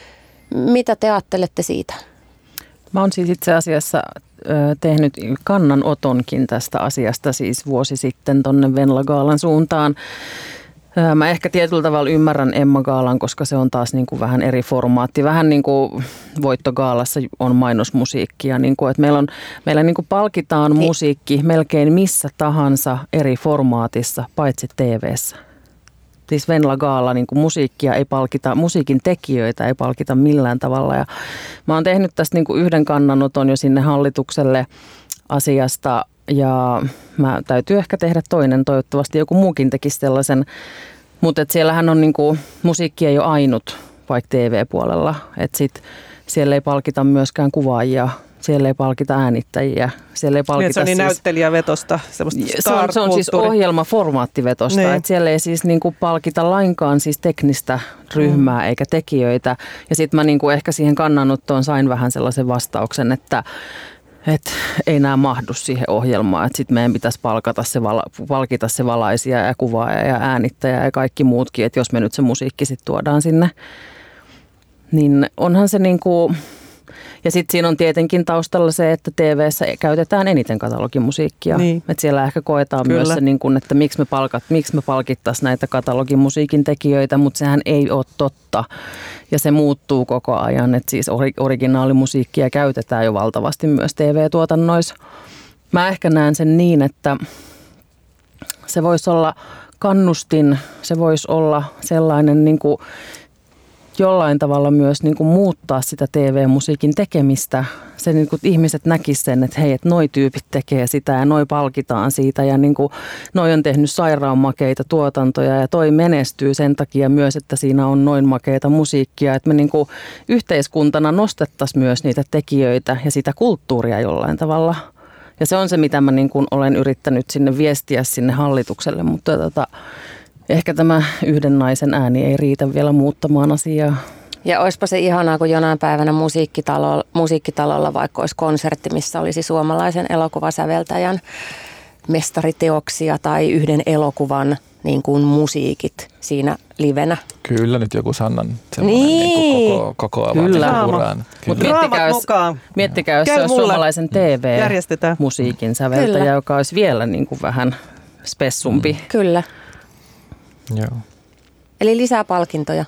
Mitä te ajattelette siitä? Mä oon siis itse asiassa ö, tehnyt kannanotonkin tästä asiasta siis vuosi sitten tonne Venla-gaalan suuntaan. Ö, mä ehkä tietyllä tavalla ymmärrän Emma-gaalan, koska se on taas niin kuin vähän eri formaatti. Vähän niin kuin Voitto-gaalassa on mainosmusiikkia. Niin kuin, että meillä, on, meillä niin kuin palkitaan musiikki melkein missä tahansa eri formaatissa, paitsi T V:ssä. Siis Venla-gaala, niin kuin musiikkia ei palkita, musiikin tekijöitä ei palkita millään tavalla. Ja mä oon tehnyt tästä niin kuin yhden kannanoton jo sinne hallitukselle asiasta ja mä täytyy ehkä tehdä toinen, toivottavasti joku muukin tekisi sellaisen. Mutta siellähän on niin kuin, musiikki ei ole ainut vaikka T V-puolella, että sit siellä ei palkita myöskään kuvaajia. Siellä ei palkita äänittäjiä. Siellä ei palkita niin, se on niin siis, näyttelijävetosta, semmoista se on, se on siis ohjelmaformaattivetosta. Niin. Että siellä ei siis niinku palkita lainkaan siis teknistä ryhmää mm. eikä tekijöitä. Ja sitten mä niinku ehkä siihen kannanottoon sain vähän sellaisen vastauksen, että että ei nämä mahdu siihen ohjelmaan, että sitten meidän pitäisi palkata se, vala, palkita se valaisija ja kuvaaja ja äänittäjä ja kaikki muutkin, että jos me nyt se musiikki sitten tuodaan sinne, niin onhan se niin kuin, ja sitten siinä on tietenkin taustalla se, että T V:ssä käytetään eniten katalogimusiikkia, niin. Että siellä ehkä koetaan Kyllä. myös se, niin kuin, että miksi me, palkat, miksi me palkittaisiin näitä katalogimusiikin tekijöitä, mutta sehän ei ole totta. Ja se muuttuu koko ajan, että siis originaalimusiikkia käytetään jo valtavasti myös T V-tuotannoissa. Mä ehkä näen sen niin, että se voisi olla kannustin, se voisi olla sellainen niin kuin jollain tavalla myös niin kuin muuttaa sitä T V-musiikin tekemistä. Se niin kuin ihmiset näkisivät sen, että hei, että noi tyypit tekee sitä ja noi palkitaan siitä ja niin kuin noi on tehnyt sairaan makeita tuotantoja ja toi menestyy sen takia myös, että siinä on noin makeita musiikkia. Että me niin kuin yhteiskuntana nostettaisiin myös niitä tekijöitä ja sitä kulttuuria jollain tavalla. Ja se on se, mitä mä niin kuin olen yrittänyt sinne viestiä sinne hallitukselle, mutta tota, ehkä tämä yhden naisen ääni ei riitä vielä muuttamaan asiaa. Ja olisipa se ihanaa, kun jonain päivänä musiikkitalolla, musiikkitalolla vaikka olisi konsertti, missä olisi suomalaisen elokuvasäveltäjän mestariteoksia tai yhden elokuvan niin kuin musiikit siinä livenä. Kyllä nyt joku Sannan semmoinen niin. Niin koko, kokoavan Kyllä. uran. Mutta miettikää, jos, miettikää, jos se olisi suomalaisen T V-musiikin säveltäjä, Kyllä. joka olisi vielä niin kuin vähän spessumpi. Mm. Kyllä. Joo. Eli lisää palkintoja.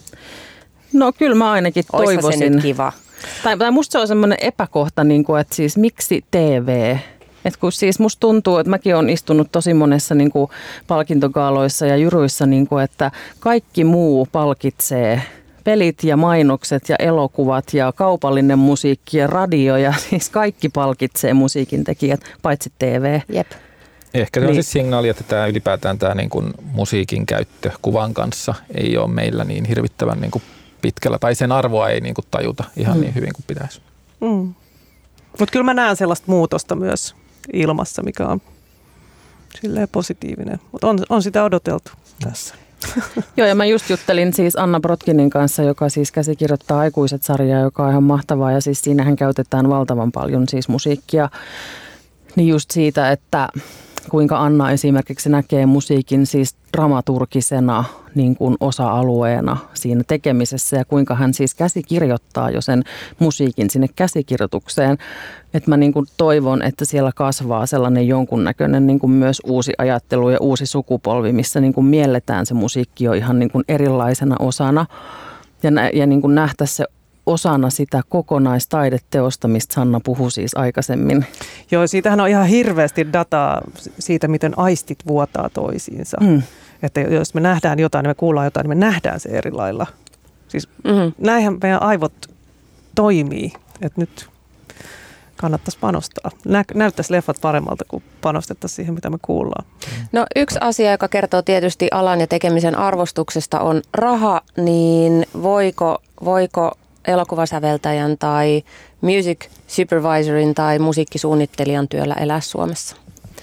No kyllä mä ainakin Oispa toivoisin. Se nyt kiva. Tai, tai musta se on semmoinen epäkohta, niin kuin, että siis miksi T V? Et kun siis musta tuntuu, että mäkin olen istunut tosi monessa niin kuin palkintogaaloissa ja jyruissa, niin kuin, että kaikki muu palkitsee. Pelit ja mainokset ja elokuvat ja kaupallinen musiikki ja radio ja siis kaikki palkitsee musiikin tekijät, paitsi T V. Jep. Ehkä se on niin. Siis signaali, että tämä ylipäätään tämä niin kuin musiikin käyttö kuvan kanssa ei ole meillä niin hirvittävän niin kuin pitkällä, tai sen arvoa ei niin kuin tajuta ihan mm. niin hyvin kuin pitäisi. Mm. Mutta kyllä mä näen sellaista muutosta myös ilmassa, mikä on silleen positiivinen, mutta on, on sitä odoteltu tässä. Joo, ja mä just juttelin siis Anna Brotkinin kanssa, joka siis käsikirjoittaa Aikuiset-sarjaa, joka on ihan mahtavaa, ja siis siinähän käytetään valtavan paljon siis musiikkia, niin just siitä, että kuinka Anna esimerkiksi näkee musiikin siis dramaturgisena niin kuin osa-alueena siinä tekemisessä ja kuinka hän siis käsikirjoittaa jo sen musiikin sinne käsikirjoitukseen. Että mä niin kuin toivon, että siellä kasvaa sellainen jonkunnäköinen niin kuin myös uusi ajattelu ja uusi sukupolvi, missä niin kuin mielletään se musiikki jo ihan niin kuin erilaisena osana ja, nä- ja niin kuin nähtäisiin se osana sitä kokonaistaideteosta, mistä Sanna puhui siis aikaisemmin. Joo, siitähän on ihan hirveästi dataa siitä, miten aistit vuotaa toisiinsa. Mm. Että jos me nähdään jotain, niin me kuullaan jotain, niin me nähdään se eri lailla. Siis mm-hmm. näinhän meidän aivot toimii, että nyt kannattaisi panostaa. Nä- näyttäisi leffat paremmalta, kun panostettaisiin siihen, mitä me kuullaan. No yksi asia, joka kertoo tietysti alan ja tekemisen arvostuksesta on raha, niin voiko, voiko elokuvasäveltäjän tai music supervisorin tai musiikkisuunnittelijan työllä elää Suomessa?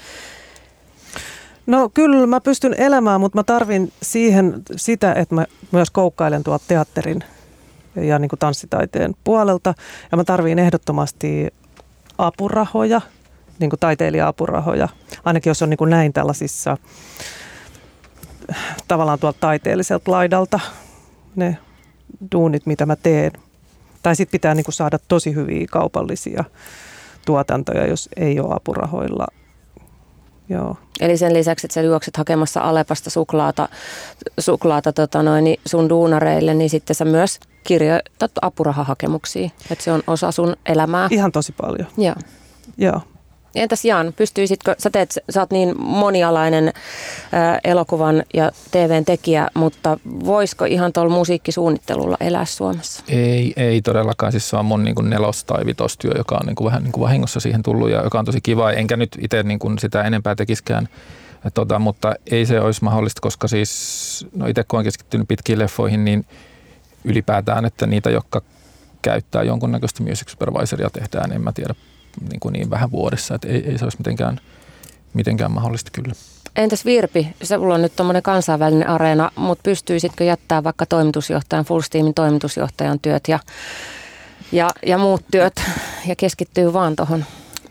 No kyllä mä pystyn elämään, mutta mä tarvin siihen sitä, että mä myös koukkailen tuolta teatterin ja niin kuin tanssitaiteen puolelta. Ja mä tarviin ehdottomasti apurahoja, niin kuin taiteilija-apurahoja, ainakin jos on niin kuin näin tällaisissa tavallaan tuolta taiteelliselta laidalta ne duunit, mitä mä teen. Tai sitten pitää niin kuin saada tosi hyviä kaupallisia tuotantoja, jos ei ole apurahoilla. Joo. Eli sen lisäksi, että sä juokset hakemassa Alepasta suklaata, suklaata tota noin, niin sun duunareille, niin sitten sä myös kirjoitat apurahahakemuksia. Että se on osa sun elämää. Ihan tosi paljon. Joo. Joo. Entäs Jan, pystyisitkö, sä, teet, sä oot niin monialainen ää, elokuvan ja T V:n tekijä, mutta voisiko ihan tuolla musiikkisuunnittelulla elää Suomessa? Ei, ei todellakaan. Siis se on mun niin kuin nelos- tai vitostyö, joka on niin kuin vähän niin kuin vahingossa siihen tullut ja joka on tosi kiva. Enkä nyt itse niin kuin sitä enempää tekiskään, tota, mutta ei se olisi mahdollista, koska siis no itse kun olen keskittynyt pitkiin leffoihin, niin ylipäätään, että niitä, jotka käyttää jonkunnäköistä music supervisoria tehdään, en mä tiedä. Niin, kuin niin vähän vuodessa, että ei, ei se olisi mitenkään, mitenkään mahdollista kyllä. Entäs Virpi, sulla on nyt tuommoinen kansainvälinen areena, mutta pystyisitkö jättää vaikka toimitusjohtajan, Full Steamin toimitusjohtajan työt ja, ja, ja muut työt ja keskittyy vaan tuohon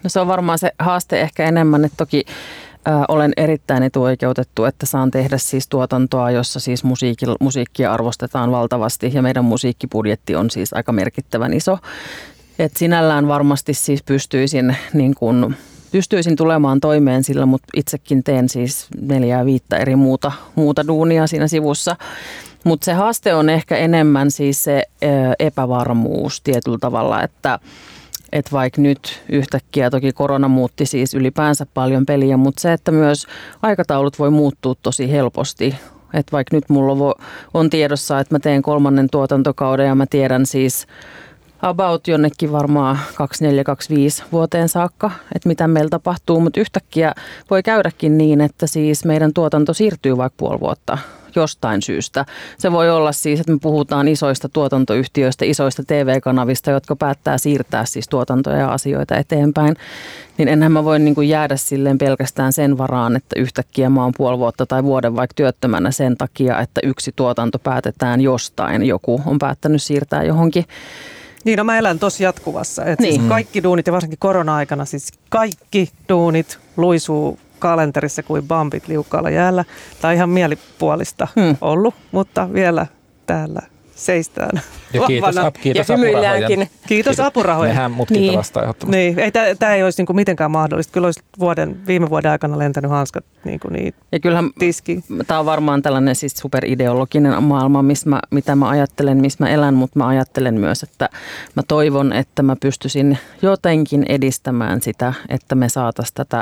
No se on varmaan se haaste ehkä enemmän, että toki ää, olen erittäin etuoikeutettu, että saan tehdä siis tuotantoa, jossa siis musiikki, musiikkia arvostetaan valtavasti ja meidän musiikkibudjetti on siis aika merkittävän iso. Et sinällään varmasti siis pystyisin, niin kun, pystyisin tulemaan toimeen sillä, mutta itsekin teen siis neljää viittä eri muuta, muuta duunia siinä sivussa. Mutta se haaste on ehkä enemmän siis se epävarmuus tietyllä tavalla, että et vaikka nyt yhtäkkiä toki korona muutti siis ylipäänsä paljon peliä, mutta se, että myös aikataulut voi muuttua tosi helposti. Että vaikka nyt mulla on tiedossa, että mä teen kolmannen tuotantokauden ja mä tiedän siis about jonnekin varmaan kaksikymmentäneljä kaksikymmentäviisi vuoteen saakka, että mitä meillä tapahtuu, mutta yhtäkkiä voi käydäkin niin, että siis meidän tuotanto siirtyy vaikka puoli vuotta jostain syystä. Se voi olla siis, että me puhutaan isoista tuotantoyhtiöistä, isoista T V-kanavista, jotka päättää siirtää siis tuotantoja ja asioita eteenpäin. Niin enhän mä voi niin kuin jäädä silleen pelkästään sen varaan, että yhtäkkiä mä oon puoli vuotta tai vuoden vaikka työttömänä sen takia, että yksi tuotanto päätetään jostain. Joku on päättänyt siirtää johonkin. Niin, no mä elän tosi jatkuvassa. Että niin. siis kaikki duunit ja varsinkin korona-aikana, siis kaikki duunit luisuu kalenterissa kuin bambit liukkaalla jäällä. Tämä on ihan mielipuolista hmm. ollut, mutta vielä täällä seistään. Ja kiitos, ap, kiitos ja apurahojen. Kiitos apurahojen. Nehän mutkin niin. pelastaa ehdottomasti. Niin, ei, tämä ei olisi niinku mitenkään mahdollista. Kyllä olisi vuoden, viime vuoden aikana lentänyt hanskat niinku niin ja kyllähän tiskiin. Tämä on varmaan tällainen siis superideologinen maailma, missä mä, mitä mä ajattelen, missä mä elän, mutta mä ajattelen myös, että mä toivon, että mä pystyisin jotenkin edistämään sitä, että me saataisiin tätä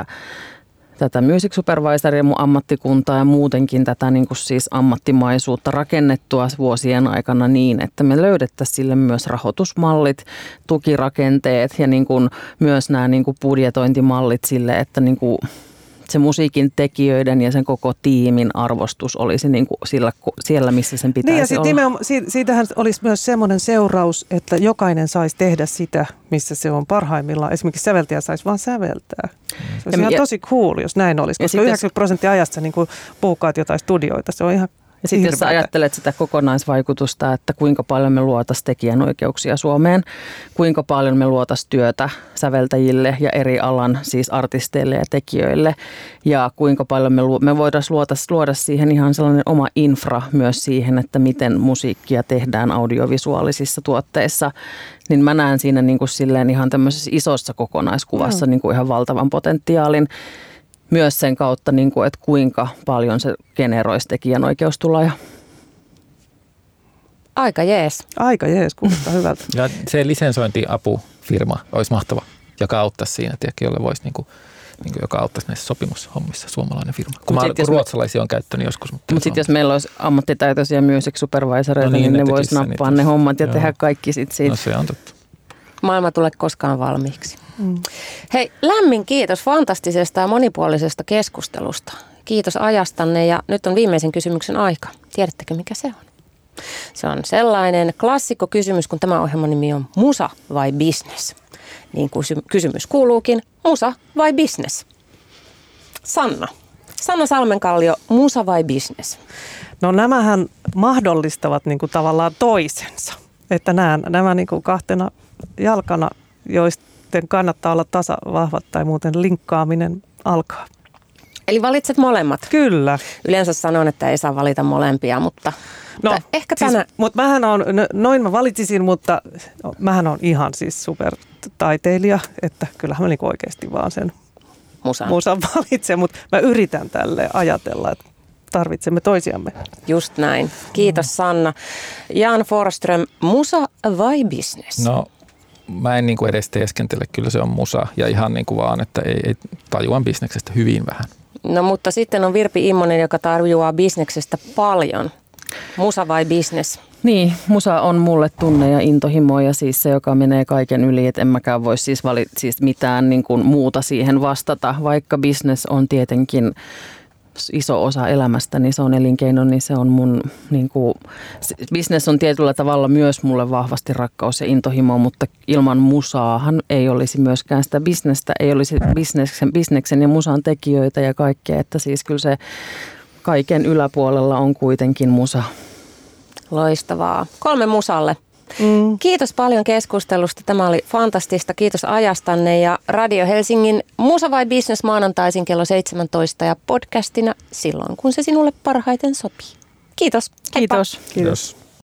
tätä music supervisoria, mun ammattikuntaa ja muutenkin tätä niin kuin siis ammattimaisuutta rakennettua vuosien aikana niin, että me löydettäisiin sille myös rahoitusmallit, tukirakenteet ja niin kuin myös nämä niin kuin budjetointimallit sille, että niin kuin se musiikin tekijöiden ja sen koko tiimin arvostus olisi niin kuin sillä, siellä, missä sen pitäisi niin ja olla. Siitä, siitähän olisi myös semmoinen seuraus, että jokainen saisi tehdä sitä, missä se on parhaimmillaan. Esimerkiksi säveltäjä saisi vaan säveltää. Se olisi ja, ihan tosi cool, jos näin olisi, koska yhdeksänkymmentä prosenttia ajasta niin puukaat jotain studioita. Se on ihan ja sitten jos sä ajattelet sitä kokonaisvaikutusta, että kuinka paljon me luotaisiin tekijänoikeuksia Suomeen, kuinka paljon me luotaisiin työtä säveltäjille ja eri alan siis artisteille ja tekijöille ja kuinka paljon me, lu- me voitaisiin luoda, luoda siihen ihan sellainen oma infra myös siihen, että miten musiikkia tehdään audiovisuaalisissa tuotteissa, niin mä näen siinä niin kuin silleen ihan tämmöisessä isossa kokonaiskuvassa no. niin kuin ihan valtavan potentiaalin. Myös sen kautta, niin kuin, että kuinka paljon se generoisi tekijänoikeustuloja. Aika jees. Aika jees, kuulostaa hyvältä. Ja se lisensointiapufirma olisi mahtava, joka auttaisi siinä, tiedätkö, jolle voisi, niin kuin, niin kuin, joka auttaisi näissä sopimushommissa, suomalainen firma. Kun, mä, kun ruotsalaisia on käyttänyt joskus. Mutta mut sitten jos meillä olisi ammattitaitoisia music supervisoreita, no niin, niin ne, ne voisi nappaa ne hommat ja joo. tehdä kaikki sitten siitä. No se on totta. Maailma tulee koskaan valmiiksi. Mm. Hei, lämmin kiitos fantastisesta ja monipuolisesta keskustelusta. Kiitos ajastanne ja nyt on viimeisen kysymyksen aika. Tiedättekö mikä se on? Se on sellainen klassikko kysymys, kun tämä ohjelman nimi on Musa vai Business. Niin kuin kysymys kuuluukin, musa vai business? Sanna. Sanna Salmenkallio, musa vai business? No nämähän mahdollistavat niin kuin tavallaan toisensa. Että nämä, nämä niin kuin kahtena jalkana, joista kannattaa olla tasavahvat tai muuten linkkaaminen alkaa. Eli valitset molemmat? Kyllä. Yleensä sanon, että ei saa valita molempia, mutta, no, mutta ehkä siis, tänä... Mutta mähän on, noin mä valitsisin, mutta no, mähän on ihan siis supertaiteilija, että kyllähän mä niinku oikeasti vaan sen musan, musan valitsen, mutta mä yritän tälleen ajatella, että tarvitsemme toisiamme. Just näin. Kiitos Sanna. Jan Forsström, musa vai business? No mä en niin kuin edes teeskentele, kyllä se on musa ja ihan niin kuin vaan, että ei, ei tajuan bisneksestä hyvin vähän. No mutta sitten on Virpi Immonen, joka tajuaa bisneksestä paljon. Musa vai business? Niin, musa on mulle tunne ja intohimo ja siis se, joka menee kaiken yli, että en mäkään voi siis, vali, siis mitään niin kuin muuta siihen vastata, vaikka business on tietenkin iso osa elämästä, niin se on elinkeino, niin se on mun, niin kuin, business on tietyllä tavalla myös mulle vahvasti rakkaus ja intohimo, mutta ilman musaahan ei olisi myöskään sitä bisnestä, ei olisi bisneksen, bisneksen ja musan tekijöitä ja kaikkea, että siis kyllä se kaiken yläpuolella on kuitenkin musa. Loistavaa. Kolme musalle. Mm. Kiitos paljon keskustelusta. Tämä oli fantastista. Kiitos ajastanne ja Radio Helsingin Musa vai Business maanantaisin kello seitsemäntoista ja podcastina silloin, kun se sinulle parhaiten sopii. Kiitos. Kiitos. Kiitos.